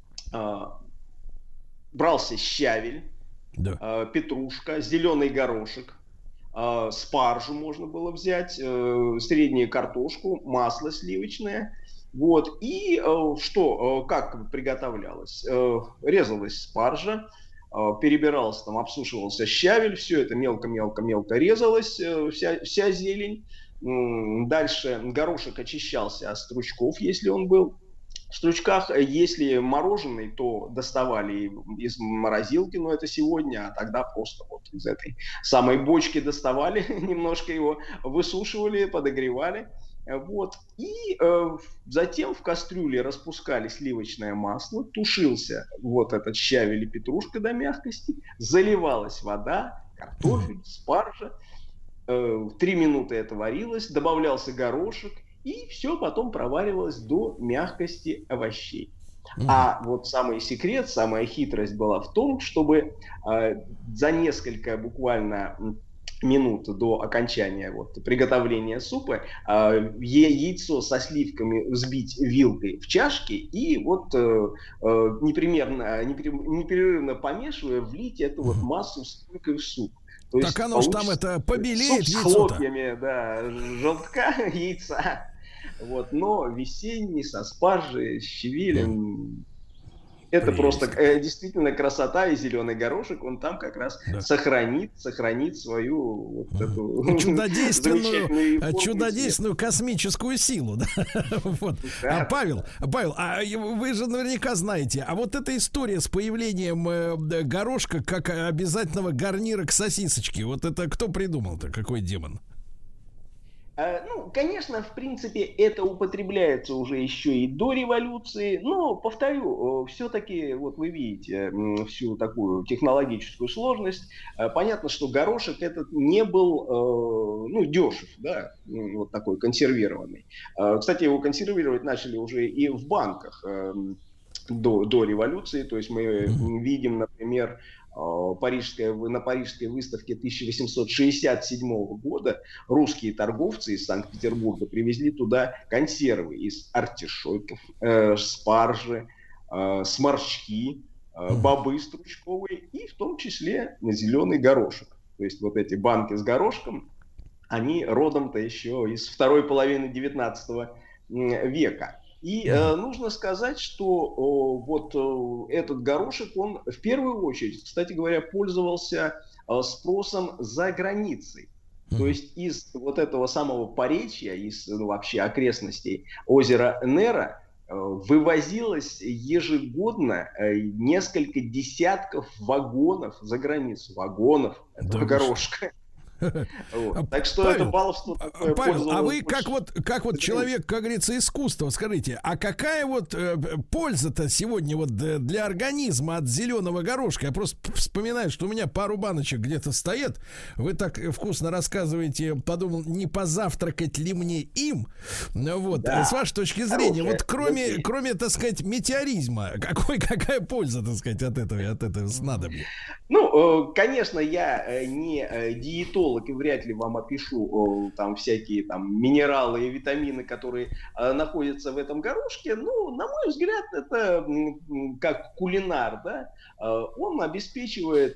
Брался щавель, петрушка, зеленый горошек, спаржу можно было взять, среднюю картошку, масло сливочное. Вот. И как приготовлялось? Резалась спаржа, перебирался, там, обсушивался щавель, все это мелко-мелко-мелко резалось, вся зелень. Дальше горошек очищался от стручков, если он был. В стручках, если мороженый, то доставали из морозилки, но это сегодня, а тогда просто вот из этой самой бочки доставали, немножко его высушивали, подогревали Вот. И затем в кастрюле распускали сливочное масло, тушился вот этот щавель или петрушка до мягкости, заливалась вода, картофель, спаржа. 3 минуты это варилось, добавлялся горошек, и все потом проваривалось до мягкости овощей. А вот самый секрет, самая хитрость была в том, чтобы за несколько буквально минут до окончания приготовления супа яйцо со сливками взбить вилкой в чашке и непрерывно помешивая, влить эту массу сливкой в суп. То так есть оно же там побелеет суп с хлопьями, желтка, яйца. Но весенний, со спаржей, с щавелем. Это просто действительно красота, и зеленый горошек, он там как раз сохранит свою эту чудодейственную космическую силу. Да? Да. Павел, вы же наверняка знаете, а вот эта история с появлением горошка как обязательного гарнира к сосисочке, вот это кто придумал-то, какой демон? Конечно, в принципе, это употребляется уже еще и до революции, но, повторю, все-таки, вы видите всю такую технологическую сложность. Понятно, что горошек этот не был, дешев, да, такой консервированный. Кстати, его консервировать начали уже и в банках до революции, то есть мы видим, например, на Парижской выставке 1867 года русские торговцы из Санкт-Петербурга привезли туда консервы из артишоков, спаржи, сморчки, бобы стручковые и в том числе зеленый горошек. То есть вот эти банки с горошком, они родом-то еще из второй половины 19 века. И нужно сказать, что этот горошек, он в первую очередь, кстати говоря, пользовался спросом за границей. То есть из этого самого поречья, из вообще окрестностей озера Нера вывозилось ежегодно несколько десятков вагонов за границу. Вагонов этого горошка. Так что Павел, это баловство такое. Павел, а вы как человек, как говорится, искусства, скажите, а какая польза-то сегодня для организма от зеленого горошка? Я просто вспоминаю, что у меня пару баночек где-то стоят. Вы так вкусно рассказываете, подумал, не позавтракать ли мне им? С вашей точки зрения, кроме, так сказать, метеоризма, какая польза, так сказать, от этого снадобья? Конечно, я не диетолог и вряд ли вам опишу там всякие минералы и витамины, которые находятся в этом горошке. На мой взгляд, это как кулинар, да, он обеспечивает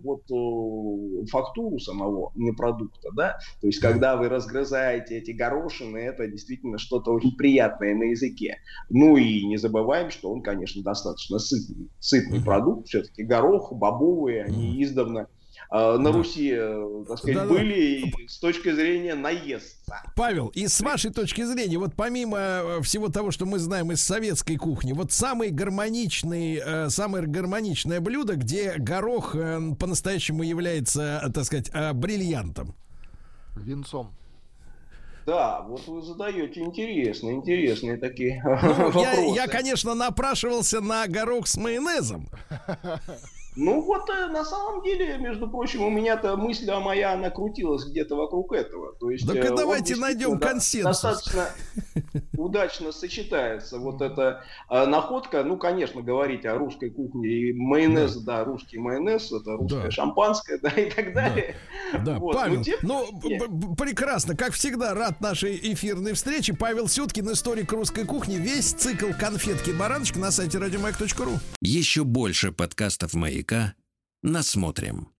фактуру самого продукта, да. То есть, когда вы разгрызаете эти горошины, это действительно что-то очень приятное на языке. И не забываем, что он, конечно, достаточно сытный продукт. Все-таки горох, бобовые, они издавна на Руси, так сказать, были с точки зрения наесться. Павел, и с вашей точки зрения, помимо всего того, что мы знаем из советской кухни, самое гармоничное блюдо, где горох по-настоящему является, так сказать, бриллиантом? Венцом. Да, вы задаете интересные такие вопросы. Я, конечно, напрашивался на горох с майонезом. На самом деле, между прочим, у меня-то мысль моя, она крутилась где-то вокруг этого. То есть, так давайте найдем консенсус. Достаточно удачно сочетается эта находка. Конечно, говорить о русской кухне и майонез, да, русский майонез, это русское шампанское, да, и так далее. Да, Павел, прекрасно, как всегда, рад нашей эфирной встрече. Павел Сюткин, историк русской кухни. Весь цикл «Конфетки-бараночка» на сайте radiomayak.ru. Еще больше подкастов «Маяка» насмотрим.